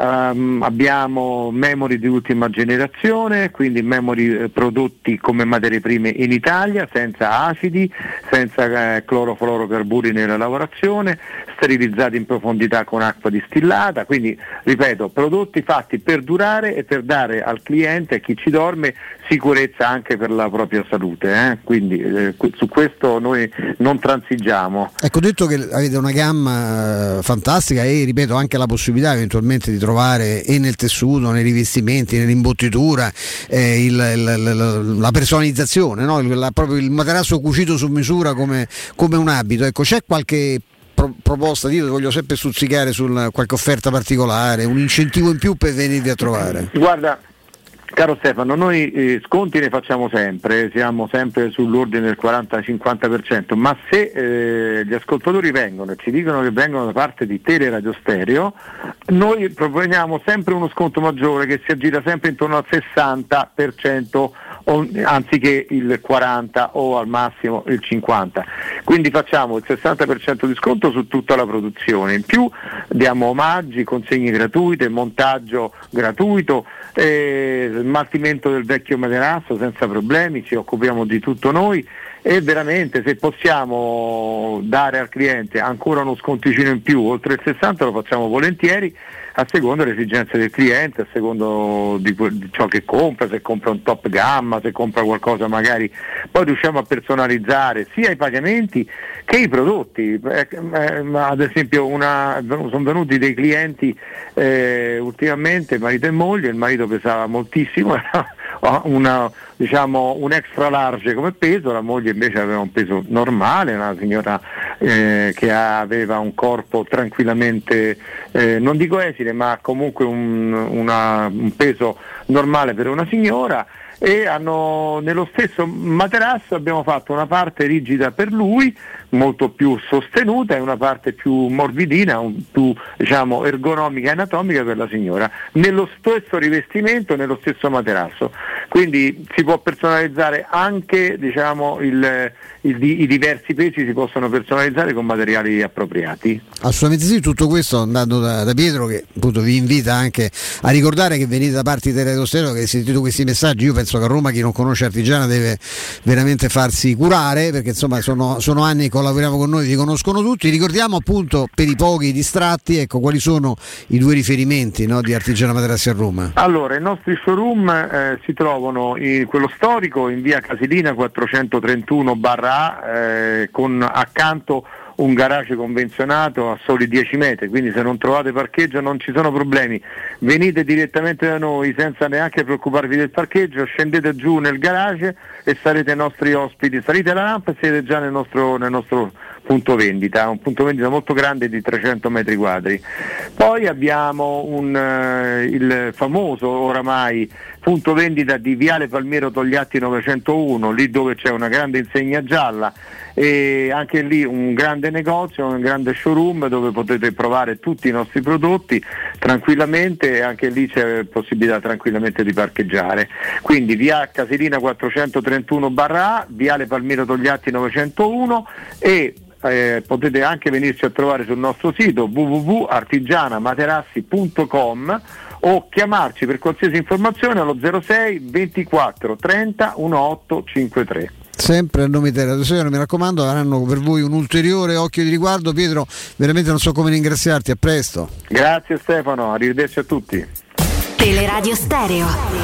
Um, abbiamo memory di ultima generazione, quindi memory eh, prodotti come materie prime in Italia, senza acidi, senza eh, clorofluorocarburi nella lavorazione, sterilizzati in profondità con acqua distillata, quindi ripeto, prodotti fatti per durare e per dare al cliente, a chi ci dorme, sicurezza anche per la propria salute, eh? Quindi eh, su questo noi non transigiamo. Ecco, detto che avete una gamma fantastica e ripeto anche la possibilità eventualmente di trovare e nel tessuto, nei rivestimenti, nell'imbottitura eh, il, il, il, la personalizzazione, no? il, la, proprio il materasso cucito su misura come, come un abito, ecco, c'è qualche pro- proposta, io voglio sempre stuzzicare su qualche offerta particolare, un incentivo in più per venirvi a trovare? Guarda, caro Stefano, noi eh, sconti ne facciamo sempre, siamo sempre sull'ordine del quaranta cinquanta per cento, ma se eh, gli ascoltatori vengono e ci dicono che vengono da parte di Tele Radio Stereo, noi proponiamo sempre uno sconto maggiore che si aggira sempre intorno al sessanta per cento o, anziché il quaranta o al massimo il cinquanta, quindi facciamo il sessanta per cento di sconto su tutta la produzione, in più diamo omaggi, consegne gratuite, montaggio gratuito, eh, smaltimento del vecchio materasso senza problemi, ci occupiamo di tutto noi e veramente se possiamo dare al cliente ancora uno sconticino in più oltre il sessanta lo facciamo volentieri, a seconda delle esigenze del cliente, a secondo di, di ciò che compra, se compra un top gamma, se compra qualcosa magari poi riusciamo a personalizzare sia i pagamenti che i prodotti, eh, eh, ad esempio una, sono venuti dei clienti eh, ultimamente, marito e moglie, il marito pesava moltissimo, era una, diciamo, un extra large come peso, la moglie invece aveva un peso normale, una signora eh, che aveva un corpo tranquillamente, eh, non dico esile, ma comunque un, una, un peso normale per una signora, e hanno nello stesso materasso abbiamo fatto una parte rigida per lui, molto più sostenuta, e una parte più morbidina, un, più diciamo ergonomica e anatomica per la signora, nello stesso rivestimento, nello stesso materasso. Quindi si può personalizzare anche, diciamo, il, il, i diversi pesi si possono personalizzare con materiali appropriati. Assolutamente sì, tutto questo andando da, da Pietro, che appunto vi invita anche a ricordare che venite da parte di Tele Stereo, che sentito questi messaggi, io penso che a Roma chi non conosce Artigiana deve veramente farsi curare, perché insomma sono, sono anni che collaboriamo con noi, vi conoscono tutti. Ricordiamo appunto per i pochi distratti, ecco, quali sono i due riferimenti, no, di Artigiana Materassi a Roma. Allora, i nostri showroom eh, si trovano in quello storico in via Casilina quattrocentotrentuno barra A, eh, con accanto un garage convenzionato a soli dieci metri, quindi se non trovate parcheggio non ci sono problemi, venite direttamente da noi senza neanche preoccuparvi del parcheggio, scendete giù nel garage e sarete nostri ospiti, salite alla rampa e siete già nel nostro, nel nostro punto vendita, un punto vendita molto grande di trecento metri quadri. Poi abbiamo un, uh, il famoso oramai punto vendita di Viale Palmiro Togliatti novecentouno, lì dove c'è una grande insegna gialla, e anche lì un grande negozio, un grande showroom dove potete provare tutti i nostri prodotti tranquillamente, e anche lì c'è possibilità tranquillamente di parcheggiare. Quindi via Casilina quattrocentotrentuno barra A, Viale Palmiro Togliatti novecentouno, e eh, potete anche venirci a trovare sul nostro sito w w w punto artigianamaterassi punto com o chiamarci per qualsiasi informazione allo zero sei ventiquattro trenta diciotto cinquantatré. Sempre a nome della Tosero, mi raccomando, avranno per voi un ulteriore occhio di riguardo. Pietro, veramente non so come ringraziarti, a presto. Grazie Stefano, arrivederci a tutti. Teleradio Stereo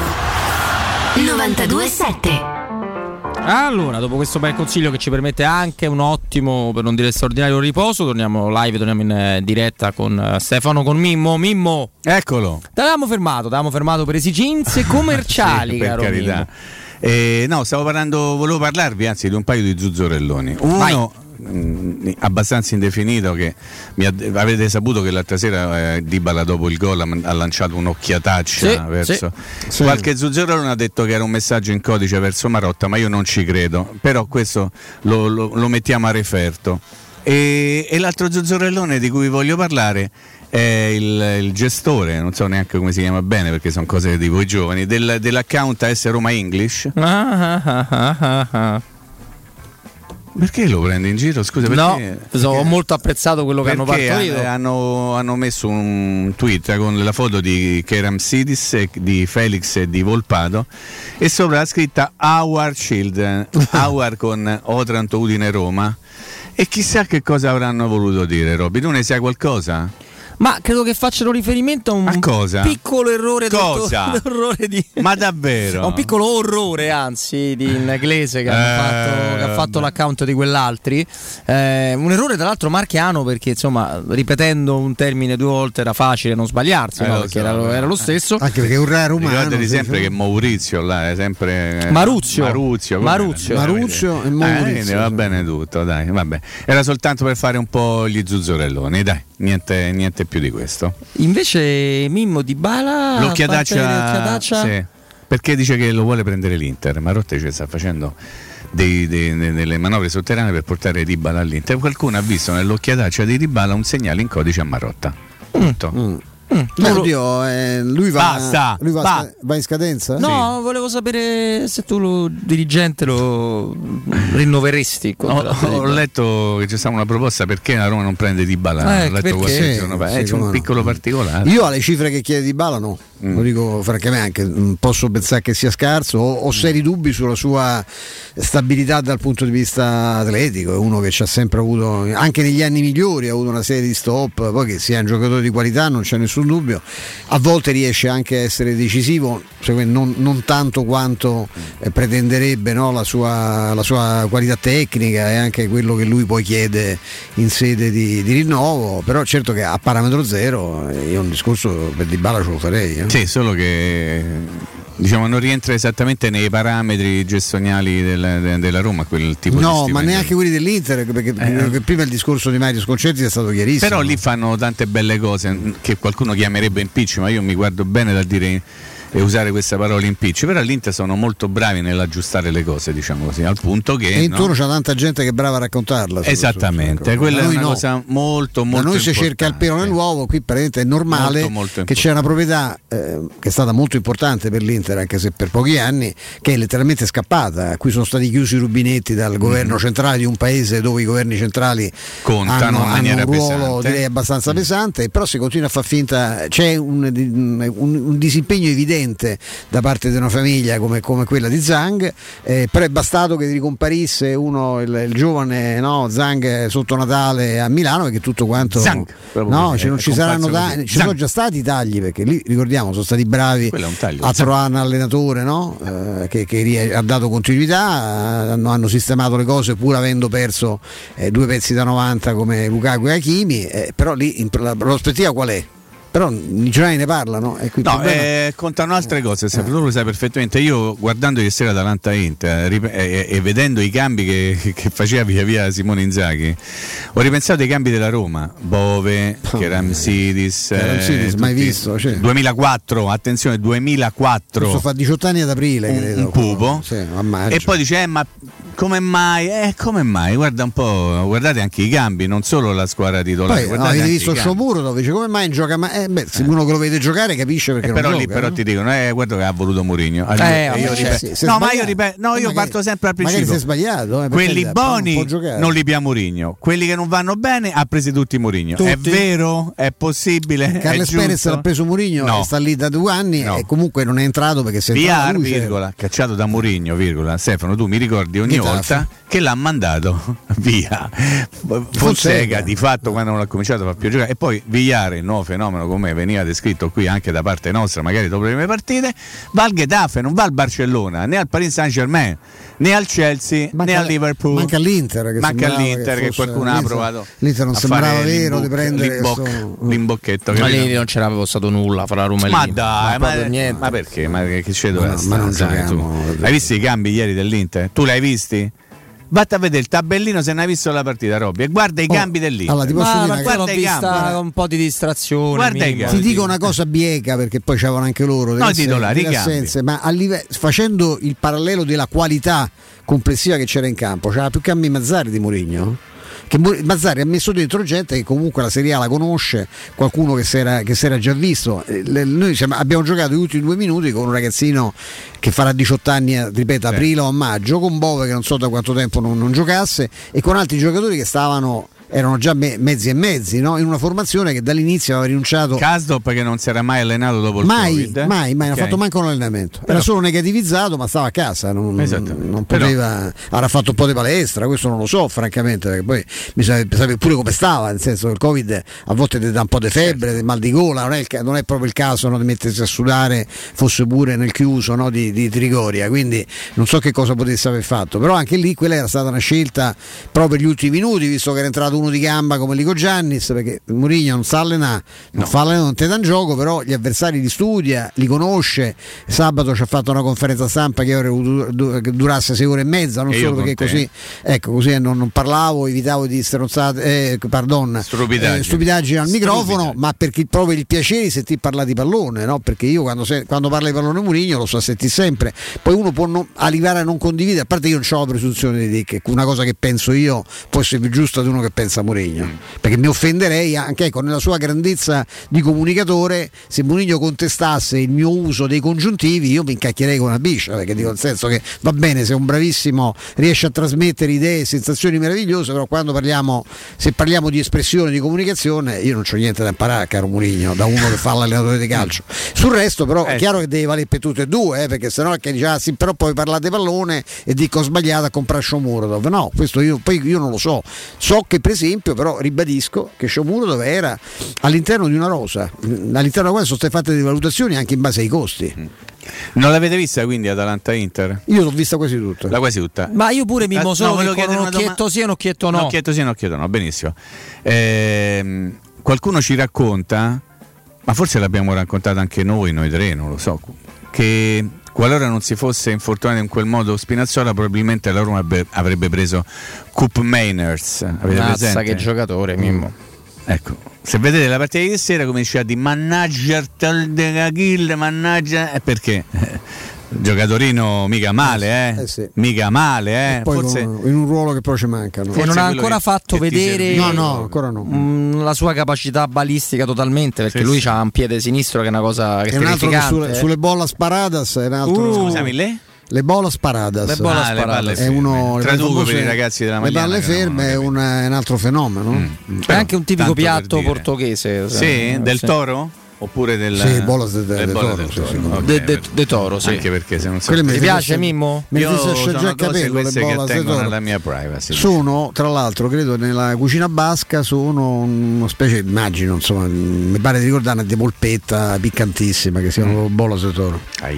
novantadue sette. Allora, dopo questo bel consiglio che ci permette anche un ottimo, per non dire straordinario riposo, torniamo live, torniamo in eh, diretta con uh, Stefano, con Mimmo. Mimmo, eccolo. T'avevamo fermato, t'avevamo fermato per esigenze commerciali, sì, per caro carità. Mimmo. Eh, no, stavo parlando, volevo parlarvi anzi di un paio di zuzzurelloni. Uno mh, abbastanza indefinito, che mi ha, avete saputo che l'altra sera eh, Dybala dopo il gol ha, ha lanciato un'occhiataccia sì, verso sì. qualche zuzzurellone, ha detto che era un messaggio in codice verso Marotta, ma io non ci credo, però questo lo, lo, lo mettiamo a referto. E, e l'altro zuzzurellone di cui voglio parlare è il, il gestore, non so neanche come si chiama bene perché sono cose di voi giovani, del, dell'account A S Roma English. Ah, ah, ah, ah, ah. Perché lo prende in giro? Scusa, perché, no, perché, ho molto apprezzato quello che hanno partorito. Hanno, hanno messo un tweet con la foto di Kerem Sidis, di Felix e di Volpato, e sopra la scritta Our Children, Our con Otranto, Udine, Roma. E chissà che cosa avranno voluto dire, Robby, tu ne sai qualcosa? Ma credo che facciano riferimento a un a cosa? piccolo errore, cosa? Dottor, errore di... Ma davvero? A un piccolo orrore, anzi, di inglese che, hanno eh, fatto, che ha fatto l'account di quell'altri. Eh, un errore tra l'altro marchiano, perché insomma, ripetendo un termine due volte era facile non sbagliarsi, eh, no? lo Perché so, era, era lo stesso. Anche perché è un raro umano. Ricordati sempre che Maurizio là è sempre Maruzio. Maruzio, Maruzio, Maruzio e Maurizio. Eh, va bene tutto, dai, vabbè. Era soltanto per fare un po' gli zuzzurelloni, dai, niente, niente più di questo. Invece Mimmo Dybala l'occhiataccia, sì, perché dice che lo vuole prendere l'Inter. Marotta ci sta facendo dei, dei, delle manovre sotterranee per portare Dybala all'Inter. Qualcuno ha visto nell'occhiataccia di Dybala un segnale in codice a Marotta. Punto. Mm. Mm. Beh, oddio, eh, lui va, Basta, lui va, va. sca- va in scadenza? No, sì. Volevo sapere se tu lo dirigente lo rinnoveresti. Ho, ho letto che c'è stata una proposta perché la Roma non prende Dybala. Eh, ho letto qualche sì, giorno fa. sì, Eh, c'è un no. piccolo particolare. Io alle cifre che chiede Dybala no, mm. lo dico francamente, anche non posso pensare che sia scarso, ho, ho seri dubbi sulla sua stabilità dal punto di vista atletico. È uno che ci ha sempre avuto, anche negli anni migliori ha avuto una serie di stop, poi che sia un giocatore di qualità non c'è nessun dubbio. A volte riesce anche a essere decisivo, non, non tanto quanto eh, pretenderebbe, no, la, sua, la sua qualità tecnica e anche quello che lui poi chiede in sede di, di rinnovo, però certo che a parametro zero eh, io un discorso per Dybala ce lo farei. Eh. Sì, solo che diciamo non rientra esattamente nei parametri gestionali del, della Roma quel tipo no, di ma neanche quelli dell'Inter, perché eh. prima il discorso di Mario Sconcerti è stato chiarissimo. Però lì fanno tante belle cose che qualcuno chiamerebbe impicci, ma io mi guardo bene dal dire e usare questa parola impicci, però all'Inter sono molto bravi nell'aggiustare le cose, diciamo così, al punto che e intorno no? c'è tanta gente che è brava a raccontarla. Esattamente, su, quella è una no. cosa molto molto da noi si cerca il pelo nell'uovo, qui praticamente è normale molto, molto che c'è una proprietà eh, che è stata molto importante per l'Inter, anche se per pochi anni, che è letteralmente scappata, a cui sono stati chiusi i rubinetti dal governo mm-hmm. centrale di un paese dove i governi centrali contano hanno, in hanno un ruolo pesante. direi abbastanza mm. pesante, però si continua a far finta, c'è un, un, un disimpegno evidente da parte di una famiglia come, come quella di Zhang, eh, però è bastato che ricomparisse uno, il, il giovane no, Zhang sotto Natale a Milano, perché tutto quanto Zhang, no, cioè non ci saranno da, ci sono già stati i tagli, perché lì ricordiamo sono stati bravi taglio, a trovare un allenatore no? eh, che, che ha dato continuità, hanno, hanno sistemato le cose pur avendo perso eh, due pezzi da novanta come Lukaku e Hakimi, eh, però lì in, la prospettiva qual è? però i giornali ne parlano. E qui no, problema... eh, contano altre cose, eh. tu lo sai perfettamente. Io guardando ieri sera Atalanta-Inter rip- e, e vedendo i cambi che, che faceva via via Simone Inzaghi, ho ripensato ai cambi della Roma, Bove, oh, Keramsidis, eh, mai visto, cioè. duemilaquattro, attenzione, duemilaquattro. Questo fa diciotto anni ad aprile, un, credo. Un pupo. Sì, e poi dice, eh, ma come mai? Eh, come mai? Guarda un po', guardate anche i cambi, non solo la squadra titolare. Poi, no, avete visto Sciomuro, dice come mai gioca? Ma eh, beh, se uno che lo vede giocare capisce perché eh, non però gioca, lì però no? ti dicono, eh, guarda che ha voluto Mourinho. Allora, Eh, io vabbè, ripeto, sì, se no, sbagliato. ma io ripeto, no, io magari, parto sempre al principio. Magari si è sbagliato, eh, quelli carità, buoni non, non li pia Mourinho, quelli che non vanno bene ha presi tutti Mourinho. È vero? È possibile? Carles Perez l'ha preso Mourinho no. e sta lì da due anni no. e comunque non è entrato perché si è Viar, lui, virgola, cacciato da Mourinho, virgola. Stefano, tu mi ricordi ogni Getafe. volta che l'ha mandato via Fonseca, Fonseca di fatto quando non ha cominciato a far più giocare, e poi Villar, il nuovo fenomeno come veniva descritto qui anche da parte nostra magari dopo le prime partite, va al Getafe, non va al Barcellona né al Paris Saint Germain né al Chelsea manca, né al Liverpool, manca all'Inter che manca all'Inter che, che qualcuno ha provato l'Inter non a sembrava fare vero di prendere l'imboc- questo... l'imbocchetto, ma lì non c'era stato nulla fra la Roma e ma lì. dai ma, ma, niente. ma perché ma che c'è dove ma, no, ma non giochiamo, hai visto i cambi ieri dell'Inter? Tu l'hai visti? Vatti a vedere il tabellino se ne hai visto la partita, Robby, e guarda i oh, cambi dell'Inter. Allora, ti posso ma, dire ma guarda i cambi, guarda, un po' di distrazione. Guarda i ti dico una cosa bieca perché poi c'avevano anche loro delle, no, assenze, titolari, delle assenze, ma a live- facendo il parallelo della qualità complessiva che c'era in campo, c'era più cambi Mazzarri di Mourinho. Che Mazzarri ha messo dentro gente che comunque la Serie A la conosce, qualcuno che si era, che si era già visto. Noi siamo, abbiamo giocato gli ultimi due minuti con un ragazzino che farà diciotto anni, ripeto, aprile o maggio, con Bove che non so da quanto tempo non, non giocasse, e con altri giocatori che stavano erano già me- mezzi e mezzi, no? In una formazione che dall'inizio aveva rinunciato. Kasdorp che non si era mai allenato dopo il mai, Covid, eh? mai, mai, okay. non ha fatto manco un allenamento. Però... Era solo negativizzato, ma stava a casa, non, non poteva. Però... Avrà fatto un po' di palestra, questo non lo so, francamente, perché poi bisogna sapere pure come stava, nel senso che il Covid a volte ti dà un po' di febbre, certo. mal di gola, non è, il, non è proprio il caso, no, di mettersi a sudare, fosse pure nel chiuso, no, di, di Trigoria, quindi non so che cosa potesse aver fatto, però anche lì quella era stata una scelta proprio per gli ultimi minuti, visto che era entrato uno di gamba come Lico Giannis, perché Mourinho non sa allenare, non no. fa allenare, non te dan gioco, però gli avversari li studia, li conosce. Sabato ci ha fatto una conferenza stampa che durasse sei ore e mezza, non e solo perché così, ecco, così non, non parlavo, evitavo di stronzate, eh, pardon, stupidaggini, eh, stupidaggini al microfono, stupidaggini. Ma perché proprio il piacere di sentire parlare di pallone, no? Perché io quando, se, quando parla di pallone Mourinho lo so sentire sempre, poi uno può non, arrivare a non condividere, a parte io non ho la presunzione di dire che una cosa che penso io può essere più giusta di uno che pensa Mourinho, mm. perché mi offenderei anche, ecco, nella sua grandezza di comunicatore, se Mourinho contestasse il mio uso dei congiuntivi io mi incacchierei con una biscia, perché dico nel senso che va bene se un bravissimo riesce a trasmettere idee e sensazioni meravigliose, però quando parliamo, se parliamo di espressione, di comunicazione, io non c'ho niente da imparare, caro Mourinho, da uno che fa l'allenatore di calcio. Sul resto però è chiaro che deve valere per tutte e due, eh, perché sennò è che dice ah, sì, però poi parlate di pallone e dico ho sbagliato a comprare Shomurodov. No, questo io poi io non lo so. So che per esempio però ribadisco che Shomurodov era all'interno di una rosa, all'interno di quella sono state fatte delle valutazioni anche in base ai costi. Non l'avete vista quindi Atalanta-Inter? Io l'ho vista quasi tutta. La quasi tutta. Ma io pure mi solo no, che con un occhietto doma- sì e un occhietto no. Un occhietto sì e un occhietto no, benissimo. Ehm, qualcuno ci racconta, ma forse l'abbiamo raccontato anche noi, noi tre, non lo so, che qualora non si fosse infortunato in quel modo Spinazzola, probabilmente la Roma avrebbe preso Coop Mainers. Avete Mazza, presente? che giocatore, Mimmo. Ecco, se vedete la partita di ieri sera come diceva di mannaggia Taldegagil, mannaggia, è perché giocatorino mica male, eh? eh sì. mica male, eh? Poi forse in un ruolo che però ci manca, no? E non ha ancora che, fatto che vedere no, no, ancora no. mh, la sua capacità balistica totalmente, perché sì, lui sì. ha un piede sinistro che è una cosa che è un altro che sulle, eh. sulle bolas paradas è un altro. Uh, scusami, lei? Le bolas paradas, le bolas ah, paradas. Le è uno traduco per i ragazzi della Magliana. Le balle ferme è un, è un altro fenomeno. Mm. È anche un tipico piatto per portoghese. Sì, eh, del sì. Toro? Oppure del sì, bolas de, de, de toro, del toro. Sì, sì, okay, de, de, de toro, sì. Anche perché se non so. Ti piace Mimmo? Mi Io sono già capello le bolas de toro. La mia privacy. Sono, tra l'altro, credo nella cucina basca sono una specie, immagino, insomma, mi pare di ricordare una polpetta piccantissima che si chiama mm. bolas de toro. Ah, yeah.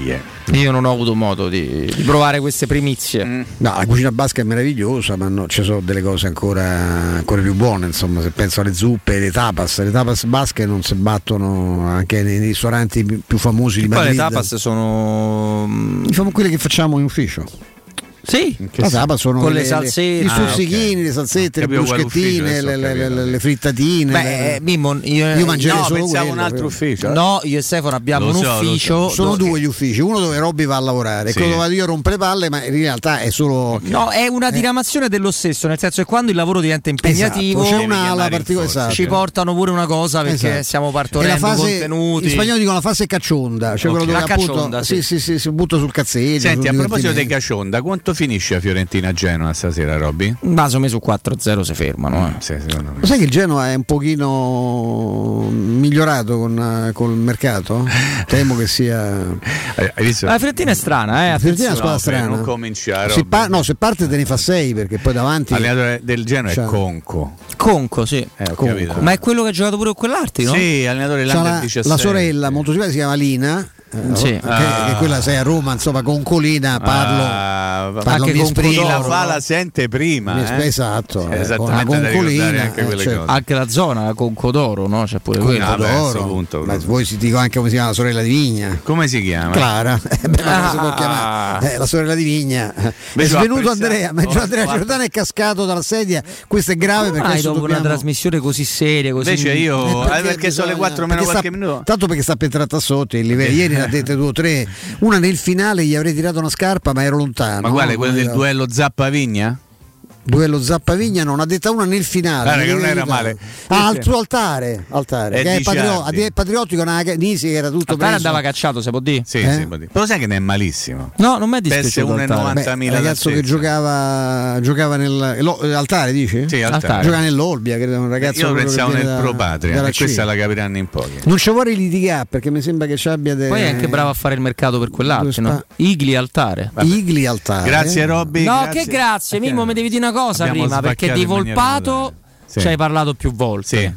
Io non ho avuto modo di, di provare queste primizie. No, la cucina basca è meravigliosa, ma no, ci sono delle cose ancora, ancora più buone, insomma, se penso alle zuppe, le tapas, le tapas basche non si battono anche nei, nei ristoranti più, più famosi di Madrid. Poi le tapas sono diciamo quelle che facciamo in ufficio. Sì, la tapas sono con le, le salsette, i stuzzichini, ah, okay. le salsette, Capito, le bruschettine, le, le, le, le frittatine. Beh, le... Mimmo, io, io mangerei no, solo pensavo quello, un altro ufficio. No, io e Stefano abbiamo lo un so, ufficio. So. Sono dove... due gli uffici, uno dove Robby va a lavorare, sì. quello dove io rompo le palle, ma in realtà è solo. No, è una diramazione eh. dello stesso, nel senso che quando il lavoro diventa impegnativo, esatto, c'è un'ala particolare. Esatto. Ci portano pure una cosa perché esatto. stiamo partorendo fase, contenuti. In spagnolo dicono la fase caccionda, cioè okay. quello dove la appunto caccionda, sì, sì, sì, si butta sul cazzeggio. Senti, a proposito di caccionda, quanto finisce a Fiorentina Genoa stasera, Robby? Ma sono messo quattro a zero se fermano. Eh. Sì, secondo me. Lo sai che il Genoa è un pochino migliorato con, con il mercato? Temo che sia. Hai visto? La Fiorentina è strana, eh? La Fiorentina è una squadra no, strana. Non cominciare. Si par- no, se parte te ne fa sei perché poi davanti. L'allenatore del Genoa cioè. è Conco. Conco, sì. Eh, Conco. Ma è quello che ha giocato pure con quell'Arti, no? Sì, allenatore dell'Under la, diciassette. la sorella molto simpática si chiama Lina. Eh, sì. che, ah. che quella sei a Roma, insomma, con Colina parlo, ah, parlo anche mi con esprimo, la fa la sente prima, mi eh? esatto, eh, eh, con la Concolina, anche, eh, cioè, anche la zona, la Concodoro, no? C'è pure quella. Concodoro. Ma voi si dico anche come si chiama la sorella di Vigna. Come si chiama? Clara. Eh, beh, ah. si può chiamare. Eh, la sorella di Vigna. Beh, è svenuto Andrea, ma oh, Andrea Giordano è cascato dalla sedia. Questo è grave perché mai dopo dobbiamo... una trasmissione così seria, così. Invece io eh, perché, eh, perché sono le quattro meno qualche sta, minuto. Tanto perché sta per tratta sotto il livello. Ieri ne ha dette due o tre. Una nel finale gli avrei tirato una scarpa, ma ero lontano. Ma guarda, quello del duello Zappa-Vigna? Duello Zappa-Vigna non ha detta una nel finale. Guarda che non era male. Ah, al suo altare, altare che è, patrio- è patriottico, Nisi che era tutto Altare preso. andava cacciato, se può dire. Sì, eh? sì, può dire. Però sai che ne è malissimo. No, non mi è dispiaciuto. uno virgola novantamila Beh, ragazzo che giocava giocava nel lo, Altare, dici? Sì, Altare. Giocava nell'Olbia, credo, un ragazzo. Io pensavo nel da, Pro Patria, e questa la capiranno in pochi. Non ci vuole litigare perché mi sembra che ci abbia de... Poi è anche bravo a fare il mercato per quell'altro, sta... no? Igli Altare. Vabbè. Igli Altare. Grazie Robby. No, grazie. che grazie, Mimmo, mi devi dire una cosa Abbiamo prima, perché di Volpato sì. ci hai parlato più volte. Sì.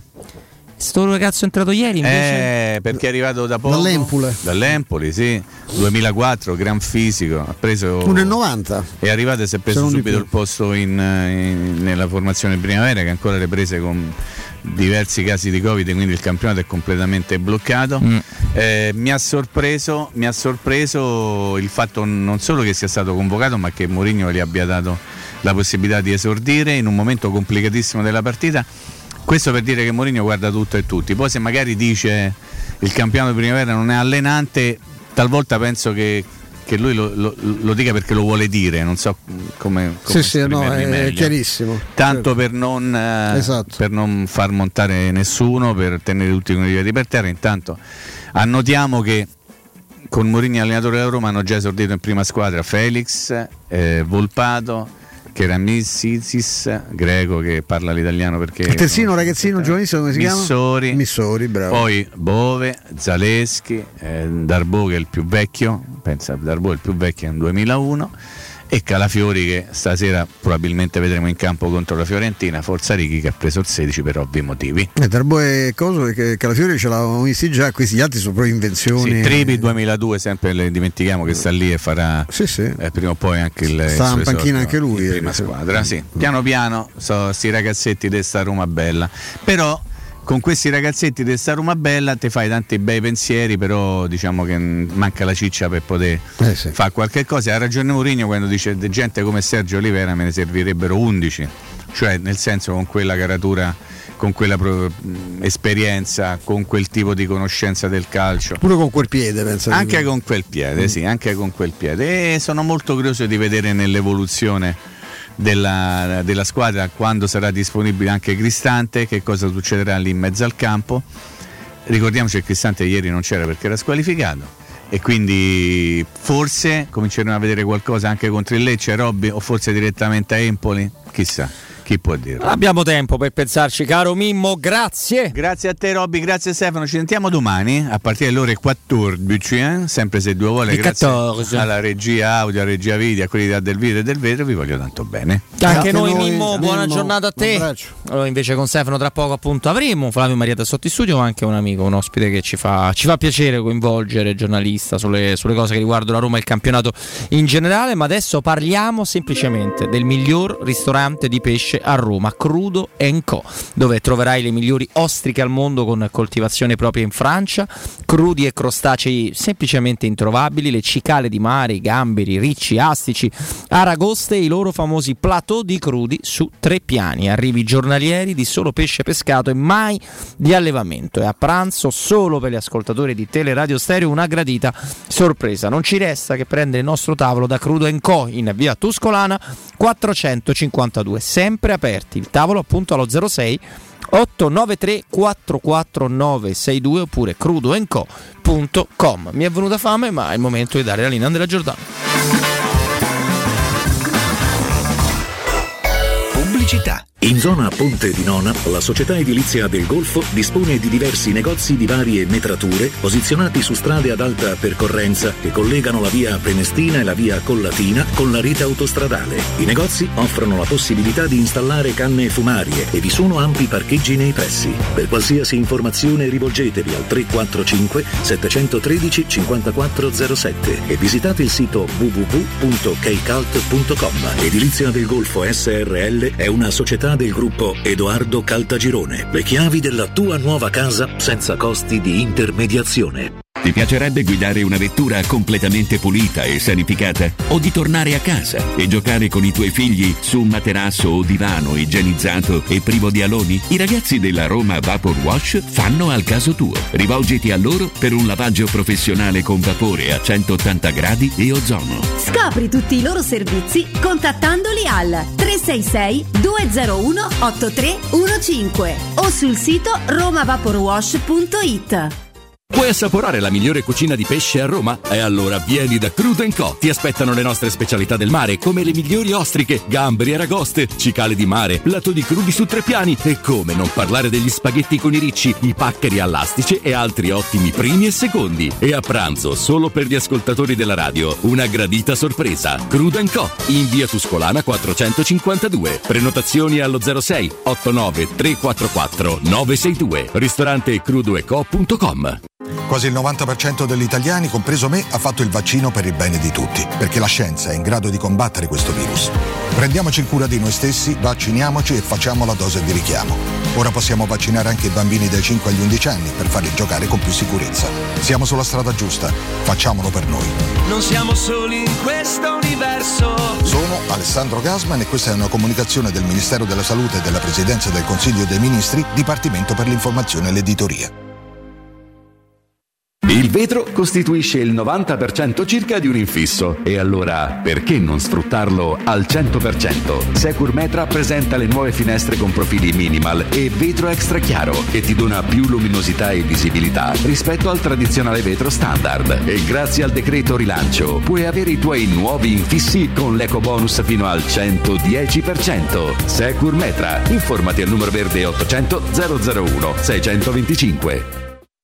Sto ragazzo è entrato ieri invece? Eh, perché è arrivato da poco. Dall'Empoli. Dall'Empoli, sì. duemilaquattro, gran fisico. Ha preso. uno virgola novanta. È arrivato e si è preso subito il posto in, in, nella formazione primavera, che ancora le prese con diversi casi di Covid, quindi il campionato è completamente bloccato. Mm. Eh, mi ha sorpreso, mi ha sorpreso il fatto non solo che sia stato convocato, ma che Mourinho gli abbia dato la possibilità di esordire in un momento complicatissimo della partita. Questo per dire che Mourinho guarda tutto e tutti. Poi se magari dice il campionato di primavera non è allenante, talvolta penso che, che lui lo, lo, lo dica perché lo vuole dire, non so come, come sì, sì, no, è meglio. chiarissimo. Tanto per non, eh, esatto. per non far montare nessuno, per tenere tutti i piedi per terra. Intanto annotiamo che con Mourinho allenatore della Roma hanno già esordito in prima squadra Felix, eh, Volpato, Keramisisis, greco che parla l'italiano perché il terzino ragazzino giovanissimo come si Missori, chiama? Missori, bravo. Poi Bove, Zaleschi, eh, Darboe che è il più vecchio, pensa Darboe è il più vecchio, è un duemilauno, e Calafiori che stasera probabilmente vedremo in campo contro la Fiorentina, Forza Righi che ha preso il sedici per ovvi motivi. Eh, Darboe è cosa perché Calafiori ce l'avevamo visti già, questi gli altri sono proprio invenzioni. Sì, Tripi duemiladue, sempre le dimentichiamo che sta lì e farà sì, sì. Eh, prima o poi anche il sta in panchina anche lui, in prima eh, squadra, sì. Piano piano so sti ragazzetti di sta Roma bella. Però con questi ragazzetti di sta Roma bella ti fai tanti bei pensieri, però diciamo che manca la ciccia per poter eh sì. fare qualche cosa. Ha ragione Mourinho quando dice di gente come Sergio Olivera me ne servirebbero undici, cioè nel senso con quella caratura, con quella pro- esperienza, con quel tipo di conoscenza del calcio, pure con quel piede, penso anche che... con quel piede, mm. sì, anche con quel piede. E sono molto curioso di vedere nell'evoluzione Della, della squadra quando sarà disponibile anche Cristante, che cosa succederà lì in mezzo al campo. Ricordiamoci che Cristante ieri non c'era perché era squalificato e quindi forse cominceremo a vedere qualcosa anche contro il Lecce, Robby, o forse direttamente a Empoli, chissà. chi può dirlo? Abbiamo tempo per pensarci, caro Mimmo, grazie. Grazie a te Robby, grazie Stefano, ci sentiamo domani a partire dalle ore quattordici, eh? sempre se Dio vuole, grazie quattordici. Alla regia audio, alla regia video, a quelli del video e del vetro, vi voglio tanto bene. Anche Grazie noi, noi, Mimmo, buona Mimmo, giornata a te. Allora, invece con Stefano tra poco appunto avremo Flavio Marietta sotto in studio, ma anche un amico, un ospite che ci fa, ci fa piacere coinvolgere, giornalista, sulle, sulle cose che riguardano la Roma e il campionato in generale. Ma adesso parliamo semplicemente del miglior ristorante di pesce a Roma, Crudo and Co, dove troverai le migliori ostriche al mondo con coltivazione propria in Francia, crudi e crostacei semplicemente introvabili, le cicale di mare, i gamberi, ricci, astici, aragoste e i loro famosi plateau di crudi su tre piani, arrivi giornalieri di solo pesce pescato e mai di allevamento. E a pranzo, solo per gli ascoltatori di Teleradio Stereo, una gradita sorpresa. Non ci resta che prendere il nostro tavolo da Crudo and Co in via Tuscolana quattrocentocinquantadue, sempre aperti. Il tavolo appunto allo zero sei otto nove tre quattro quattro nove sei due oppure crudo and co punto com. Mi è venuta fame, ma è il momento di dare la linea a Andrea Giordano. Pubblicità. In zona Ponte di Nona, la società edilizia del Golfo dispone di diversi negozi di varie metrature posizionati su strade ad alta percorrenza che collegano la via Prenestina e la via Collatina con la rete autostradale. I negozi offrono la possibilità di installare canne fumarie e vi sono ampi parcheggi nei pressi. Per qualsiasi informazione rivolgetevi al tre quattro cinque sette uno tre cinque zero sette e visitate il sito w w w punto keicalt punto com. Edilizia del Golfo S R L è una società del gruppo Edoardo Caltagirone. Le chiavi della tua nuova casa senza costi di intermediazione. Ti piacerebbe guidare una vettura completamente pulita e sanificata? O di tornare a casa e giocare con i tuoi figli su un materasso o divano igienizzato e privo di aloni? I ragazzi della Roma Vapor Wash fanno al caso tuo. Rivolgiti a loro per un lavaggio professionale con vapore a centottanta gradi e ozono. Scopri tutti i loro servizi contattandoli al tre sei sei due zero uno otto tre uno cinque o sul sito roma vapor wash punto it. Vuoi assaporare la migliore cucina di pesce a Roma? E allora vieni da Crudo and Co. Ti aspettano le nostre specialità del mare, come le migliori ostriche, gamberi, aragoste, cicale di mare, plateau di crudi su tre piani e come non parlare degli spaghetti con i ricci, i paccheri all'astice e altri ottimi primi e secondi. E a pranzo, solo per gli ascoltatori della radio, una gradita sorpresa. Crudo and Co. in via Tuscolana quattrocentocinquantadue. Prenotazioni allo zero sei otto nove tre quattro quattro nove sei due. Ristorante crudo e co punto com. Quasi il novanta per cento degli italiani, compreso me, ha fatto il vaccino per il bene di tutti, perché la scienza è in grado di combattere questo virus. Prendiamoci cura di noi stessi, vacciniamoci e facciamo la dose di richiamo. Ora possiamo vaccinare anche i bambini dai cinque agli undici anni per farli giocare con più sicurezza. Siamo sulla strada giusta, facciamolo per noi. Non siamo soli in questo universo. Sono Alessandro Gasman e questa è una comunicazione del Ministero della Salute e della Presidenza del Consiglio dei Ministri, Dipartimento per l'Informazione e l'Editoria. Il vetro costituisce il novanta per cento circa di un infisso e allora perché non sfruttarlo al cento per cento? Securmetra presenta le nuove finestre con profili minimal e vetro extra chiaro che ti dona più luminosità e visibilità rispetto al tradizionale vetro standard. E grazie al decreto rilancio puoi avere i tuoi nuovi infissi con l'eco bonus fino al centodieci per cento. Securmetra, informati al numero verde ottocento zero zero uno seicentoventicinque.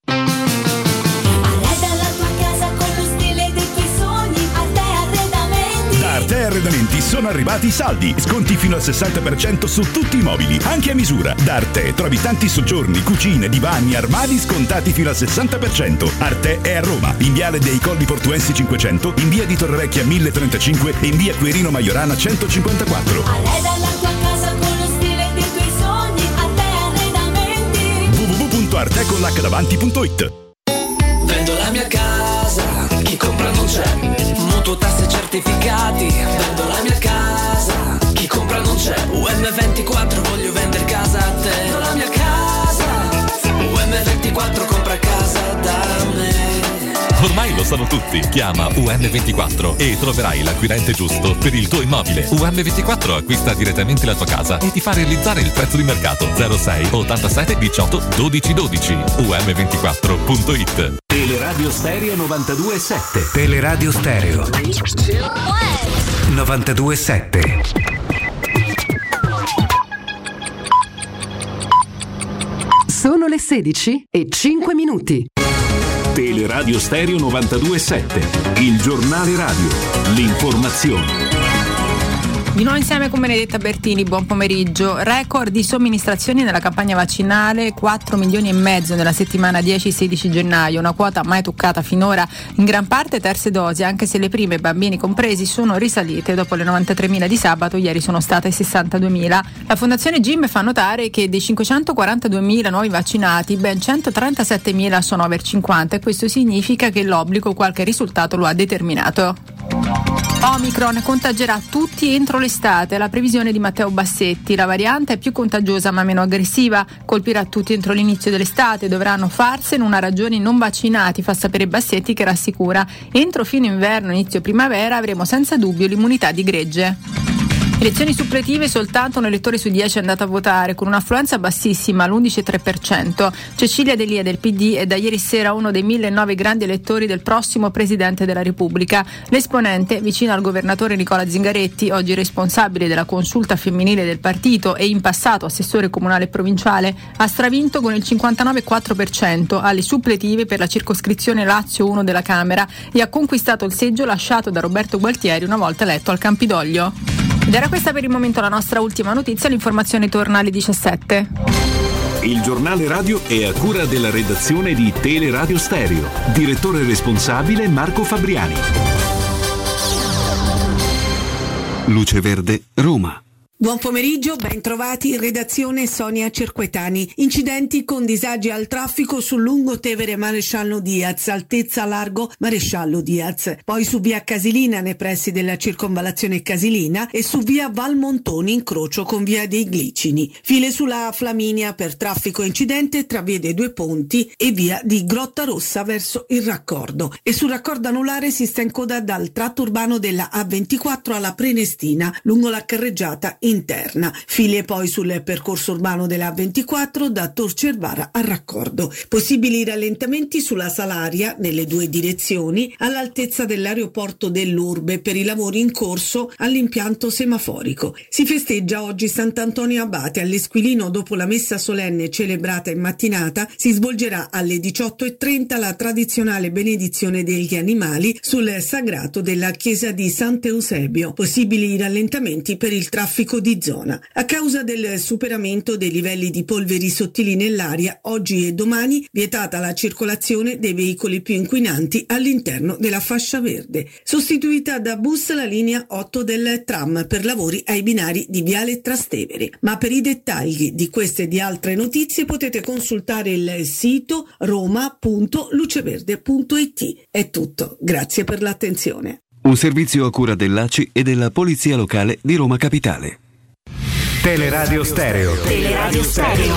Arte Arredamenti sono arrivati i saldi, sconti fino al sessanta per cento su tutti i mobili, anche a misura. Da Arte trovi tanti soggiorni, cucine, divani, armadi scontati fino al sessanta per cento. Arte è a Roma, in viale dei Colli Portuensi cinquecento, in via di Torrevecchia mille trentacinque e in via Quirino Maiorana centocinquantaquattro. Arreda la tua casa con lo stile dei tuoi sogni, Arte Arredamenti. w w w punto arte con l'acca davanti punto it. Vendo la mia casa, chi compra non c'è. Mutuo, tasse, certificati. Vendo la mia casa, chi compra non c'è. U M ventiquattro, voglio vendere casa a te. Vendo la mia casa, U M ventiquattro, compra casa da me. Ormai lo sanno tutti. Chiama U M ventiquattro e troverai l'acquirente giusto per il tuo immobile. U M ventiquattro acquista direttamente la tua casa e ti fa realizzare il prezzo di mercato. zero sei ottantasette diciotto dodici dodici. U M ventiquattro punto it. Teleradio Stereo novantadue e sette. Teleradio Stereo novantadue e sette. sedici e cinque minuti. Teleradio Stereo novantadue e sette, il giornale radio, l'informazione. Di nuovo insieme con Benedetta Bertini, buon pomeriggio. Record di somministrazioni nella campagna vaccinale, quattro milioni e mezzo nella settimana dieci sedici gennaio, una quota mai toccata finora, in gran parte terze dosi, anche se le prime, bambini compresi, sono risalite. Dopo le novantatremila di sabato, ieri sono state sessantaduemila. La Fondazione G I M fa notare che dei cinquecentoquarantaduemila nuovi vaccinati, ben centotrentasettemila sono over cinquanta e questo significa che l'obbligo qualche risultato lo ha determinato. Omicron contagerà tutti entro l'estate, la previsione di Matteo Bassetti. La variante è più contagiosa ma meno aggressiva, colpirà tutti entro l'inizio dell'estate, dovranno farsene una ragione i non vaccinati, fa sapere Bassetti, che rassicura: entro fine inverno, inizio primavera avremo senza dubbio l'immunità di gregge. Elezioni suppletive, soltanto un elettore su dieci è andato a votare, con un'affluenza bassissima, l'undici virgola tre per cento. Cecilia D'Elia del P D è da ieri sera uno dei millenove grandi elettori del prossimo Presidente della Repubblica. L'esponente, vicino al governatore Nicola Zingaretti, oggi responsabile della consulta femminile del partito e in passato assessore comunale e provinciale, ha stravinto con il cinquantanove virgola quattro per cento alle suppletive per la circoscrizione Lazio uno della Camera e ha conquistato il seggio lasciato da Roberto Gualtieri una volta eletto al Campidoglio. Ed era questa per il momento la nostra ultima notizia, l'informazione torna alle diciassette. Il giornale radio è a cura della redazione di Teleradio Stereo. Direttore responsabile Marco Fabriani. Luce Verde, Roma. Buon pomeriggio, ben trovati in redazione Sonia Cerquetani. Incidenti con disagi al traffico sul lungotevere Maresciallo Diaz, altezza largo Maresciallo Diaz. Poi su via Casilina nei pressi della circonvallazione Casilina e su via Valmontoni incrocio con via dei Glicini. File sulla Flaminia per traffico incidente tra via dei Due Ponti e via di Grotta Rossa verso il raccordo. E sul raccordo anulare si sta in coda dal tratto urbano della A ventiquattro alla Prenestina lungo la carreggiata interna. File poi sul percorso urbano della A ventiquattro da Tor Cervara al raccordo. Possibili rallentamenti sulla Salaria nelle due direzioni all'altezza dell'aeroporto dell'Urbe per i lavori in corso all'impianto semaforico. Si festeggia oggi Sant'Antonio Abate all'Esquilino. Dopo la messa solenne celebrata in mattinata si svolgerà alle diciotto e trenta la tradizionale benedizione degli animali sul sagrato della chiesa di Sant'Eusebio. Possibili rallentamenti per il traffico di zona. A causa del superamento dei livelli di polveri sottili nell'aria, oggi e domani vietata la circolazione dei veicoli più inquinanti all'interno della fascia verde. Sostituita da bus la linea otto del tram per lavori ai binari di Viale Trastevere. Ma per i dettagli di queste e di altre notizie potete consultare il sito roma punto luceverde punto it. È tutto, grazie per l'attenzione. Un servizio a cura dell'A C I e della Polizia Locale di Roma Capitale. Teleradio Stereo. Teleradio Stereo.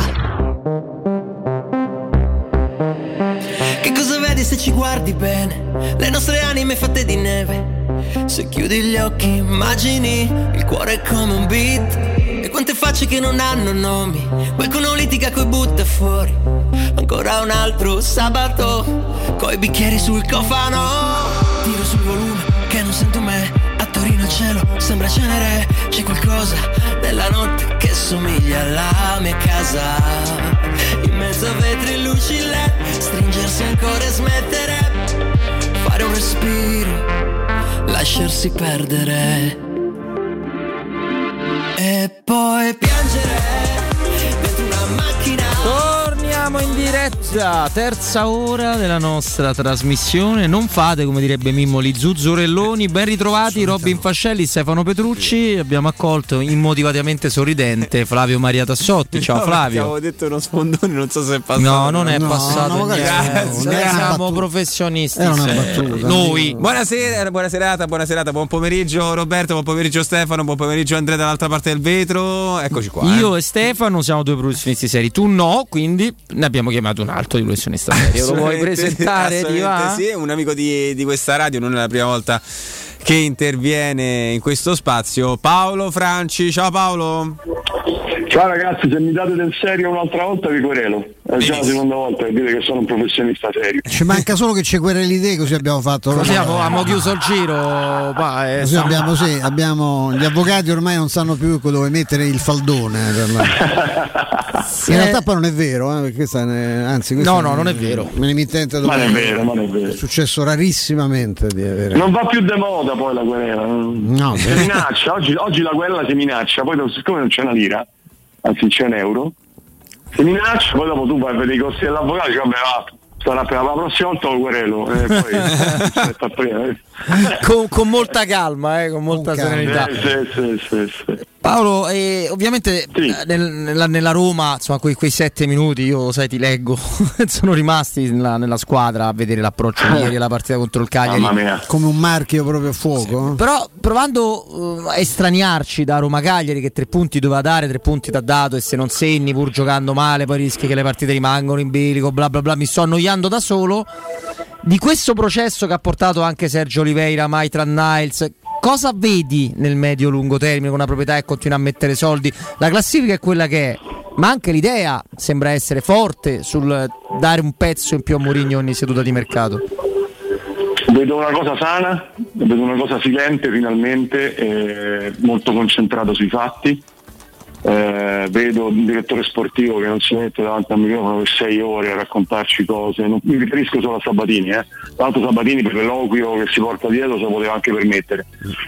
Che cosa vedi se ci guardi bene? Le nostre anime fatte di neve. Se chiudi gli occhi immagini il cuore come un beat. E quante facce che non hanno nomi. Qualcuno litiga coi butta fuori. Ancora un altro sabato coi bicchieri sul cofano. Tiro sul volume che non sento me. A Torino il cielo sembra cenere. C'è qualcosa nella notte che somiglia alla mia casa. In mezzo a vetri e luci L E D. Stringersi ancora e smettere. Fare un respiro, lasciarsi perdere. E poi piangere dentro una macchina. Torniamo in diretta, terza ora della nostra trasmissione. Non fate, come direbbe Mimmo, li zuzzurelloni. Ben ritrovati Robin Fascelli, Stefano Petrucci. Abbiamo accolto immotivatamente sorridente Flavio Maria Tassotti. Ciao no, Flavio. Avevo detto uno spondone, non so se è passato. No, non è no, passato no, niente. Noi siamo professionisti. Battuta, Noi. Buonasera, buona serata, buona serata, buon pomeriggio Roberto, buon pomeriggio Stefano, buon pomeriggio Andrea dall'altra parte del vetro. Eccoci qua. Io eh. e Stefano siamo due professionisti seri, tu no, quindi ne abbiamo chiamato un altro di professionista serio. Lo vuoi presentare? Ti va? Sì, un amico di, di questa radio, non è la prima volta che interviene in questo spazio, Paolo Franci. Ciao Paolo. Ciao ragazzi, se mi date del serio un'altra volta vi querelo. È già la seconda volta che dire che sono un professionista serio. Ci manca solo che ci quereli te, così abbiamo fatto. Così abbiamo chiuso il giro. Va, eh, così abbiamo, sì, abbiamo, gli avvocati ormai non sanno più dove mettere il faldone. Per la... In realtà poi non è vero, eh, perché questa è, anzi, questa no, no, non è vero. L'emittente ma è vero, ma è vero. È successo rarissimamente di avere. Non va più de moda poi la querela. No, si minaccia, oggi, oggi la querela si minaccia, poi siccome non c'è una lira, anzi c'è un euro. Si minaccia, poi dopo tu vai a vedere i costi dell'avvocato e dici vabbè va, sarà per la prossima volta lo querelo e poi con, con molta calma, eh, con molta con serenità. Sì, sì, sì, sì. Paolo, eh, ovviamente sì. nel, nella, nella Roma, insomma, quei, quei sette minuti, io sai ti leggo, sono rimasti nella, nella squadra a vedere l'approccio di ieri alla partita contro il Cagliari. Come un marchio proprio a fuoco. Sì. Però provando uh, a estraniarci da Roma Cagliari, che tre punti doveva dare, tre punti t'ha dato, e se non segni pur giocando male poi rischi che le partite rimangono in bilico, bla bla bla, mi sto annoiando da solo. Di questo processo che ha portato anche Sergio Oliveira, Maitland-Niles, cosa vedi nel medio-lungo termine con una proprietà che continua a mettere soldi? La classifica è quella che è, ma anche l'idea sembra essere forte sul dare un pezzo in più a Mourinho ogni seduta di mercato. Vedo una cosa sana, vedo una cosa silente finalmente, eh, molto concentrato sui fatti. Eh, vedo un direttore sportivo che non si mette davanti al microfono per sei ore a raccontarci cose, non mi riferisco solo a Sabatini, eh. Tra l'altro Sabatini per l'eloquio che si porta dietro se lo poteva anche permettere.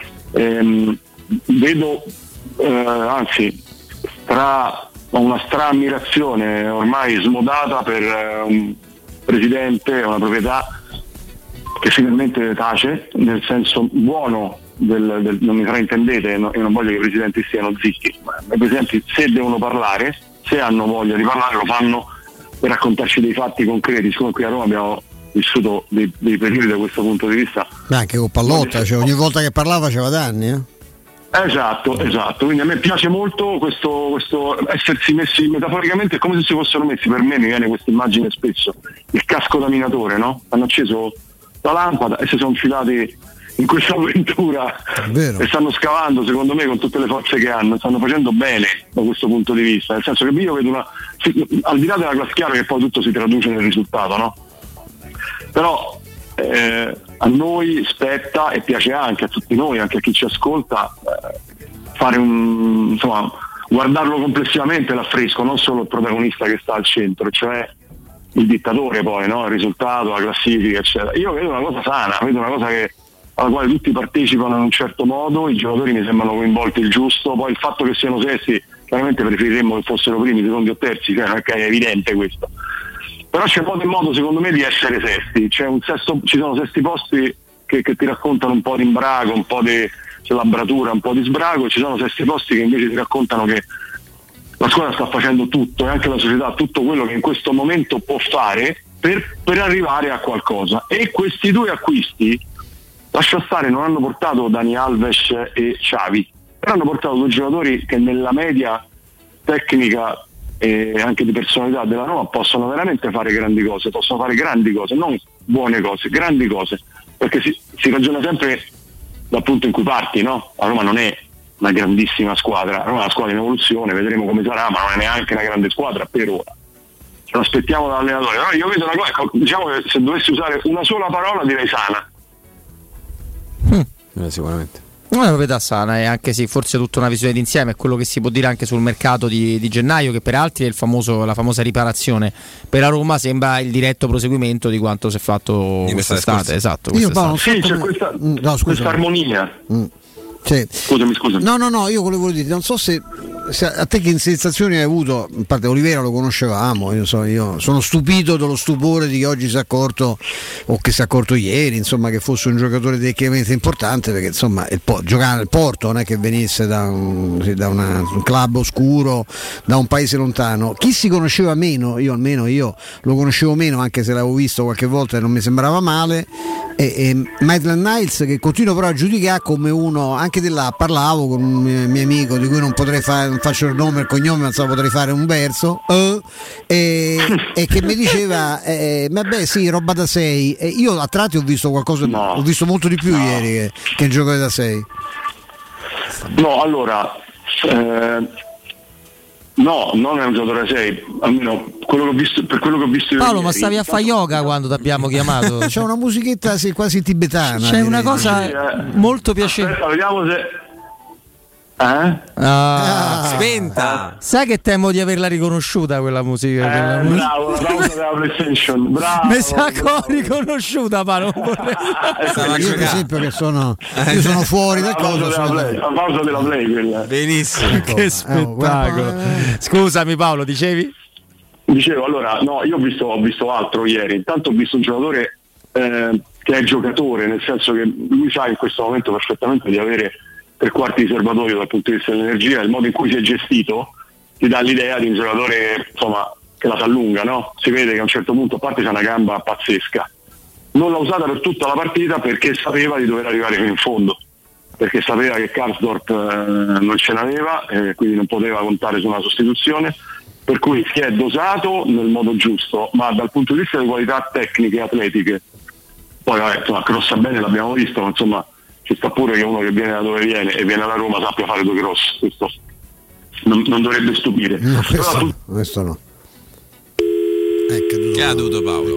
Eh, vedo eh, anzi tra una stra-ammirazione ormai smodata per eh, un presidente, una proprietà che finalmente tace, nel senso buono del, del, non mi fraintendete, no, io non voglio che i presidenti siano zitti, ma i presidenti se devono parlare, se hanno voglia di parlare, lo fanno per raccontarci dei fatti concreti. Siccome qui a Roma abbiamo vissuto dei, dei periodi da questo punto di vista. Ma anche con Pallotta, cioè ogni volta che parlava faceva danni, eh? Esatto, esatto, quindi a me piace molto questo, questo essersi messi metaforicamente, è come se si fossero messi, per me mi viene questa immagine spesso, il casco da minatore, no? Hanno acceso la lampada e si sono infilati in questa avventura e stanno scavando, secondo me, con tutte le forze che hanno, stanno facendo bene da questo punto di vista, nel senso che io vedo una, al di là della classe chiara che poi tutto si traduce nel risultato, no? Però eh, a noi spetta e piace anche a tutti noi, anche a chi ci ascolta, eh, fare un, insomma, guardarlo complessivamente l'affresco, non solo il protagonista che sta al centro, cioè il dittatore poi, no? Il risultato, la classifica, eccetera. Io vedo una cosa sana, vedo una cosa che alla quale tutti partecipano in un certo modo, i giocatori mi sembrano coinvolti il giusto, poi il fatto che siano sesti chiaramente preferiremmo che fossero primi, secondi o terzi, cioè, è evidente questo, però c'è modo e modo secondo me di essere sesti, c'è un sesto, ci sono sesti posti che, che ti raccontano un po' di imbrago, un po' di labratura, un po' di sbrago, ci sono sesti posti che invece ti raccontano che la squadra sta facendo tutto e anche la società tutto quello che in questo momento può fare per, per arrivare a qualcosa, e questi due acquisti, lascia stare, non hanno portato Dani Alves e Xavi, però hanno portato due giocatori che nella media tecnica e anche di personalità della Roma possono veramente fare grandi cose, possono fare grandi cose, non buone cose, grandi cose, perché si, si ragiona sempre dal punto in cui parti, no? La Roma non è una grandissima squadra, la Roma è una squadra in evoluzione, vedremo come sarà, ma non è neanche una grande squadra per ora. Ce lo aspettiamo dall'allenatore. Allora io vedo una cosa, diciamo che se dovessi usare una sola parola direi sana. Eh, sicuramente una proprietà sana, e anche sì, forse tutta una visione d'insieme, è quello che si può dire anche sul mercato di, di gennaio, che per altri è il famoso, la famosa riparazione, per la Roma sembra il diretto proseguimento di quanto si è fatto quest'estate. Esatto, io non so, sì, c'è questa, no, questa armonia. Mm. Sì. Scusami, scusami. No, no, no, io volevo dire, non so se, se a te che sensazioni hai avuto, a parte Oliveira lo conoscevamo, io, so, io sono stupito dello stupore di chi oggi si è accorto, o che si è accorto ieri, insomma, che fosse un giocatore tecnicamente importante, perché insomma il po- giocare nel Porto non è che venisse da, un, da una, un club oscuro, da un paese lontano. Chi si conosceva meno, io almeno io lo conoscevo meno, anche se l'avevo visto qualche volta e non mi sembrava male, e, e Maitland-Niles, che continuo però a giudicare come uno, anche di là parlavo con un mio, mio amico di cui non potrei fare, non faccio il nome e il cognome, ma so potrei fare un verso, eh, e, e che mi diceva eh, vabbè sì, roba da sei, e io a tratti ho visto qualcosa, no. ho visto molto di più no. ieri che, che un giocatore da sei. No, allora eh, No, non è un giocatore sei, almeno quello che ho visto, per quello che ho visto. Paolo, ieri, ma stavi a fare yoga quando ti abbiamo chiamato? C'è una musichetta sì, quasi tibetana. C'è una cosa Sì, eh. molto piacevole. Aspetta, vediamo se. Eh? Ah, spenta. Sai che temo di averla riconosciuta quella musica? Eh, quella musica. bravo, la pausa della PlayStation, bravo. Mi sa che ho riconosciuta, ma non vorrei. Io per esempio che sono io sono fuori dal La pausa coso. della play, la pausa della play quella. Benissimo. Che spettacolo. Scusami Paolo, dicevi? Dicevo, allora, no, io ho visto, ho visto altro ieri. Intanto ho visto un giocatore eh, che è giocatore, nel senso che lui sa in questo momento perfettamente di avere tre quarti di serbatoio dal punto di vista dell'energia. Il modo in cui si è gestito ti dà l'idea di un giocatore, insomma, che la s'allunga, no? Si vede che a un certo punto a parte c'ha una gamba pazzesca. Non l'ha usata per tutta la partita perché sapeva di dover arrivare fino in fondo, perché sapeva che Karsdorp eh, non ce n'aveva e quindi non poteva contare su una sostituzione, per cui si è dosato nel modo giusto, ma dal punto di vista delle qualità tecniche e atletiche, poi vabbè, insomma, crossa bene, l'abbiamo visto, ma insomma ci sta pure che uno che viene da dove viene e viene alla Roma sappia fare due cross, questo non, non dovrebbe stupire. No, questo, Però tu... questo no. È caduto, Che ha caduto Paolo?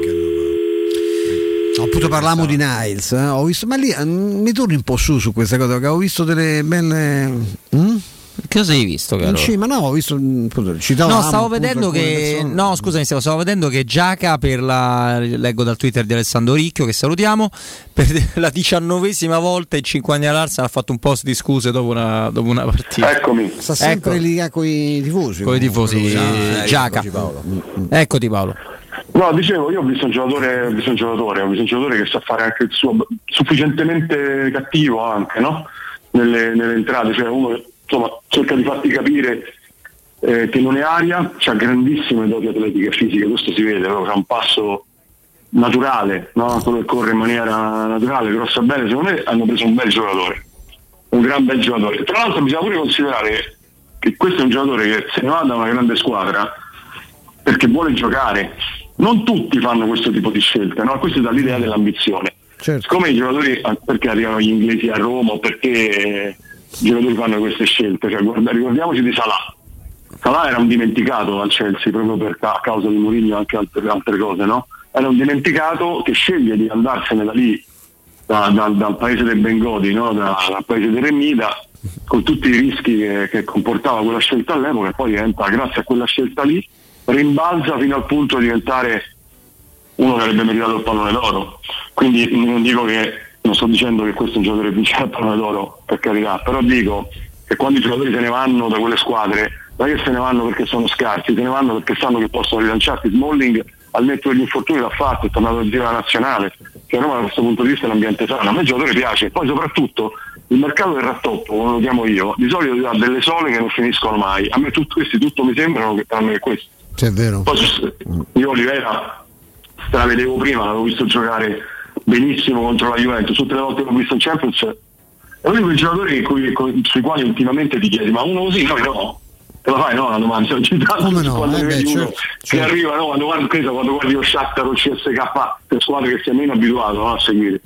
No, appunto parlavamo di Niles, eh? Ho visto, ma lì eh, mi torni un po' su su questa cosa, che ho visto delle belle. Mm? Che cosa hai visto, caro? In cima, no, ho visto. Citavamo, No, stavo appunto, vedendo che. persone. No, scusami, stavo, stavo vedendo che Giaca, per la. Leggo dal Twitter di Alessandro Ricchio, che salutiamo, per la diciannovesima volta in cinque anni all'Arsenal ha fatto un post di scuse dopo una, dopo una partita. Eccomi. Sta sempre ecco. lì con i tifosi. Con i tifosi, Eh, Giaca. Paolo. Eccoti Paolo. No, dicevo, io ho visto un giocatore, ho visto un giocatore, ho visto un giocatore che sa fare anche il suo sufficientemente cattivo anche, no? Nelle, nelle entrate, cioè uno che insomma cerca di farti capire eh, che non è aria, c'ha grandissime doti atletiche e fisiche, questo si vede, no? C'ha un passo naturale, no? Quello che corre in maniera naturale, grossa bene, secondo me hanno preso un bel giocatore, un gran bel giocatore. Tra l'altro bisogna pure considerare che questo è un giocatore che se ne va da una grande squadra perché vuole giocare. Non tutti fanno questo tipo di scelte, no? Questo dà l'idea dell'ambizione. Certo. Siccome i giocatori, perché arrivano gli inglesi a Roma o perché i giocatori fanno queste scelte, cioè, guarda, ricordiamoci di Salah. Salah era un dimenticato al Chelsea proprio per a causa di Mourinho e anche altre, altre cose, no? Era un dimenticato che sceglie di andarsene da lì, da, da, dal paese del Bengodi, no? da, dal paese dell'Eremita, con tutti i rischi che, che comportava quella scelta all'epoca, e poi diventa, grazie a quella scelta lì, rimbalza fino al punto di diventare uno che avrebbe meritato il pallone d'oro. Quindi non dico che, non sto dicendo che questo è un giocatore che vince il pallone d'oro, per carità, però dico che quando i giocatori se ne vanno da quelle squadre, non è che se ne vanno perché sono scarsi, se ne vanno perché sanno che possono rilanciarsi. Smalling al netto degli infortuni l'ha fatto, è tornato a dire la nazionale, cioè Roma da questo punto di vista è un ambiente sano, a me il giocatore piace. Poi soprattutto il mercato del rattoppo, come lo chiamo io, di solito ti dà delle sole che non finiscono mai. A me tutti questi tutto mi sembrano che tranne che questo. Sì, è vero. Poi io Olivera stravedevo prima, l'avevo visto giocare benissimo contro la Juventus, tutte le volte che l'ho visto in Champions è uno di quei giocatori cui, cui, sui quali ultimamente ti chiedi, ma uno così noi no, te la fai no la domanda, cioè, ci come no? quando Eh beh, vedi uno certo, che certo. arriva, no, quando guardi, quando guardi lo Shakhtar o il C S K, per squadre che sei meno abituato, no, a seguire,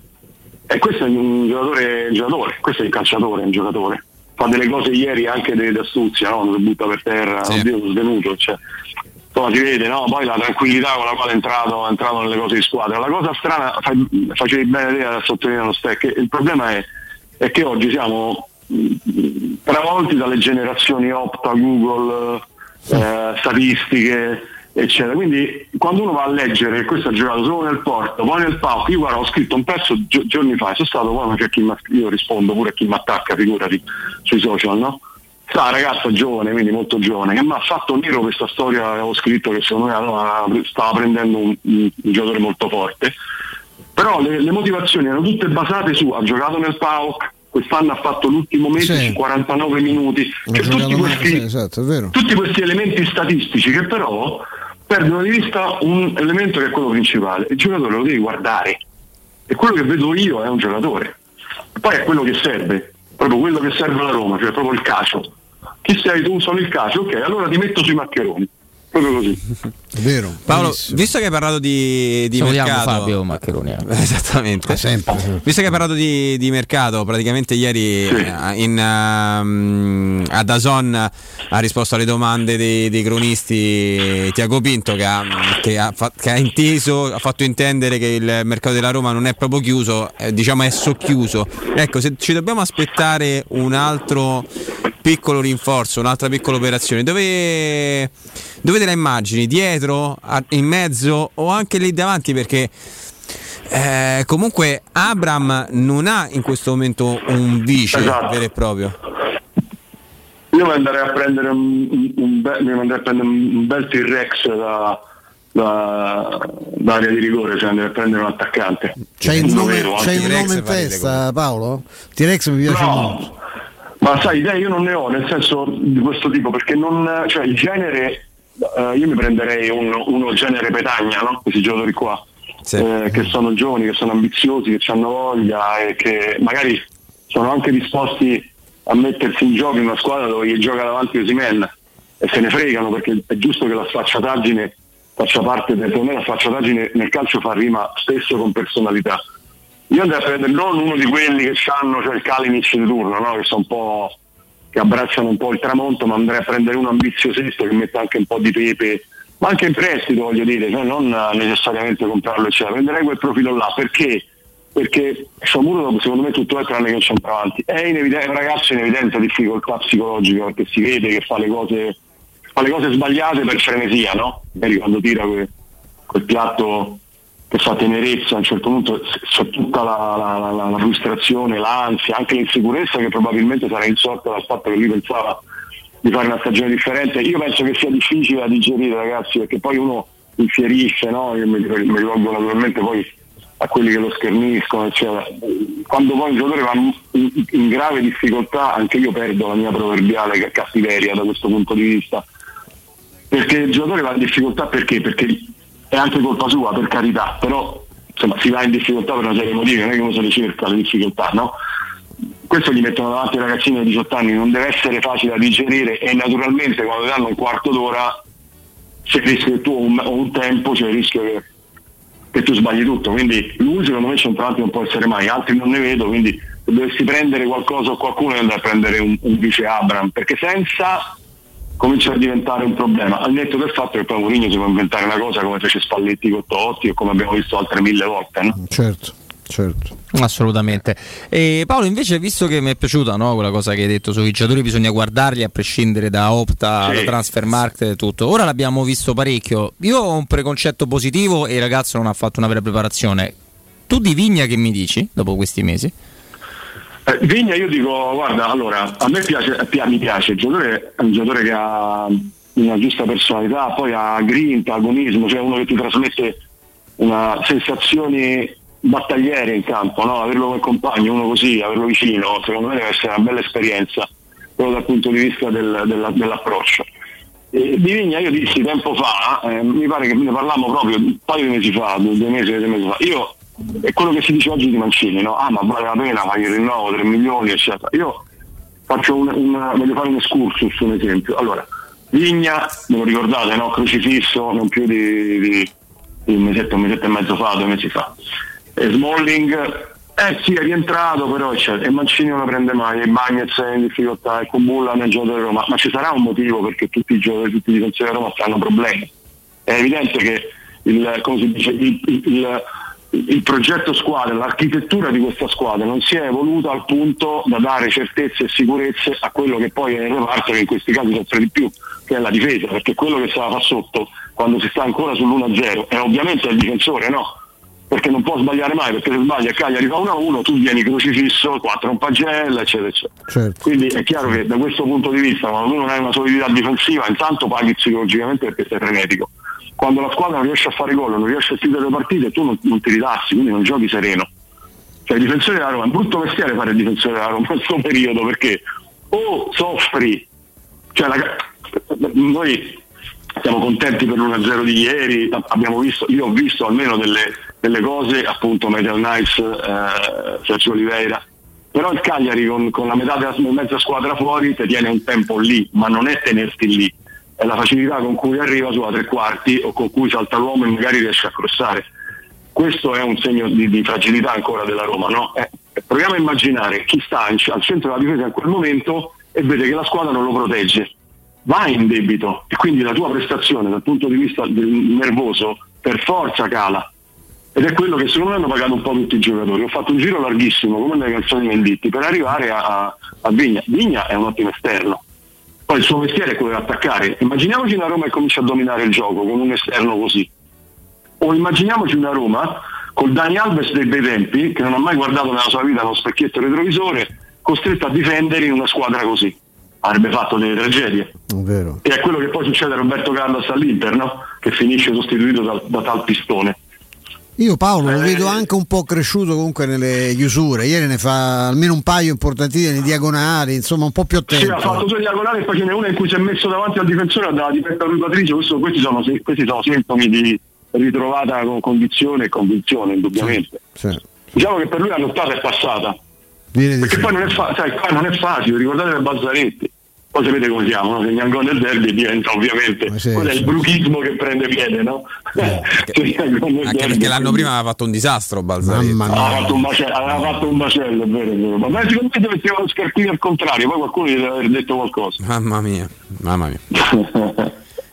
e questo è un giocatore, un giocatore, questo è il calciatore, un giocatore, fa delle cose ieri anche d'astuzia, no? Quando si butta per terra, Sì. oddio, sono svenuto, cioè insomma si vede, no? Poi la tranquillità con la quale è entrato, è entrato nelle cose di squadra. La cosa strana, fai, facevi bene te a sottolineare lo Ste, che il problema è, è che oggi siamo mh, travolti dalle generazioni Opta, Google, eh, statistiche, eccetera. Quindi quando uno va a leggere, questo ha giocato solo nel Porto, poi nel Pau, io guarda, ho scritto un pezzo gi- giorni fa, sono stato, poi c'è chi io rispondo pure a chi mi attacca, figurati, sui social, no? Sta ragazza giovane, quindi molto giovane, che mi ha fatto nero questa storia, avevo scritto che secondo me allora, stava prendendo un, un, un giocatore molto forte, però le, le motivazioni erano tutte basate su ha giocato nel P A O K, quest'anno ha fatto l'ultimo mese Sì. quarantanove minuti, cioè, tutti, questi, sì, esatto, è vero. tutti questi elementi statistici che però perdono di vista un elemento che è quello principale, il giocatore lo devi guardare, e quello che vedo io è un giocatore, poi è quello che serve, proprio quello che serve alla Roma, cioè proprio il calcio. Chi sei tu? Sono il calcio, ok, allora ti metto sui maccheroni. proprio così. È vero. Paolo, benissimo. visto che hai parlato di, di Salutiamo mercato, Fabio Maccheroni. esattamente, sempre. Visto che hai parlato di, di mercato, praticamente ieri Sì. eh, in, um, a DAZN ha risposto alle domande dei, dei cronisti Tiago Pinto, che ha, che, ha fa, che ha inteso, ha fatto intendere che il mercato della Roma non è proprio chiuso, eh, diciamo è socchiuso. Ecco, se ci dobbiamo aspettare un altro piccolo rinforzo, un'altra piccola operazione, dove, dove te la immagini? Dietro, a, in mezzo o anche lì davanti? Perché eh, comunque Abraham non ha in questo momento un vice Esatto. vero e proprio. Io mi andrei a prendere un, un, un, be- mi andrei a prendere un bel T-Rex da, da, da area di rigore, cioè andrei a prendere un attaccante. C'hai il nome, vero, c'hai il T-Rex nome in fa ridere testa, Paolo? T-Rex mi piace No. molto. Ma sai, idee io non ne ho, nel senso di questo tipo, perché non, cioè il genere, eh, io mi prenderei un, uno genere Petagna, no? Questi giocatori qua, sì. eh, che sono giovani, che sono ambiziosi, che hanno voglia e che magari sono anche disposti a mettersi in gioco in una squadra dove gli gioca davanti Osimhen e se ne fregano, perché è giusto che la sfacciataggine faccia parte, per me la sfacciataggine nel calcio fa rima spesso con personalità. Io andrei a prendere non uno di quelli che hanno, cioè il Kalinic di turno, no? Che sono un po', che abbracciano un po' il tramonto, ma andrei a prendere uno ambiziosista che metta anche un po' di pepe, ma anche in prestito, voglio dire, cioè non necessariamente comprarlo, eccetera. Prenderei quel profilo là, perché? Perché Sciomuro secondo me tutto è tranne che un centravanti. È in evidenza, è un ragazzo in evidenza difficoltà psicologica, perché si vede che fa le cose, fa le cose sbagliate per frenesia, no? Magari quando tira quel, quel piatto che fa tenerezza, a un certo punto c'è tutta la, la, la, la frustrazione, l'ansia, anche l'insicurezza che probabilmente sarà insorta dal fatto che lui pensava di fare una stagione differente. Io penso che sia difficile da digerire, ragazzi, perché poi uno infierisce, no? Io mi, mi rivolgo naturalmente poi a quelli che lo scherniscono, eccetera. Quando poi un giocatore va in, in grave difficoltà, anche io perdo la mia proverbiale cattiveria da questo punto di vista, perché il giocatore va in difficoltà perché? Perché è anche colpa sua, per carità, però insomma si va in difficoltà per una serie di motivi, non è che uno se le cerca le difficoltà, no? Questo gli mettono davanti ai ragazzini di diciotto anni, non deve essere facile da digerire e naturalmente quando danno un quarto d'ora c'è il rischio che tu o un, un tempo, c'è il rischio che, che tu sbagli tutto, quindi lui secondo me centrante non può essere mai, altri non ne vedo, quindi se dovessi prendere qualcosa o qualcuno andrei a prendere un, un vice Abraham, perché senza comincia a diventare un problema, al netto del fatto che poi Mourinho si può inventare una cosa come fece Spalletti con Totti o come abbiamo visto altre mille volte, no? Certo, certo. Assolutamente. E Paolo, invece, visto che mi è piaciuta, no, quella cosa che hai detto sui giocatori, bisogna guardarli a prescindere da Opta, Sì. da Transfermarkt e tutto. Ora l'abbiamo visto parecchio. Io ho un preconcetto positivo e il ragazzo non ha fatto una vera preparazione. Tu di Vigna che mi dici dopo questi mesi? Eh, Vigna io dico, guarda, allora, a me piace, mi piace, il giocatore è un giocatore che ha una giusta personalità, poi ha grinta, agonismo, cioè uno che ti trasmette una sensazioni battagliere in campo, no? Averlo come compagno, uno così, averlo vicino, secondo me deve essere una bella esperienza, proprio dal punto di vista del, della, dell'approccio. E di Vigna io dissi tempo fa, eh, mi pare che ne parlammo proprio un paio di mesi fa, due, due mesi, tre mesi fa, io è quello che si dice oggi di Mancini, no? Ah, ma vale la pena, fai il rinnovo, tre milioni, eccetera. Io faccio un, un, voglio fare un excursus, un esempio. Allora, Vigna, me lo ricordate, no? Crocifisso non più di, di, di un mesetto, un mesetto e mezzo fa, due mesi fa. E Smalling, eh sì, è rientrato, però eccetera. E Mancini non la prende mai, e Bagnez è in difficoltà, e Kubulla nel gioco di Roma. Ma ci sarà un motivo perché tutti i giocatori, tutti i difensori di Roma hanno problemi. È evidente che il, come si dice, il, il, il il progetto squadra, l'architettura di questa squadra non si è evoluta al punto da dare certezze e sicurezze a quello che poi è il reparto che in questi casi soffre di più, che è la difesa, perché quello che stava fa sotto quando si sta ancora sull'uno a zero è ovviamente il difensore, no? Perché non può sbagliare mai, perché se sbaglia Cagliari fa uno a uno, tu vieni crocifisso, quattro un pagella, eccetera, eccetera. Certo. Quindi è chiaro che da questo punto di vista, quando tu non hai una solidità difensiva, intanto paghi psicologicamente perché sei frenetico. Quando la squadra non riesce a fare gol, non riesce a chiudere le partite, tu non, non ti rilassi, quindi non giochi sereno. Cioè il difensore della Roma è un brutto mestiere fare il difensore della Roma in questo periodo, perché o soffri, cioè la, noi siamo contenti per l'uno a zero di ieri, abbiamo visto, io ho visto almeno delle, delle cose, appunto Metal Knights, eh, Sergio Oliveira, però il Cagliari con, con la metà della mezza squadra fuori ti tiene un tempo lì, ma non è tenerti lì. è la facilità con cui arriva sulla tre quarti o con cui salta l'uomo e magari riesce a crossare. Questo è un segno di, di fragilità ancora della Roma, no? Eh, proviamo a immaginare chi sta al centro della difesa in quel momento e vede che la squadra non lo protegge, va in debito e quindi la tua prestazione dal punto di vista nervoso per forza cala, ed è quello che secondo me hanno pagato un po' tutti i giocatori. Ho fatto un giro larghissimo come nelle canzoni di Menditti per arrivare a, a Vigna. Vigna è un ottimo esterno, poi il suo mestiere è quello di attaccare. Immaginiamoci una Roma che comincia a dominare il gioco con un esterno così, o immaginiamoci una Roma col Dani Alves dei bei tempi, che non ha mai guardato nella sua vita uno specchietto retrovisore, costretto a difendere in una squadra così. Avrebbe fatto delle tragedie. Vero. E è quello che poi succede a Roberto Carlos all'Inter, no? Che finisce sostituito da, da tal pistone. Io Paolo lo eh, vedo anche un po' cresciuto comunque nelle chiusure, ieri ne fa almeno un paio importanti nei diagonali, insomma un po' più attento. Sì, ha fatto due diagonali e poi ce n'è una in cui si è messo davanti al difensore dalla difesa a Rui Patricio. Questo, questi, sono, questi sono sintomi di ritrovata con condizione e convinzione, indubbiamente. Sì, sì. Diciamo che per lui la nottata è passata, perché sì. Poi non è, fa- sai, poi non è facile, ricordate le Balzaretti, poi sapete come siamo, no? Se Gnangò nel derby diventa ovviamente sì, quello sì. È il bruchismo che prende piede, no? Eh, anche anche perché l'anno prima aveva fatto un disastro Balzaretti, aveva fatto un macello, aveva fatto un macello, è vero, è vero. Ma secondo me dovessimo lo scarpino al contrario, poi qualcuno gli deve aver detto qualcosa. Mamma mia, mamma mia.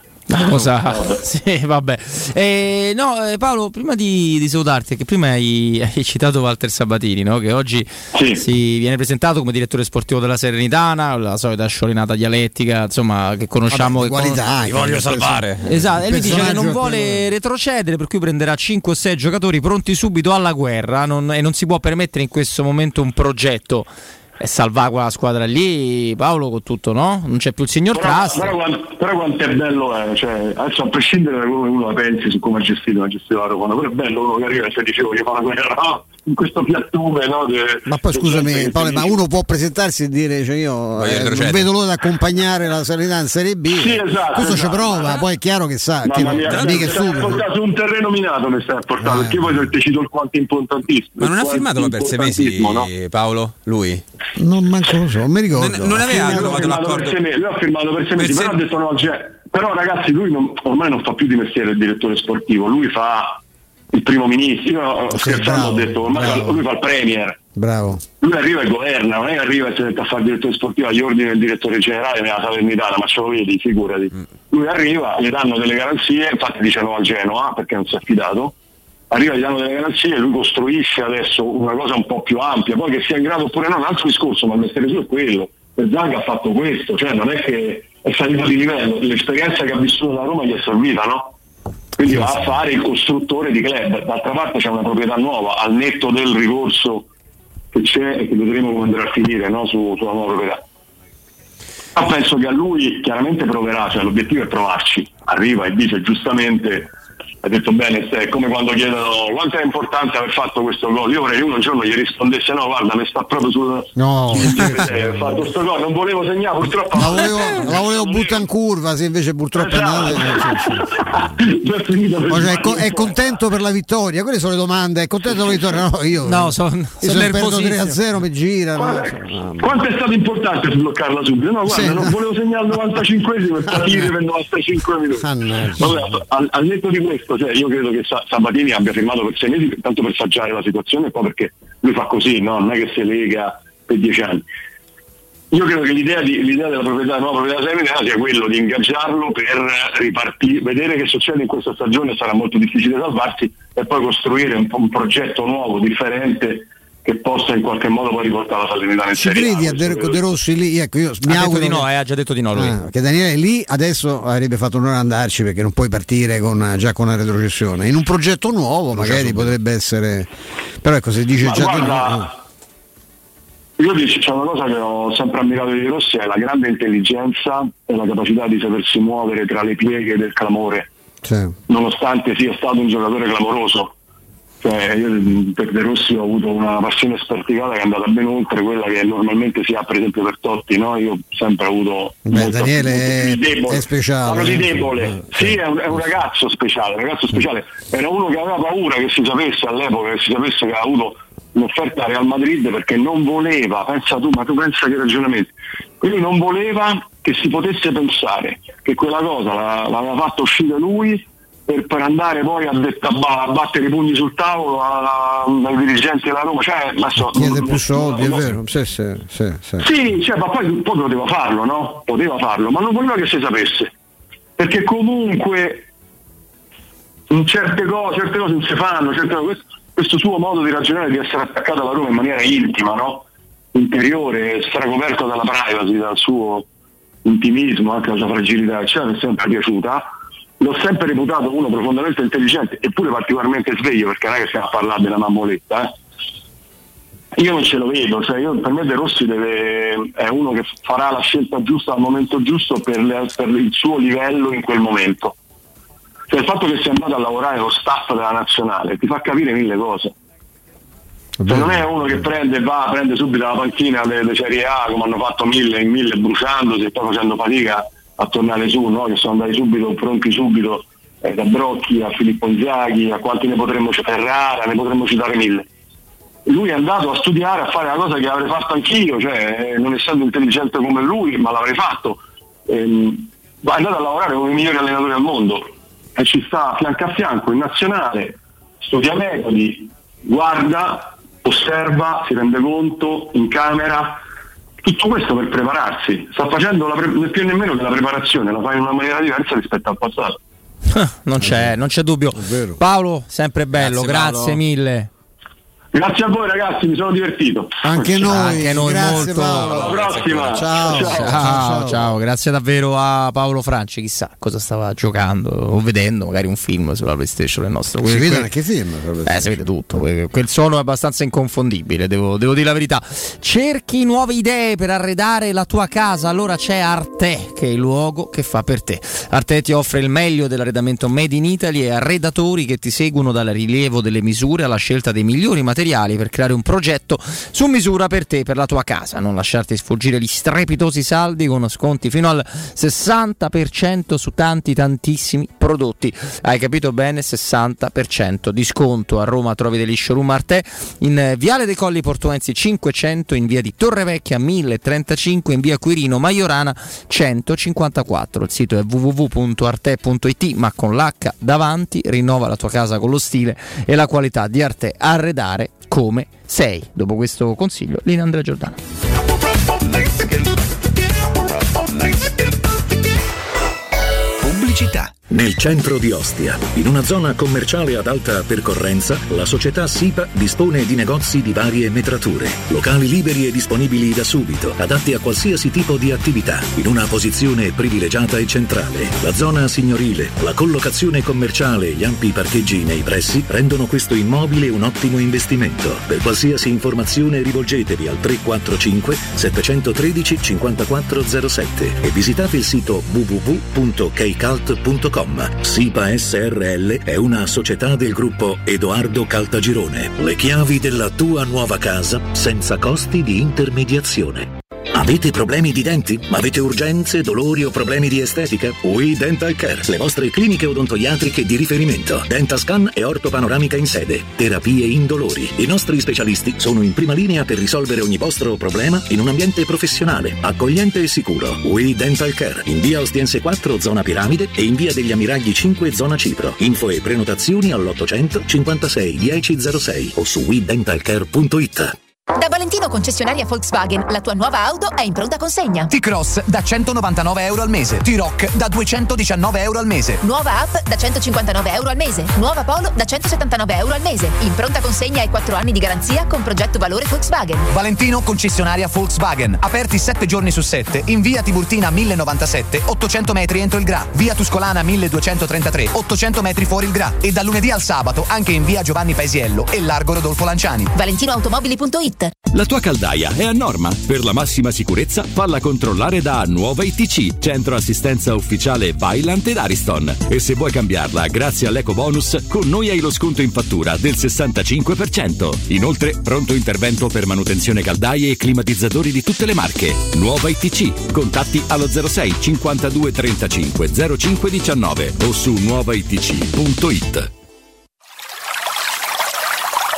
Cosa? Sì, vabbè. Eh, no, eh, Paolo, prima di, di salutarti, che prima hai, hai citato Walter Sabatini, no? Che oggi sì. si viene presentato come direttore sportivo della Salernitana, la solita sciorinata dialettica, insomma, che conosciamo. Vabbè, che qualità, con... voglio salvare. Esatto, e lui dice che non vuole retrocedere, per cui prenderà cinque o sei giocatori pronti subito alla guerra, non, e non si può permettere in questo momento un progetto. E salvare quella squadra lì, Paolo, con tutto, no? Non c'è più il signor però, Trust. Però, però, però quanto è bello è, cioè, adesso a prescindere da come uno la pensi su come ha gestito, ha gestito la Roma, però è bello uno che arriva e si dice voglio fare la guerra, no? In questo piattume, no? De, ma poi scusami Paolo, ma uno può presentarsi e dire cioè io eh, non vedo l'ora di accompagnare la Salernitana in Serie B. Sì, esatto, questo esatto. ci prova, poi è chiaro che sa che mia, non, mi stai portato su un terreno minato, mi stai portato, eh. Perché poi ti cito il quanto importantissimo. Ma non ha firmato per sei mesi, no? Paolo? Lui? Non manco lo so, non mi ricordo. Non, non aveva firmato l'accordo. Per mesi, lui ha firmato per sei mesi, per però se... ha detto no, cioè, però ragazzi lui non, ormai non fa più di mestiere il direttore sportivo, lui fa il primo ministro, io sì, scherzando bravo, ho detto ormai bravo. Lui fa il premier, bravo. Lui arriva e governa, non è che arriva e si mette a fare il direttore sportivo agli ordini del direttore generale nella Salernitana, ma ce lo vedi, figurati. Mm. Lui arriva, gli danno delle garanzie, infatti dice no al Genoa perché non si è affidato, arriva, gli danno delle garanzie, lui costruisce adesso una cosa un po' più ampia, poi che sia in grado oppure no, un altro discorso, ma il mestiere suo è quello. Per Zaga ha fatto questo, cioè non è che è salito di livello, l'esperienza che ha vissuto da Roma gli è servita, no? Quindi va a fare il costruttore di club, d'altra parte c'è una proprietà nuova, al netto del ricorso che c'è e che vedremo come andrà a finire, no? Su, sulla nuova proprietà. Ma penso che a lui chiaramente proverà, cioè l'obiettivo è provarci, arriva e dice giustamente, ha detto bene, è come quando chiedono quanto è importante aver fatto questo gol, io vorrei che uno un giorno gli rispondesse no guarda mi sta proprio sul no ho fatto sto gol, non volevo segnare purtroppo la volevo, la volevo buttare in curva, se invece purtroppo esatto. è, finito cioè, è, co- è contento per la vittoria, quelle sono le domande, è contento per la vittoria? No, io no, sono son perdo tre a zero mi gira quanto, no, quanto è stato importante sbloccarla subito? No guarda, sì, non no. volevo segnare al novantacinquesimo e partire per novantacinque minuti. Ah, no. Vabbè, al, al netto di questo, cioè io credo che Sabatini abbia firmato per sei mesi tanto per saggiare la situazione e poi perché lui fa così, no? Non è che si lega per dieci anni. Io credo che l'idea, di, l'idea della proprietà, nuova proprietà Salernitana sia quello di ingaggiarlo per ripartire, vedere che succede in questa stagione, sarà molto difficile salvarsi e poi costruire un, un progetto nuovo, differente, che possa in qualche modo poi riportare la Salernitana in Serie A. Ci credi a De, De Rossi lì? Ecco, io mi ha auguro detto di no, che... eh, ha già detto di no lui. Ah, che Daniele lì adesso avrebbe fatto un'ora andarci perché non puoi partire con, già con una retrocessione. In un progetto nuovo magari potrebbe essere, però ecco se dice ma già guarda, di no. Io dico, c'è una cosa che ho sempre ammirato di De Rossi, è la grande intelligenza e la capacità di sapersi muovere tra le pieghe del clamore, sì. Nonostante sia stato un giocatore clamoroso. Cioè, io per De Rossi ho avuto una passione sperticata che è andata ben oltre quella che normalmente si ha per esempio per Totti, no? Io ho sempre avuto Beh, molto, Daniele molto debole. È speciale, parlo di debole, sì, è un, è un ragazzo speciale, un ragazzo speciale, era uno che aveva paura che si sapesse all'epoca, che si sapesse che ha avuto un'offerta a Real Madrid perché non voleva, pensa tu, ma tu pensa che ragionamenti, Quindi non voleva che si potesse pensare che quella cosa la, l'aveva fatta uscire lui per, per andare poi a, det- a battere i pugni sul tavolo ai dirigenti della Roma, cioè, ma so, chiede non, più soldi, non, è vero? Sì, sì, sì, sì. Sì, cioè, ma poi, poi poteva farlo, no? Poteva farlo, ma non voleva che si sapesse, perché comunque in certe cose, certe cose non si fanno, certe cose, questo, questo suo modo di ragionare, di essere attaccato alla Roma in maniera intima, no? Interiore, stracoperto dalla privacy, dal suo intimismo, anche la sua fragilità, eccetera, mi è sempre piaciuta. L'ho sempre reputato uno profondamente intelligente eppure particolarmente sveglio, perché non è che stiamo a parlare della mammoletta, eh. Io non ce lo vedo, cioè io, per me De Rossi deve, è uno che farà la scelta giusta al momento giusto per, le, per il suo livello in quel momento. Cioè il fatto che sia andato a lavorare lo staff della nazionale ti fa capire mille cose. Cioè non è uno che prende e va, prende subito la panchina delle Serie A come hanno fatto mille in mille bruciandosi e poi facendo fatica a tornare su, no? Che sono andati subito, pronti subito, eh, da Brocchi a Filippo Inzaghi, a quanti ne potremmo citare, Ferrara, ne potremmo citare mille. Lui è andato a studiare, a fare una cosa che avrei fatto anch'io, cioè eh, non essendo intelligente come lui, ma l'avrei fatto. Ehm, è andato a lavorare con i migliori allenatori al mondo e ci sta fianco a fianco in nazionale, studia metodi, guarda, osserva, si rende conto, in camera, tutto questo per prepararsi. Sta facendo la pre- più nemmeno che la preparazione, la fa in una maniera diversa rispetto al passato. Non c'è, non c'è dubbio. Paolo, sempre bello, Grazie, grazie, Paolo. mille. Grazie a voi ragazzi, mi sono divertito. Anche noi, Anche noi grazie molto. Paolo. Alla prossima. Ciao. Ciao, ciao, ciao, ciao, grazie davvero a Paolo Franci, chissà cosa stava giocando o vedendo, magari un film sulla PlayStation del nostro. Si quel- vedono quel- anche i film. Eh, si vede tutto, quel quel suono è abbastanza inconfondibile, devo, devo dire la verità. Cerchi nuove idee per arredare la tua casa? Allora c'è Arte, che è il luogo che fa per te. Arte ti offre il meglio dell'arredamento made in Italy e arredatori che ti seguono dal rilievo delle misure alla scelta dei migliori materiali per creare un progetto su misura per te, per la tua casa. Non lasciarti sfuggire gli strepitosi saldi con sconti fino al sessanta per cento su tanti tantissimi prodotti. Hai capito bene? sessanta per cento di sconto. A Roma trovi degli showroom Arte in Viale dei Colli Portuensi cinquecento, in via di Torrevecchia mille e trentacinque, in via Quirino Maiorana centocinquantaquattro. Il sito è w w w punto arte punto i t, ma con l'H davanti. Rinnova la tua casa con lo stile e la qualità di Arte. Arredare come sei. Dopo questo consiglio, linea Andrea Giordano. Pubblicità. Nel centro di Ostia, in una zona commerciale ad alta percorrenza, la società SIPA dispone di negozi di varie metrature, locali liberi e disponibili da subito, adatti a qualsiasi tipo di attività, in una posizione privilegiata e centrale. La zona signorile, la collocazione commerciale e gli ampi parcheggi nei pressi rendono questo immobile un ottimo investimento. Per qualsiasi informazione rivolgetevi al tre quattro cinque sette uno tre cinque zero sette e visitate il sito w w w punto keycult punto com. SIPA S R L è una società del gruppo Edoardo Caltagirone. Le chiavi della tua nuova casa senza costi di intermediazione. Avete problemi di denti? Avete urgenze, dolori o problemi di estetica? We Dental Care, le vostre cliniche odontoiatriche di riferimento. Dentascan e ortopanoramica in sede. Terapie indolori. I nostri specialisti sono in prima linea per risolvere ogni vostro problema in un ambiente professionale, accogliente e sicuro. We Dental Care, in via Ostiense quattro, zona Piramide, e in via degli Ammiragli cinque, zona Cipro. Info e prenotazioni all'ottocento cinquantasei dieci zero sei o su we dental care punto i t. Da Valentino concessionaria Volkswagen, la tua nuova auto è in pronta consegna. T-Cross da centonovantanove euro al mese. T-Rock da duecentodiciannove euro al mese. Nuova app da centocinquantanove euro al mese. Nuova Polo da centosettantanove euro al mese. In pronta consegna e quattro anni di garanzia con progetto valore Volkswagen. Valentino concessionaria Volkswagen. Aperti sette giorni su sette in via Tiburtina mille novantasette, ottocento metri entro il Gra. Via Tuscolana milleduecentotrentatré, ottocento metri fuori il Gra. E dal lunedì al sabato anche in via Giovanni Paesiello e largo Rodolfo Lanciani. valentinoautomobili punto it. La tua caldaia è a norma. Per la massima sicurezza, falla controllare da Nuova I T C, centro assistenza ufficiale Vaillant ed Ariston. E se vuoi cambiarla grazie all'eco bonus, con noi hai lo sconto in fattura del sessantacinque per cento. Inoltre, pronto intervento per manutenzione caldaie e climatizzatori di tutte le marche. Nuova I T C. Contatti allo zero sei cinquantadue trentacinque zero cinque diciannove o su nuova i t c punto it.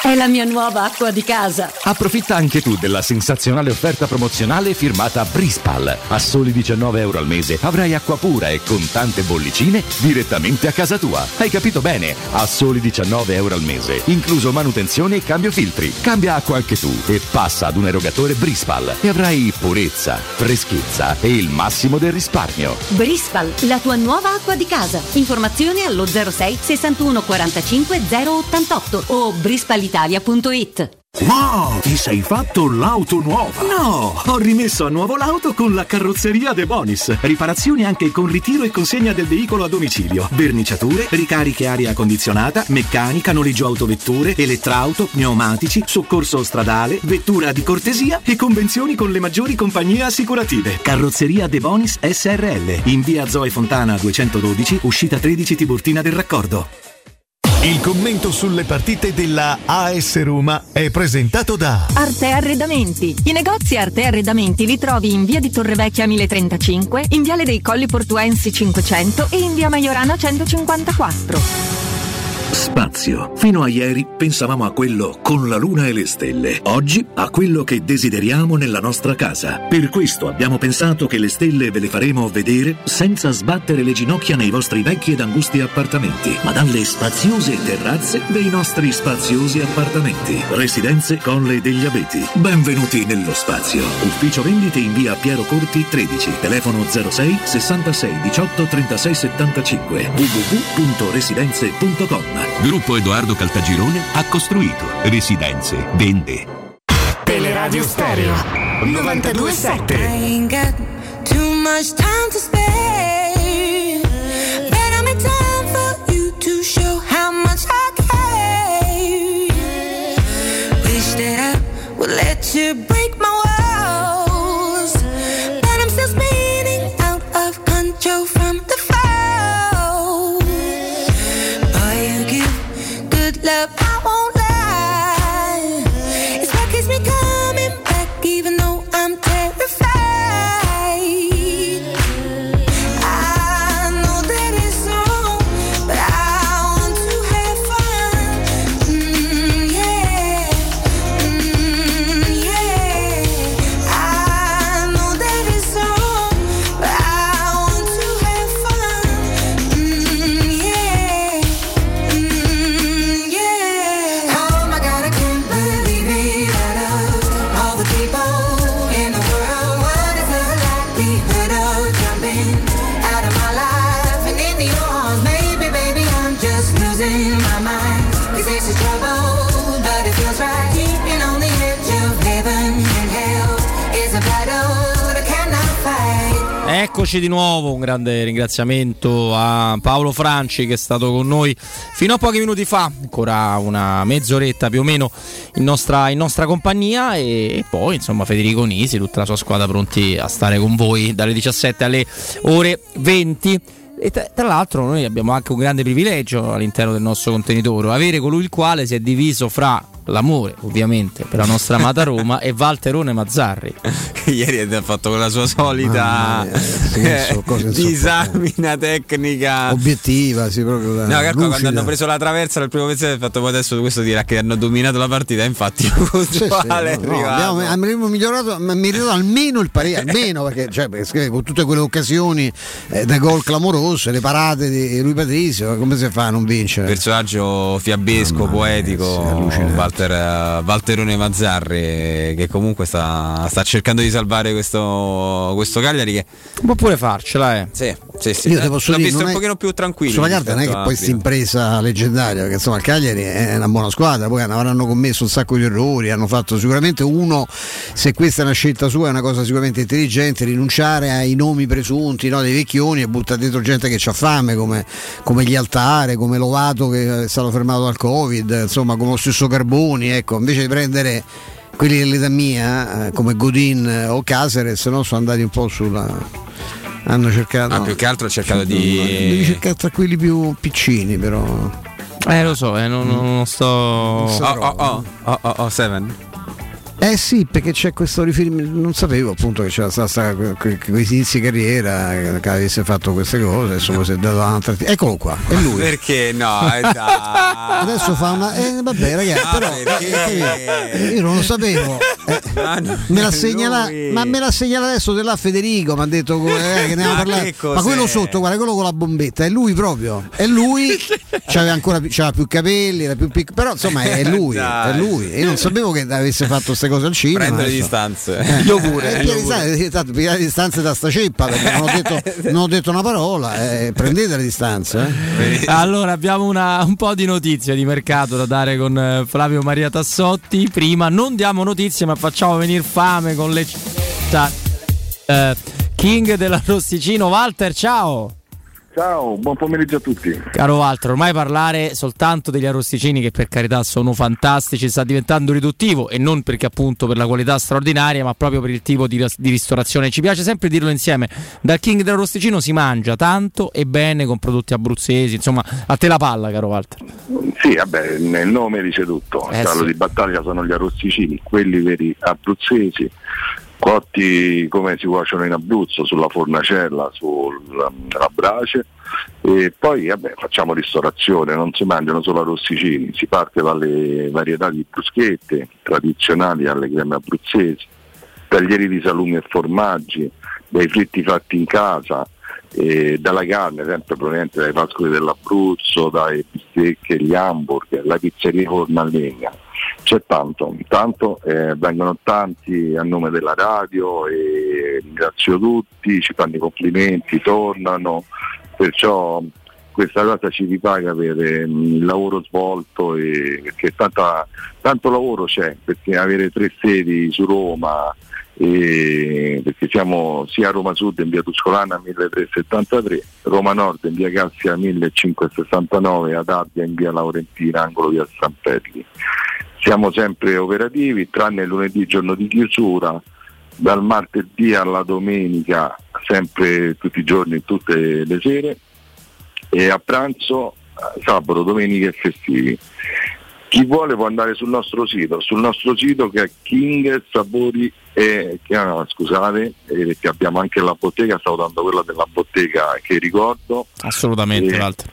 È la mia nuova acqua di casa. Approfitta anche tu della sensazionale offerta promozionale firmata Brispal. A soli diciannove euro al mese avrai acqua pura e con tante bollicine direttamente a casa tua. Hai capito bene? A soli diciannove euro al mese, incluso manutenzione e cambio filtri. Cambia acqua anche tu e passa ad un erogatore Brispal e avrai purezza, freschezza e il massimo del risparmio. Brispal, la tua nuova acqua di casa. Informazioni allo zero sei sessantuno quarantacinque zero ottantotto o brispalitalia punto it. Wow, ti sei fatto l'auto nuova? No, ho rimesso a nuovo l'auto con la carrozzeria De Bonis. Riparazioni anche con ritiro e consegna del veicolo a domicilio. Verniciature, ricariche aria condizionata, meccanica, noleggio autovetture, elettrauto, pneumatici, soccorso stradale, vettura di cortesia e convenzioni con le maggiori compagnie assicurative. Carrozzeria De Bonis S R L, in via Zoe Fontana duecentododici, uscita tredici Tiburtina del Raccordo. Il commento sulle partite della A S Roma è presentato da Arte Arredamenti. I negozi Arte Arredamenti li trovi in via di Torrevecchia mille trentacinque, in viale dei Colli Portuensi cinquecento e in via Maiorana centocinquantaquattro. Spazio. Fino a ieri pensavamo a quello con la luna e le stelle. Oggi a quello che desideriamo nella nostra casa. Per questo abbiamo pensato che le stelle ve le faremo vedere senza sbattere le ginocchia nei vostri vecchi ed angusti appartamenti, ma dalle spaziose terrazze dei nostri spaziosi appartamenti. Residenze Colle degli Abeti. Benvenuti nello spazio. Ufficio vendite in via Piero Corti tredici. Telefono zero sei sessantasei diciotto trentasei settantacinque. w w w punto residenze punto com. Gruppo Edoardo Caltagirone ha costruito, residenze, vende. Teleradio Stereo novantadue sette. I ain't got too much time to spare, but I make time for you to show how much I care. Wish that I would let you break my walls, but I'm still spinning out of control from the fall. Boy, you give good love, I won't lie. It's what keeps me coming back, even though I'm terrified. I know that it's wrong, but I want to have fun. Mm, yeah, mm, yeah. I know that it's wrong, but I want to have fun. Mm, yeah, mm, yeah. Oh my God, I can't believe it. Out of all the people in the world, what is the likelihood of jumping out of my life and into your arms? Maybe, baby, I'm just losing my mind. 'Cause this is trouble, but it feels right. Keeping on the edge of heaven and hell is a battle that I cannot fight. Eccoci di nuovo, un grande ringraziamento a Paolo Franci che è stato con noi fino a pochi minuti fa, ancora una mezz'oretta più o meno in nostra, in nostra compagnia, e poi insomma Federico Nisi, tutta la sua squadra pronti a stare con voi dalle diciassette alle ore venti. E tra, tra l'altro noi abbiamo anche un grande privilegio all'interno del nostro contenitore, avere colui il quale si è diviso fra l'amore ovviamente per la nostra amata Roma e Valterone Mazzarri. Ieri ha fatto con la sua solita eh, disamina tecnica obiettiva, sì, proprio da no, calcola, quando hanno lucida. preso la traversa nel primo pezzetto ha fatto poi adesso questo dirà che hanno dominato la partita, infatti puntuale Sì, sì, no, no, abbiamo, abbiamo migliorato, ma meritato almeno il pari, almeno perché, cioè, perché con tutte quelle occasioni eh, da gol clamorose, le parate di Rui Patrizio, come si fa a non vincere? Personaggio fiabesco, no, poetico, sì, Walter, Valterone Mazzarri, che comunque sta, sta cercando di salvare questo, questo Cagliari che può pure farcela, eh. Sì, sì, sì. Io te posso l'ho dire, visto non un è- pochino più tranquillo. Sulla carta non è che poi questa impresa leggendaria, perché insomma il Cagliari è una buona squadra, poi avranno commesso un sacco di errori, hanno fatto sicuramente uno, se questa è una scelta sua è una cosa sicuramente intelligente, rinunciare ai nomi presunti, no, dei vecchioni e buttare dentro gente che c'ha fame come, come gli Altare, come Lovato che è stato fermato dal Covid, insomma come lo stesso Carboni, ecco, invece di prendere quelli dell'età mia eh, come Godin o Caceres, no, sono andati un po' sulla... hanno cercato, ah, più che altro ha cercato di devi cercare tra quelli più piccini, però eh lo so, eh, non, non sto oh, oh, oh, oh, oh, oh, Seven Eh sì, perché c'è questo riferimento, non sapevo appunto che c'era stata questi inizi di carriera, che avesse fatto queste cose, adesso si è dato un'altra. Eccolo qua, è lui. Perché no? Eh, dai. Adesso fa una. Eh, vabbè, ragazzi, No, però perché? io non lo sapevo. Eh, Ma, non me l'ha è segnala, lui. ma me l'ha segnalato adesso della Federico, mi ha detto eh, che ne Ma abbiamo parlato. che cos'è? Ma quello sotto, guarda, quello con la bombetta, è lui proprio. È lui, c'aveva ancora più- c'aveva più capelli, era più piccolo, però insomma è lui, Dai. è lui. E io non sapevo che avesse fatto queste cose al cinema. Prendo le adesso. distanze. Eh, Io pure. eh, io pigliare pure. distanze, tanto pigliare le distanze da sta ceppa, perché non ho detto, non ho detto una parola, eh, prendete le distanze. Eh. Allora abbiamo una, un po' di notizie di mercato da dare con eh, Flavio Maria Tassotti. Prima non diamo notizie ma facciamo venire fame con le città. Eh, King dell'Arrosticino, Walter, ciao. Ciao, buon pomeriggio a tutti. Caro Walter, ormai parlare soltanto degli arrosticini, che per carità sono fantastici, sta diventando riduttivo, e non perché appunto per la qualità straordinaria, ma proprio per il tipo di, di ristorazione. Ci piace sempre dirlo insieme: dal King dell'Arrosticino si mangia tanto e bene con prodotti abruzzesi, insomma a te la palla, caro Walter. Sì, vabbè, nel nome dice tutto. Eh, Il cavallo sì. di battaglia sono gli arrosticini, quelli veri abruzzesi, cotti come si cuociono in Abruzzo, sulla fornacella, sulla brace. E poi vabbè, facciamo ristorazione, non si mangiano solo arrosticini, si parte dalle varietà di bruschette tradizionali alle creme abruzzesi, taglieri di salumi e formaggi, dai fritti fatti in casa, e dalla carne sempre proveniente dai pascoli dell'Abruzzo, dai bistecche, gli hamburger, la pizzeria forno a legna. C'è tanto, intanto eh, vengono tanti a nome della radio e ringrazio tutti, ci fanno i complimenti, tornano, perciò questa cosa ci ripaga per eh, il lavoro svolto, e perché tanta, tanto lavoro c'è, perché avere tre sedi su Roma, e perché siamo sia a Roma Sud in via Tuscolana milletrecentosettantatré, Roma Nord in via Cassia millecinquecentosessantanove, ad Abbia in via Laurentina, angolo via Sanpelli. Siamo sempre operativi, tranne il lunedì giorno di chiusura, dal martedì alla domenica, sempre tutti i giorni, tutte le sere, e a pranzo sabato, domenica e festivi. Chi vuole può andare sul nostro sito, sul nostro sito che è King Sapori e che, no, scusate, eh, che abbiamo anche la bottega, stavo dando quella della bottega che ricordo. Assolutamente, E- Walter.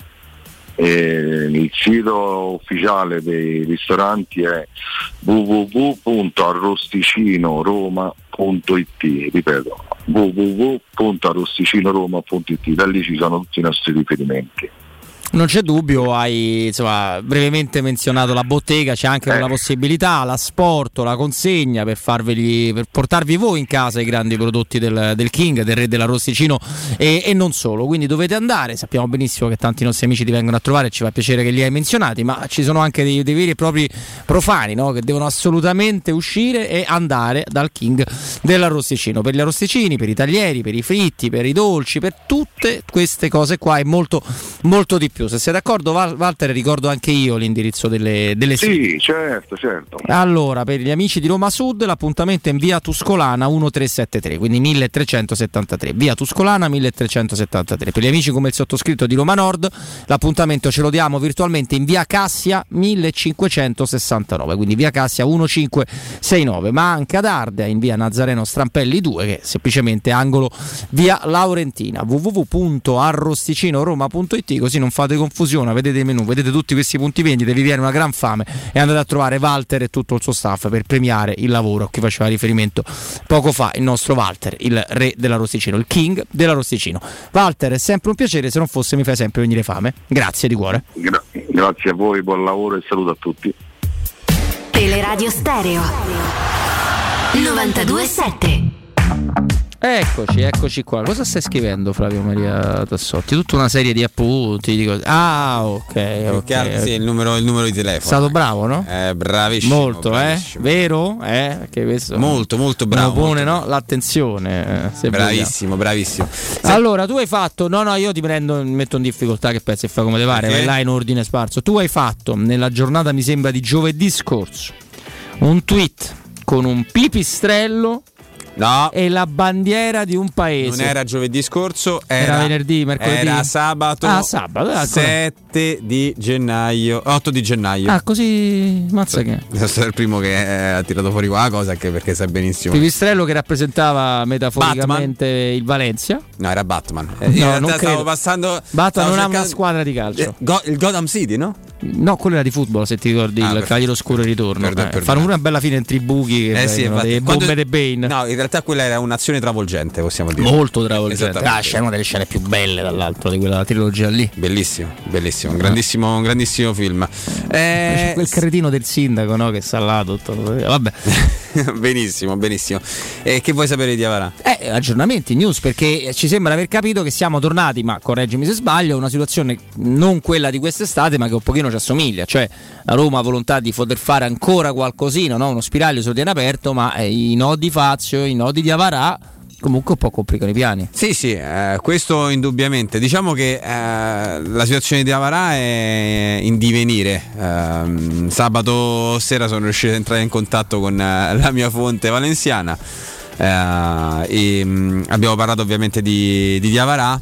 E il sito ufficiale dei ristoranti è w w w punto arrosticinoroma punto i t, ripeto w w w punto arrosticinoroma punto i t, da lì ci sono tutti i nostri riferimenti. Non c'è dubbio, hai insomma brevemente menzionato la bottega, c'è anche Eh. la possibilità, l'asporto, la consegna per farveli, per portarvi voi in casa i grandi prodotti del, del King, del re dell'Arrosticino, e, e non solo. Quindi dovete andare, sappiamo benissimo che tanti nostri amici ti vengono a trovare, ci fa piacere che li hai menzionati, ma ci sono anche dei, dei veri e propri profani, no? Che devono assolutamente uscire e andare dal King dell'Arrosticino, per gli arrosticini, per i taglieri, per i fritti, per i dolci, per tutte queste cose qua e molto, molto di più. Se sei d'accordo, Val- Walter, ricordo anche io l'indirizzo delle, delle sedi. Sì, certo, certo. Allora, per gli amici di Roma Sud l'appuntamento è in via Tuscolana milletrecentosettantatré, quindi milletrecentosettantatré, via Tuscolana milletrecentosettantatré. Per gli amici come il sottoscritto di Roma Nord l'appuntamento ce lo diamo virtualmente in via Cassia millecinquecentosessantanove, quindi via Cassia millecinquecentosessantanove, ma anche ad Ardea in via Nazareno Strampelli due, che è semplicemente angolo via Laurentina. w w w punto arrosticinoroma punto i t, così non fate confusione, vedete il menù, vedete tutti questi punti vendita, vi viene una gran fame e andate a trovare Walter e tutto il suo staff per premiare il lavoro a cui faceva riferimento poco fa il nostro Walter, il re dell'Arrosticino, il King dell'Arrosticino. Walter, è sempre un piacere, se non fosse mi fai sempre venire fame. Grazie di cuore. Gra- grazie a voi, buon lavoro e saluto a tutti. Teleradio Stereo novantadue sette. Eccoci, eccoci qua. Cosa stai scrivendo, Flavio Maria Tassotti? Tutta una serie di appunti. Di cose. Ah, ok, ok. Chiaro, sì, il numero, il numero di telefono. È stato bravo, no? Eh, bravissimo. Molto, bravissimo. eh? Vero? Eh? Perché questo Molto, molto bravo. uno pone, molto no? L'attenzione. eh, se Bravissimo, bravissimo. vogliamo. Allora, tu hai fatto. No, no, io ti prendo, mi metto in difficoltà, che pensi e fai come te pare, Perché? vai là in ordine sparso. Tu hai fatto nella giornata, mi sembra, di giovedì scorso, un tweet con un pipistrello No. è la bandiera di un paese. Non era giovedì scorso, era, Era venerdì, mercoledì? Era sabato. Ah, sabato, ecco. sette di gennaio, otto di gennaio. Ah, così mazza che. Questo è stato il primo che eh, ha tirato fuori qua la cosa, anche perché sai benissimo. Pipistrello che rappresentava metaforicamente Batman? il Valencia. No, era Batman. Eh, No, in realtà non stavo credo. passando. Batman stavo non ha cercando- una squadra di calcio. Eh, Go- il Gotham City, no? No, quello era di football, se ti ricordi, Ah, il per- Cavaliere Oscuro e Ritorno. Perdo- Eh, perdono. fanno pure una bella fine in tribuchi che Eh sì, vengono, infatti. delle Quando- bombe de Bane. No, in realtà quella era un'azione travolgente, possiamo dire. Molto travolgente. Esattamente. Ah, c'è una delle scene più belle dall'altro di quella trilogia lì. Bellissimo, bellissimo, un grandissimo, un grandissimo film. Eh, Quel cretino del sindaco, no? Che sta là tutto. Vabbè. benissimo, benissimo. E che vuoi sapere di Avarà? Eh, aggiornamenti, news, perché ci sembra aver capito che siamo tornati, ma correggimi se sbaglio, a una situazione non quella di quest'estate, ma che un pochino ci assomiglia. Cioè la Roma ha volontà di poter fare ancora qualcosina, no? Uno spiraglio se lo tiene aperto, ma eh, i nodi Fazio, i nodi di Avarà comunque un po' complicano i piani. Sì, sì, eh, questo indubbiamente. Diciamo che eh, la situazione di Avarà è in divenire. Eh, sabato sera sono riuscito ad entrare in contatto con eh, la mia fonte valenziana eh, e mh, abbiamo parlato ovviamente di, di Diavarà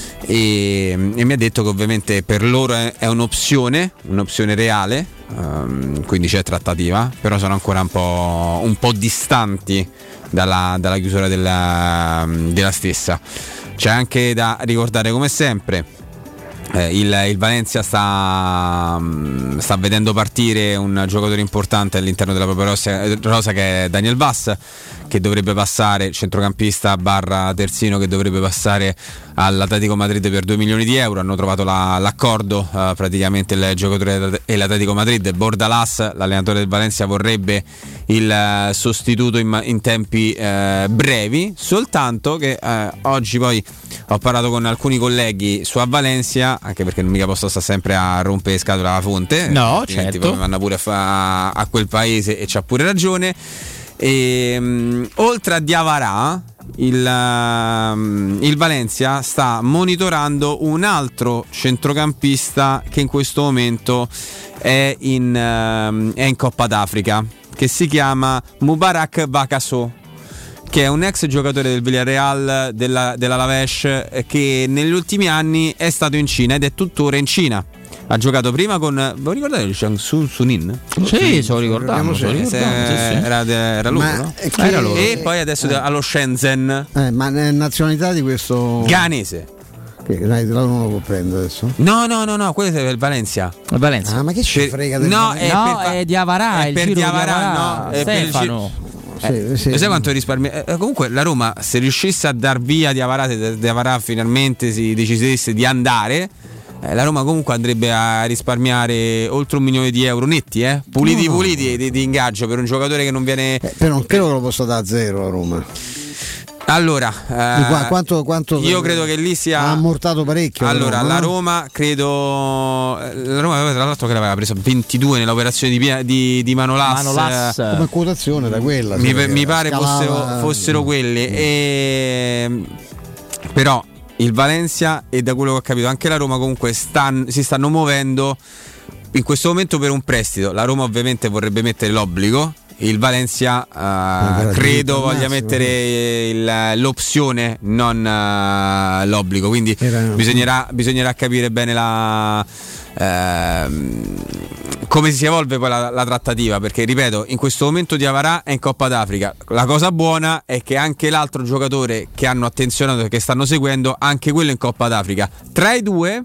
e, e mi ha detto che ovviamente per loro è, è un'opzione, un'opzione reale, ehm, quindi c'è trattativa, però sono ancora un po', un po' distanti dalla, dalla chiusura della, della stessa. C'è anche da ricordare, come sempre, eh, il, il Valencia sta, sta vedendo partire un giocatore importante all'interno della propria rosa, rosa che è Daniel Vass, che dovrebbe passare, centrocampista barra terzino, che dovrebbe passare all'Atletico Madrid per due milioni di euro. Hanno trovato la, l'accordo, eh, praticamente il giocatore e l'Atletico Madrid. Bordalas, l'allenatore del Valencia, vorrebbe il eh, sostituto in, in tempi eh, brevi, soltanto che eh, oggi poi ho parlato con alcuni colleghi su a Valencia, anche perché non mica posso stare sempre a rompere scatola alla fonte, no, altrimenti certo. poi mi vanno pure a, fa, a quel paese, e c'ha pure ragione. E, um, oltre a Diavarà, il, um, il Valencia sta monitorando un altro centrocampista che in questo momento è in, um, è in Coppa d'Africa, che si chiama Mubarak Bakasso, che è un ex giocatore del Villarreal, della, dell'Alaves, che negli ultimi anni è stato in Cina ed è tuttora in Cina. Ha giocato prima con, voi ricordate il Jiangsu Sunin? Sì, se lo ricordiamo, se lo ricordiamo, sì, sì. Era, era loro, Ma no? è che- Era loro. E poi adesso eh. allo Shenzhen. Eh, ma è nazionalità di questo Ghanese. Che dai, non lo può prendere adesso. No, no, no, no, quello è il Valencia. Il Valencia. Ah, ma che ci Per- frega del no, Valencia? è No, per, è Diavarà, è il per giro di Diavarà, Diavarà, no, è per il Stefano. Eh, Sì, sì. lo sai quanto risparmia? Eh, comunque la Roma, se riuscisse a dar via Diavarà, se Diavarà finalmente si decidesse di andare, eh, la Roma comunque andrebbe a risparmiare oltre un milione di euro netti, eh? Puliti No, no. puliti di, di ingaggio per un giocatore che non viene. Eh, però non credo che lo possa dare a zero a Roma. Allora, Di qua- eh, quanto, quanto io credo che lì sia. ha ammortato parecchio. Allora, Roma, la no? Roma credo. La Roma, tra l'altro, che l'aveva preso ventidue nell'operazione di, Pia- di, di Manolas. Manolas. eh, come quotazione da quella. mi, so che mi pare scalava- fossero, fossero quelli. E, però il Valencia, e da quello che ho capito anche la Roma, comunque stan- si stanno muovendo in questo momento per un prestito. La Roma ovviamente vorrebbe mettere l'obbligo. Il Valencia uh, credo voglia mettere il, l'opzione, non uh, l'obbligo, quindi Era- bisognerà, bisognerà capire bene la, uh, come si evolve poi la, la trattativa, perché ripeto, in questo momento Diavarà è in Coppa d'Africa. La cosa buona è che anche l'altro giocatore che hanno attenzionato e che stanno seguendo, anche quello in Coppa d'Africa. Tra i due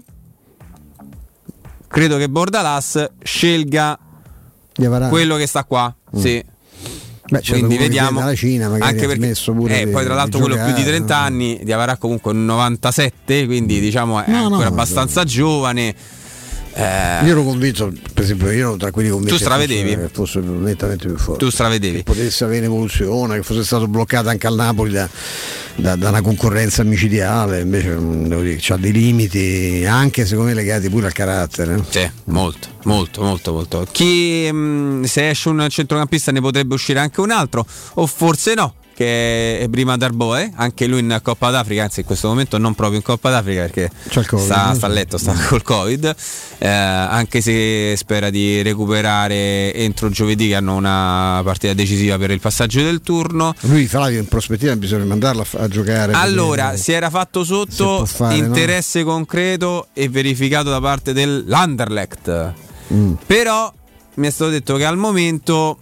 credo che Bordalas scelga Diavarà. quello che sta qua. Mm. Sì. Beh, certo, Quindi quello che vediamo, viene dalla Cina, magari anche ha perché smesso pure eh, di- poi tra l'altro di quello più di giocare, trenta no? anni, Diavarà comunque un novantasette, quindi diciamo è No, no, ancora no, abbastanza giovane. Eh, Io ero convinto, per esempio, io ero tra quelli convinti Tu stravedevi? che fosse, che fosse nettamente più forte. tu stravedevi. Che potesse avere evoluzione, che fosse stato bloccato anche al Napoli da, da, da una concorrenza micidiale, invece mm, devo dire, c'ha dei limiti anche secondo me legati pure al carattere. eh. Sì, molto, molto, molto, molto. Chi mh, se esce un centrocampista ne potrebbe uscire anche un altro, o forse no, che anche Ebrima Darboe, anche lui in Coppa d'Africa, anzi in questo momento non proprio in Coppa d'Africa perché COVID, sta, no? sta a letto, sta col Covid, eh, anche se spera di recuperare entro giovedì, che hanno una partita decisiva per il passaggio del turno. Lui Flavio in prospettiva bisogna mandarlo a, a giocare. Allora, perché... si era fatto sotto fare, interesse no? concreto e verificato da parte dell'Anderlecht. Mm. Però mi è stato detto che al momento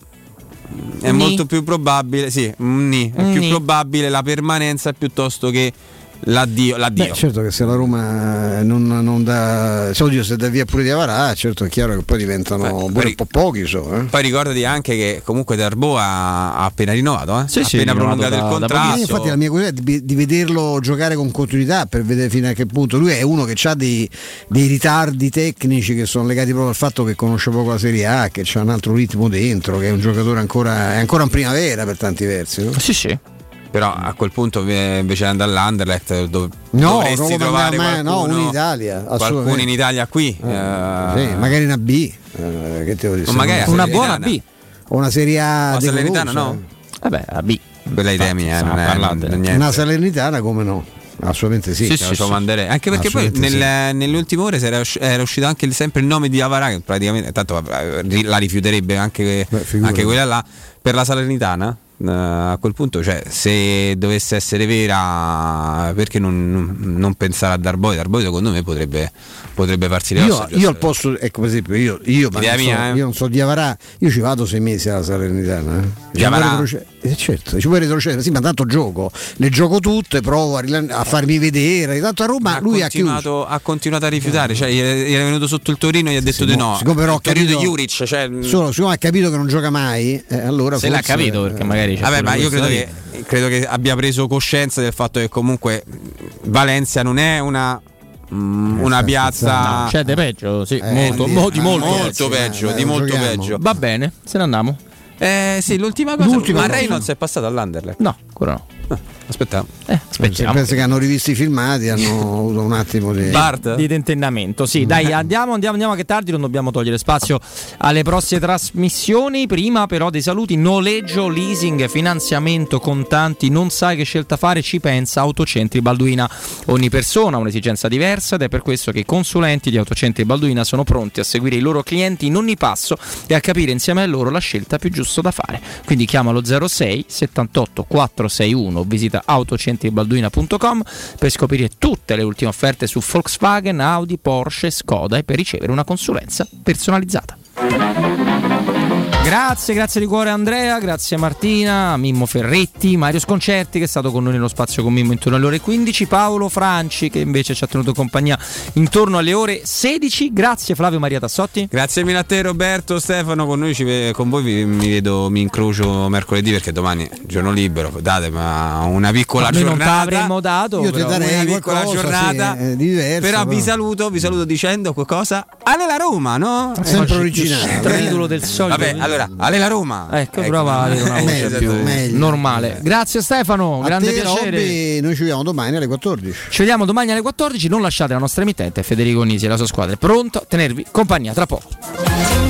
è Ni. molto più probabile, sì, ni, è Ni. più probabile la permanenza piuttosto che l'addio. l'addio. Beh, certo che se la Roma non, non dà, se oddio, se dà via pure di Avarà, certo è chiaro che poi diventano Beh, pure poi- un po' pochi. So, eh. Poi ricordati anche che comunque Darboe ha, ha appena rinnovato, eh? Sì, ha sì, appena rinnovato prolungato da- il da contratto. Eh, infatti la mia curiosità è di, di vederlo giocare con continuità per vedere fino a che punto. Lui è uno che ha dei, dei ritardi tecnici che sono legati proprio al fatto che conosce poco la Serie A, che c'ha un altro ritmo dentro, che è un giocatore ancora, è ancora in primavera per tanti versi, no? Sì, sì. Però a quel punto eh, invece di andare all'Anderlecht dov- No, dovresti non lo trovare mandava mai, no, qualcuno, uno in Italia, qualcuno assolutamente. in Italia qui, Eh, eh, sì, magari una B, eh, che te lo dico, o magari Una la buona Salernitana. B. o una Serie A La Salernitana decorosa. no? Vabbè, la B. Bella idea mia, eh, stiamo non è, parlando. non è niente. Una Salernitana come no? Assolutamente sì. Sì, sì, lo manderei. Anche perché poi Assolutamente nel- nelle ultime ore era, usci- era uscito anche il- sempre il nome di Avarà, che praticamente tanto eh, ri- la rifiuterebbe anche, anche quella là per la Salernitana. eh, A quel punto, cioè, se dovesse essere vera, perché non, non- non pensare a Darboe? Darboe secondo me potrebbe, potrebbe farsi le Io, ossa. io al posto, ecco per esempio, io, io, ma Idea non so, mia, eh. io non so di Avarà, io ci vado sei mesi alla Salernitana. Eh. Di Ci Avarà? puoi retroce- eh, certo, ci puoi retrocedere, sì, ma tanto gioco, le gioco tutte, provo a, rilan- a farmi vedere. Tanto a Roma ha lui ha chiuso. continuato, ha continuato a rifiutare, cioè gli era gli era venuto sotto il Torino e gli ha detto di no. Siccome però ho il Torino capito- di Juric, cioè, Solo siccome ha capito che non gioca mai, eh, allora Se l'ha forse, capito, perché magari c'è Vabbè, pure ma io questo credo da che, dire. credo che abbia preso coscienza del fatto che comunque Valencia non è una, mm, una piazza. No, c'è di peggio, sì, Eh, molto, di- mo- di molto, molto peggio, eh, di molto giochiamo. peggio. Va bene, se ne andiamo. Eh sì, l'ultima cosa. L'ultima ma cosa. Reynolds è passato all'Anderlecht. No, ancora no. Aspetta. Eh, aspettiamo. Penso che hanno rivisto i filmati, hanno avuto un attimo di. Bart? Di tentennamento, sì, dai, andiamo, andiamo, andiamo che tardi, non dobbiamo togliere spazio alle prossime trasmissioni. Prima però dei saluti: noleggio, leasing, finanziamento, contanti, non sai che scelta fare, ci pensa Autocentri Balduina. Ogni persona ha un'esigenza diversa ed è per questo che i consulenti di Autocentri Balduina sono pronti a seguire i loro clienti in ogni passo e a capire insieme a loro la scelta più giusta da fare. Quindi chiama lo zero sei settantotto quattrocentosessantuno, visita autocentribalduina punto com per scoprire tutte le ultime offerte su Volkswagen, Audi, Porsche, Skoda e per ricevere una consulenza personalizzata. Grazie, grazie di cuore Andrea, grazie Martina, Mimmo Ferretti, Mario Sconcerti che è stato con noi nello spazio con Mimmo intorno alle ore quindici, Paolo Franci che invece ci ha tenuto compagnia intorno alle ore sedici, grazie Flavio Maria Tassotti. Grazie mille a te Roberto, Stefano, con noi ci ve- con voi vi- mi vedo, mi incrocio mercoledì perché domani è giorno libero, date ma una piccola Ma noi non te giornata. l'avremmo dato, Io ti però. darei una piccola qualcosa, giornata, sì, eh, diverso, però vi però. saluto, vi saluto dicendo qualcosa. Ale la Roma, no? Sempre originale. Tritolo del solito. Vabbè, allora, Ale la Roma. Ecco, prova a avere una voce Meglio, più meglio. normale. Grazie Stefano, A grande te, piacere. Robby, noi ci vediamo domani alle quattordici. Ci vediamo domani alle quattordici, non lasciate la nostra emittente Federico Nisi e la sua squadra è pronto a tenervi compagnia tra poco.